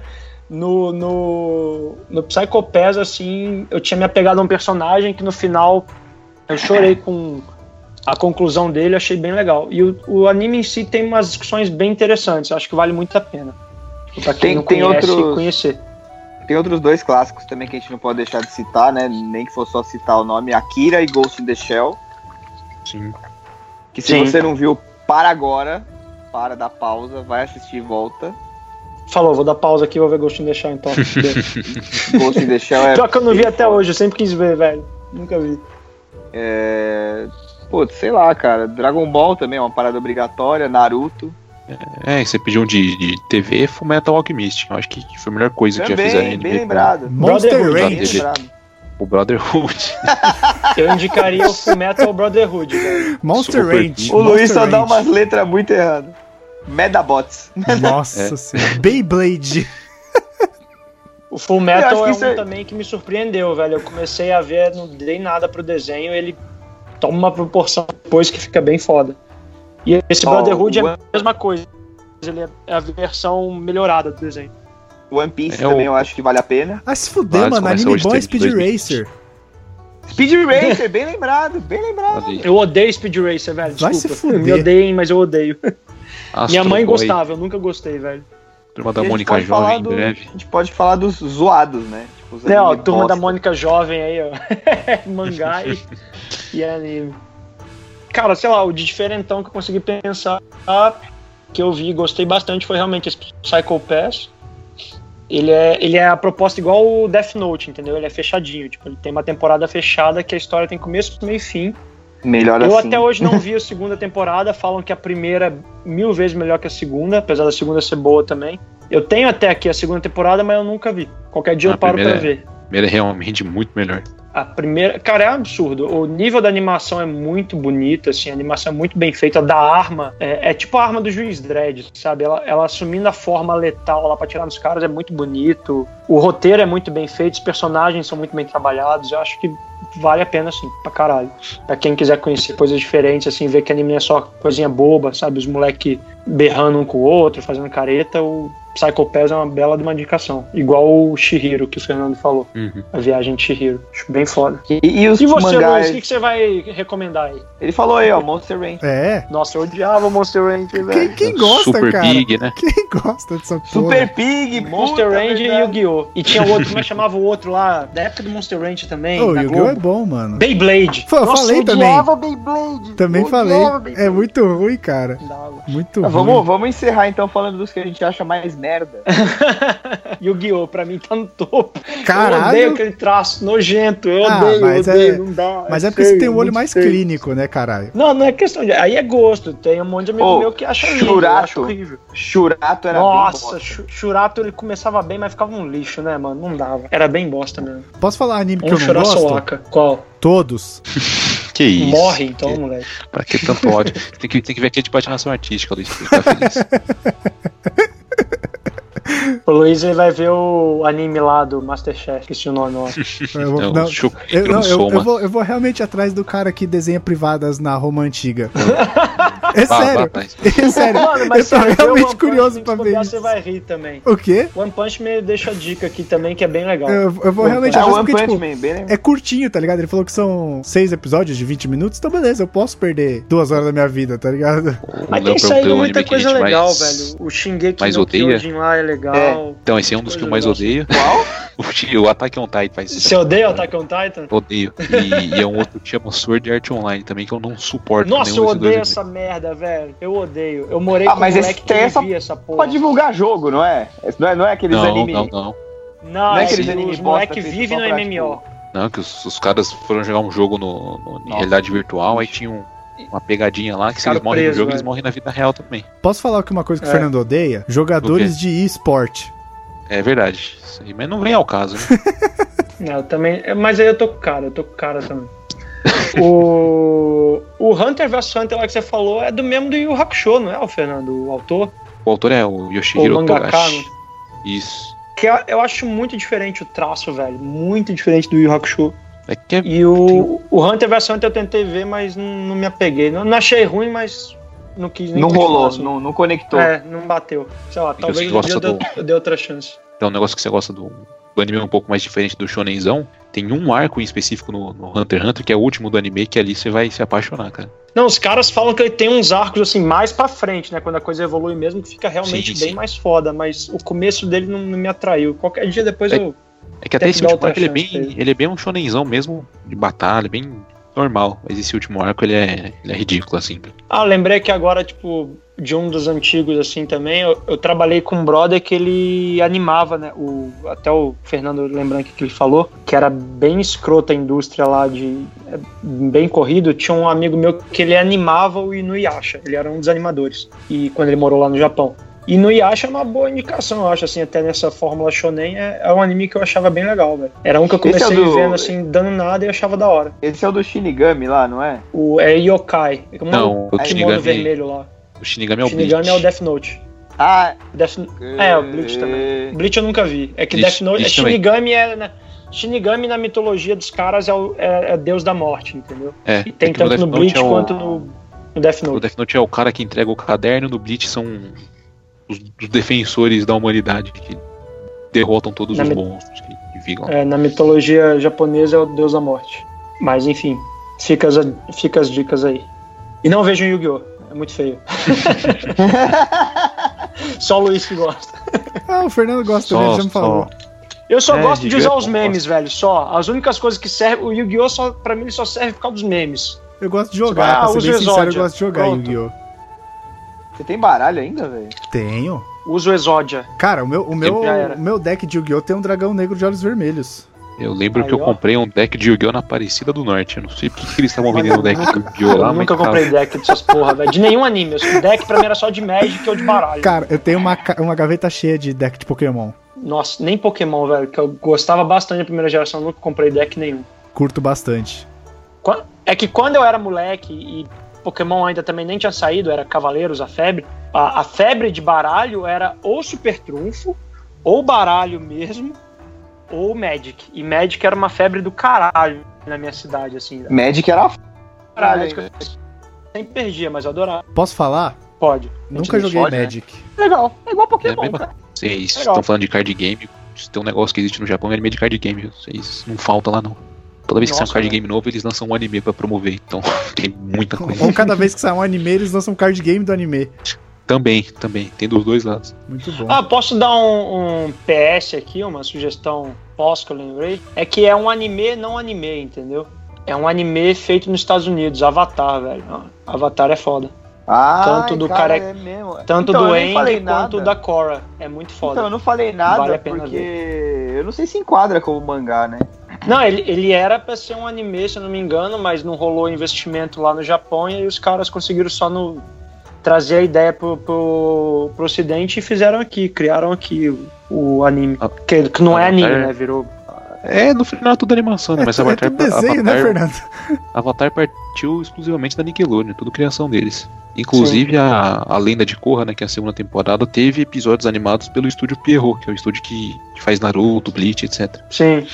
No Psycho Pass, assim, eu tinha me apegado a um personagem que no final eu chorei com a conclusão dele, achei bem legal. E o anime em si tem umas discussões bem interessantes, acho que vale muito a pena. Tipo, pra quem não conhece, conhecer. Tem outros 2 clássicos também que a gente não pode deixar de citar, né? Nem que for só citar o nome, Akira e Ghost in the Shell. Sim. Que se você não viu, para agora, para, dá pausa, vai assistir e volta. Falou, vou dar pausa aqui e vou ver Ghost in the Shell então. Ghost in the Shell é... Pior que eu não vi até hoje, eu sempre quis ver, velho. Nunca vi. Putz, sei lá, cara. Dragon Ball também é uma parada obrigatória, Naruto. Você pediu um de TV, Fullmetal Alchemist. Eu acho que foi a melhor coisa também, que já fizeram. Bem lembrado. Monster Ranch. O Brotherhood. Eu indicaria o Fullmetal Brotherhood, velho. Monster Ranch. O Luiz só dá umas letras muito erradas. Medabots. Nossa senhora. Beyblade. O Fullmetal é um também que me surpreendeu, velho. Eu comecei a ver, não dei nada pro desenho, ele toma uma proporção depois que fica bem foda. E esse Brotherhood é a mesma coisa. Ele é a versão melhorada do desenho. One Piece também eu acho que vale a pena. Ah, se fuder, mano. Anime bom é Speed Racer. Speed Racer, bem lembrado. Eu odeio Speed Racer, velho. Vai Desculpa. se fuder. Me odeiem, mas eu odeio. Minha mãe Boy. Gostava, eu nunca gostei, velho. Turma da Mônica Jovem, em breve. A gente pode falar dos zoados, né? Tipo, os Turma da Mônica Jovem aí, ó. Mangá e anime. Cara, sei lá, o de diferentão que eu consegui pensar, que eu vi e gostei bastante, foi realmente esse Psycho Pass. Ele é a proposta igual o Death Note, entendeu? Ele é fechadinho, tipo, ele tem uma temporada fechada que a história tem começo, meio e fim. Melhor eu assim. Até hoje não vi a segunda temporada, falam que a primeira é 1000 vezes melhor que a segunda, apesar da segunda ser boa também. Eu tenho até aqui a segunda temporada, mas eu nunca vi. Qualquer dia eu paro pra ver. A primeira é realmente muito melhor. A primeira, cara, é um absurdo. O nível da animação é muito bonito, assim, a animação é muito bem feita. A da arma é tipo a arma do Juiz Dredd, sabe? Ela assumindo a forma letal lá pra tirar nos caras é muito bonito. O roteiro é muito bem feito, os personagens são muito bem trabalhados. Eu acho que vale a pena, assim, pra caralho. Pra quem quiser conhecer coisas diferentes, assim, ver que anime não é só coisinha boba, sabe? Os moleque berrando um com o outro, fazendo careta. O Psycho Pass é uma bela de uma indicação. Igual o Chihiro, que o Fernando falou. A viagem de Chihiro. Acho bem foda. E você, mangás... Luiz, o que você vai recomendar aí? Ele falou aí, ó, Monster Ranch. Nossa, eu odiava Monster Ranch, velho. Quem gosta, Super cara? Pig, né? Quem gosta dessa porra? Super Pig, Monster Ranch e Yu-Gi-Oh! E tinha outro, como é que chamava o outro lá? Da época do Monster Ranch também. O Yu-Gi-Oh! É bom, mano. Beyblade. Eu falei também. Eu odiava Beyblade. Também falei. É muito ruim, cara. Muito ruim. Vamos encerrar então falando dos que a gente acha mais merda. Yu-Gi-Oh! Pra mim tá no topo. Caralho. Eu odeio aquele traço nojento. Eu odeio, não dá. Mas é porque você tem um olho mais clínico, né, caralho? Não é questão de... Aí é gosto. Tem um monte de amigo meu que acha lindo. Horrível. Shurato era Nossa, bem bosta. Shurato ele começava bem, mas ficava um lixo, né, mano? Não dava. Era bem bosta mesmo. Posso falar anime que eu não gosto? Soaka. Qual? Todos. Que isso? Morre então, moleque. Pra que tanto ódio? Tem que ver aqui de patinação artística, Luiz. Tá feliz. O Luiz vai ver o anime lá do Masterchef, que o nome. Eu vou realmente atrás do cara que desenha privadas na Roma antiga. É sério. É sério. Mano, mas eu tô realmente curioso pra ver isso. Você vai rir também. O quê? One Punch Man deixa a dica aqui também, que é bem legal. Eu vou realmente atrás porque, tipo, bem é curtinho, tá ligado? Ele falou que são 6 episódios de 20 minutos, então beleza, eu posso perder 2 horas da minha vida, tá ligado? Mas tem saído muita coisa legal, velho. O Shingeki no Kyojin lá é legal. Então, esse é um dos que eu mais odeio. Qual? O Attack on Titan. Você odeia o Attack on Titan? Odeio. E é um outro que chama Sword Art Online também, que eu não suporto. Nossa, eu odeio essa merda, velho. Eu odeio. Eu morei com um moleque que vivia essa porra. Pra divulgar jogo, não é? Não é aqueles anime... Não é aqueles anime. Os moleques vivem no MMO. Não, que os caras foram jogar um jogo em realidade virtual, aí tinha uma pegadinha lá, que se eles morrem no jogo, eles morrem na vida real também. Posso falar aqui uma coisa que o Fernando odeia? Jogadores de e-sport. É verdade. Isso aí, mas não vem ao caso, né? Não, eu também. Mas aí eu tô com cara também. O Hunter vs Hunter lá que você falou é do mesmo do Yu Hakusho, não é, o Fernando? O autor? O autor é o Yoshihiro Togashi. Isso. Que eu acho muito diferente o traço, velho. Muito diferente do Yu Hakusho. E o Hunter vs Hunter eu tentei ver, mas não me apeguei. Não achei ruim, mas não quis nem. Não rolou, não conectou. Não bateu. Sei lá, talvez eu dê outra chance. Então, um negócio que você gosta do anime um pouco mais diferente do shonenzão, tem um arco em específico no Hunter x Hunter, que é o último do anime, que ali você vai se apaixonar, cara. Não, os caras falam que ele tem uns arcos assim mais pra frente, né? Quando a coisa evolui mesmo, que fica realmente bem mais foda, mas o começo dele não me atraiu. Qualquer dia depois eu... É que até esse último arco ele é bem um shonenzão mesmo, de batalha, bem normal, mas esse último arco ele é ridículo, assim. Lembrei que agora, tipo, de um dos antigos, assim, também, eu trabalhei com um brother que ele animava, né, até o Fernando lembrando que ele falou, que era bem escrota a indústria lá, bem corrido. Tinha um amigo meu que ele animava o Inuyasha, ele era um dos animadores, e quando ele morou lá no Japão. E Inuyasha é uma boa indicação, eu acho, assim, até nessa fórmula shonen, é um anime que eu achava bem legal, velho. Era um que eu comecei vendo, assim, dando nada e achava da hora. Esse é o do Shinigami lá, não é? É Yokai. Não, o Kimono vermelho lá. O Shinigami é o Bleach. Shinigami é o Death Note. O Bleach também. Bleach eu nunca vi. É que Death Note... Shinigami Shinigami na mitologia dos caras é deus da morte, entendeu? E tem tanto no Bleach quanto no Death Note. O Death Note é o cara que entrega o caderno, no Bleach são os defensores da humanidade que derrotam todos os monstros que vigam. Na mitologia japonesa é o deus da morte. Mas enfim, fica as dicas aí. E não vejam Yu-Gi-Oh! É muito feio. Só o Luiz que gosta. O Fernando gosta também, já me falou. Eu só gosto de usar os memes, velho. Só. As únicas coisas que servem. O Yu-Gi-Oh! Pra mim ele só serve por causa dos memes. Eu gosto de jogar, pra ser bem sincero, eu gosto de jogar Yu-Gi-Oh! Você tem baralho ainda, velho? Tenho. Uso o Exódia. Cara, o meu deck de Yu-Gi-Oh! Tem um dragão negro de olhos vermelhos. Eu lembro que eu comprei um deck de Yu-Gi-Oh! Na Aparecida do Norte. Eu não sei porque eles estavam vendendo o deck de Yu-Gi-Oh! lá. Eu nunca comprei deck dessas porra, velho. De nenhum anime. O deck pra mim era só de Magic ou de baralho. Cara, eu tenho uma gaveta cheia de deck de Pokémon. Nossa, nem Pokémon, velho. Que eu gostava bastante da primeira geração. Eu nunca comprei deck nenhum. Curto bastante. É que quando eu era moleque e Pokémon ainda também nem tinha saído, era Cavaleiros, a febre. A febre de baralho era ou Super Trunfo, ou baralho mesmo, ou Magic. E Magic era uma febre do caralho na minha cidade, assim. Magic era Magic eu sempre perdia, mas eu adorava. Posso falar? Pode. Nunca joguei Magic. Né? Legal. É igual Pokémon, cara. Vocês estão falando de card game, se tem um negócio que existe no Japão, é anime de card game. Vocês não falta lá, não. Toda vez que sai um card game novo, eles lançam um anime pra promover. Então, tem muita coisa. Ou cada vez que sai um anime, eles lançam um card game do anime. Também. Tem dos dois lados. Muito bom. Posso dar um PS aqui, uma sugestão que eu lembrei? É que é um anime não anime, entendeu? É um anime feito nos Estados Unidos, Avatar, velho. Avatar é foda. Tanto do cara é mesmo. Tanto então, do Aang quanto da Korra. É muito foda. Então eu não falei nada porque eu não sei se enquadra como mangá, né? Não, ele era pra ser um anime, se eu não me engano, mas não rolou investimento lá no Japão e aí os caras conseguiram só trazer a ideia pro ocidente e fizeram aqui, criaram aqui o anime. Que não é anime, né? Virou... no final é tudo animação, né? Mas Avatar, desenho, né, Fernando? Avatar partiu exclusivamente da Nickelodeon, tudo criação deles. Inclusive a Lenda de Korra, né, que é a segunda temporada, teve episódios animados pelo estúdio Pierrot, que é o estúdio que faz Naruto, Bleach, etc. Sim.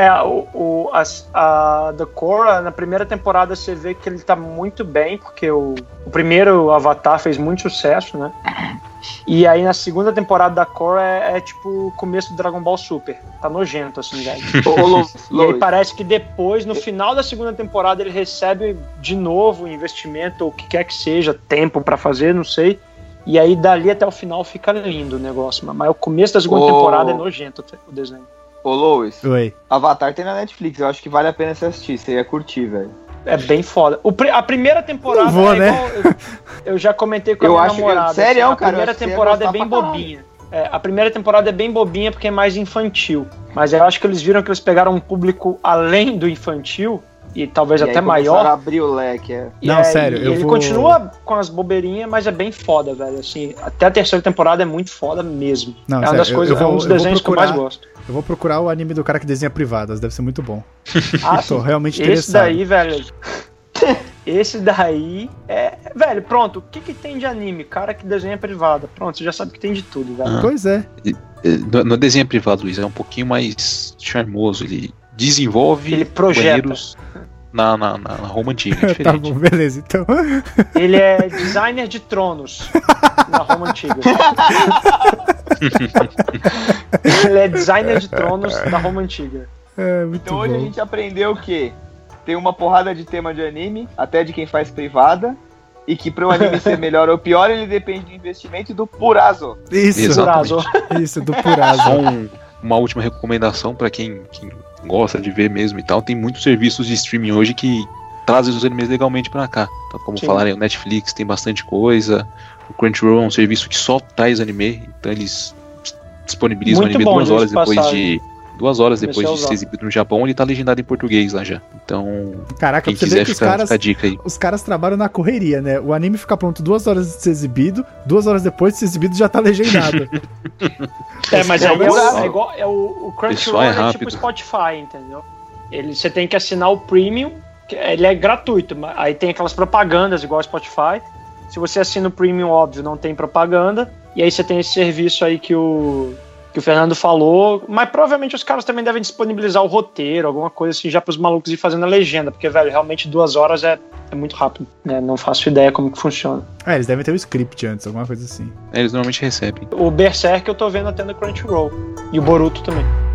A The Korra, na primeira temporada você vê que ele tá muito bem, porque o primeiro Avatar fez muito sucesso, né? E aí na segunda temporada da Korra é tipo o começo do Dragon Ball Super. Tá nojento, assim, velho. E aí parece que depois, no final da segunda temporada, ele recebe de novo investimento, ou o que quer que seja, tempo pra fazer, não sei. E aí dali até o final fica lindo o negócio. Mas o começo da segunda temporada é nojento o desenho. Ô, Lois, Oi. Avatar tem na Netflix, eu acho que vale a pena você assistir, você ia curtir, velho. É bem foda. A primeira temporada né? Eu já comentei com a minha namorada. Sério, assim, a primeira temporada é bem bobinha. A primeira temporada é bem bobinha porque é mais infantil. Mas eu acho que eles viram que eles pegaram um público além do infantil e talvez até maior. A abrir o leque, Não, sério, ele continua com as bobeirinhas, mas é bem foda, velho. Assim, até a terceira temporada é muito foda mesmo. Não, é uma das coisas, é um dos desenhos que eu mais gosto. Eu vou procurar o anime do cara que desenha privadas, deve ser muito bom. Tô realmente interessado. Esse daí, velho. Esse daí é... Velho, pronto, o que tem de anime? Cara que desenha privada. Pronto, você já sabe que tem de tudo, velho. Pois é. No desenho privado, Luiz, é um pouquinho mais charmoso. Ele desenvolve ele projeta na Roma antiga. É tá bom, beleza, então. Ele é designer de tronos na Roma antiga. Ele é designer de tronos da Roma antiga. Muito então bom. Hoje a gente aprendeu que tem uma porrada de tema de anime, até de quem faz privada, e que para um anime ser melhor ou pior, ele depende do investimento e do Purazo. Isso, Isso, do Purazo. Só uma última recomendação para quem gosta de ver mesmo e tal, tem muitos serviços de streaming hoje que trazem os animes legalmente pra cá. Então, como falaram, o Netflix tem bastante coisa, O Crunchyroll é um serviço que só traz anime, então eles disponibilizam o Muito anime bom, 2 horas depois passagem. de... 2 horas depois Comecei a de ser usar. exibido no Japão, ele tá legendado em português lá já. Então, Caraca, quem pra você quiser ver que fica a dica aí. os caras trabalham na correria, né? O anime fica pronto 2 horas de ser exibido, 2 horas depois de ser exibido já tá legendado. Mas aí é igual o Crunchyroll Pessoal é é tipo rápido. o Spotify, entendeu? Você tem que assinar o Premium, que ele é gratuito, mas aí tem aquelas propagandas igual o Spotify. Se você assina o Premium, óbvio, não tem propaganda. E aí você tem esse serviço aí que o Fernando falou, mas provavelmente os caras também devem disponibilizar o roteiro, alguma coisa assim, já pros malucos ir fazendo a legenda, porque, velho, realmente 2 horas é muito rápido, né? Não faço ideia como que funciona. Eles devem ter o script antes, alguma coisa assim. Eles normalmente recebem. O Berserk eu tô vendo até no Crunchyroll, e o Boruto também.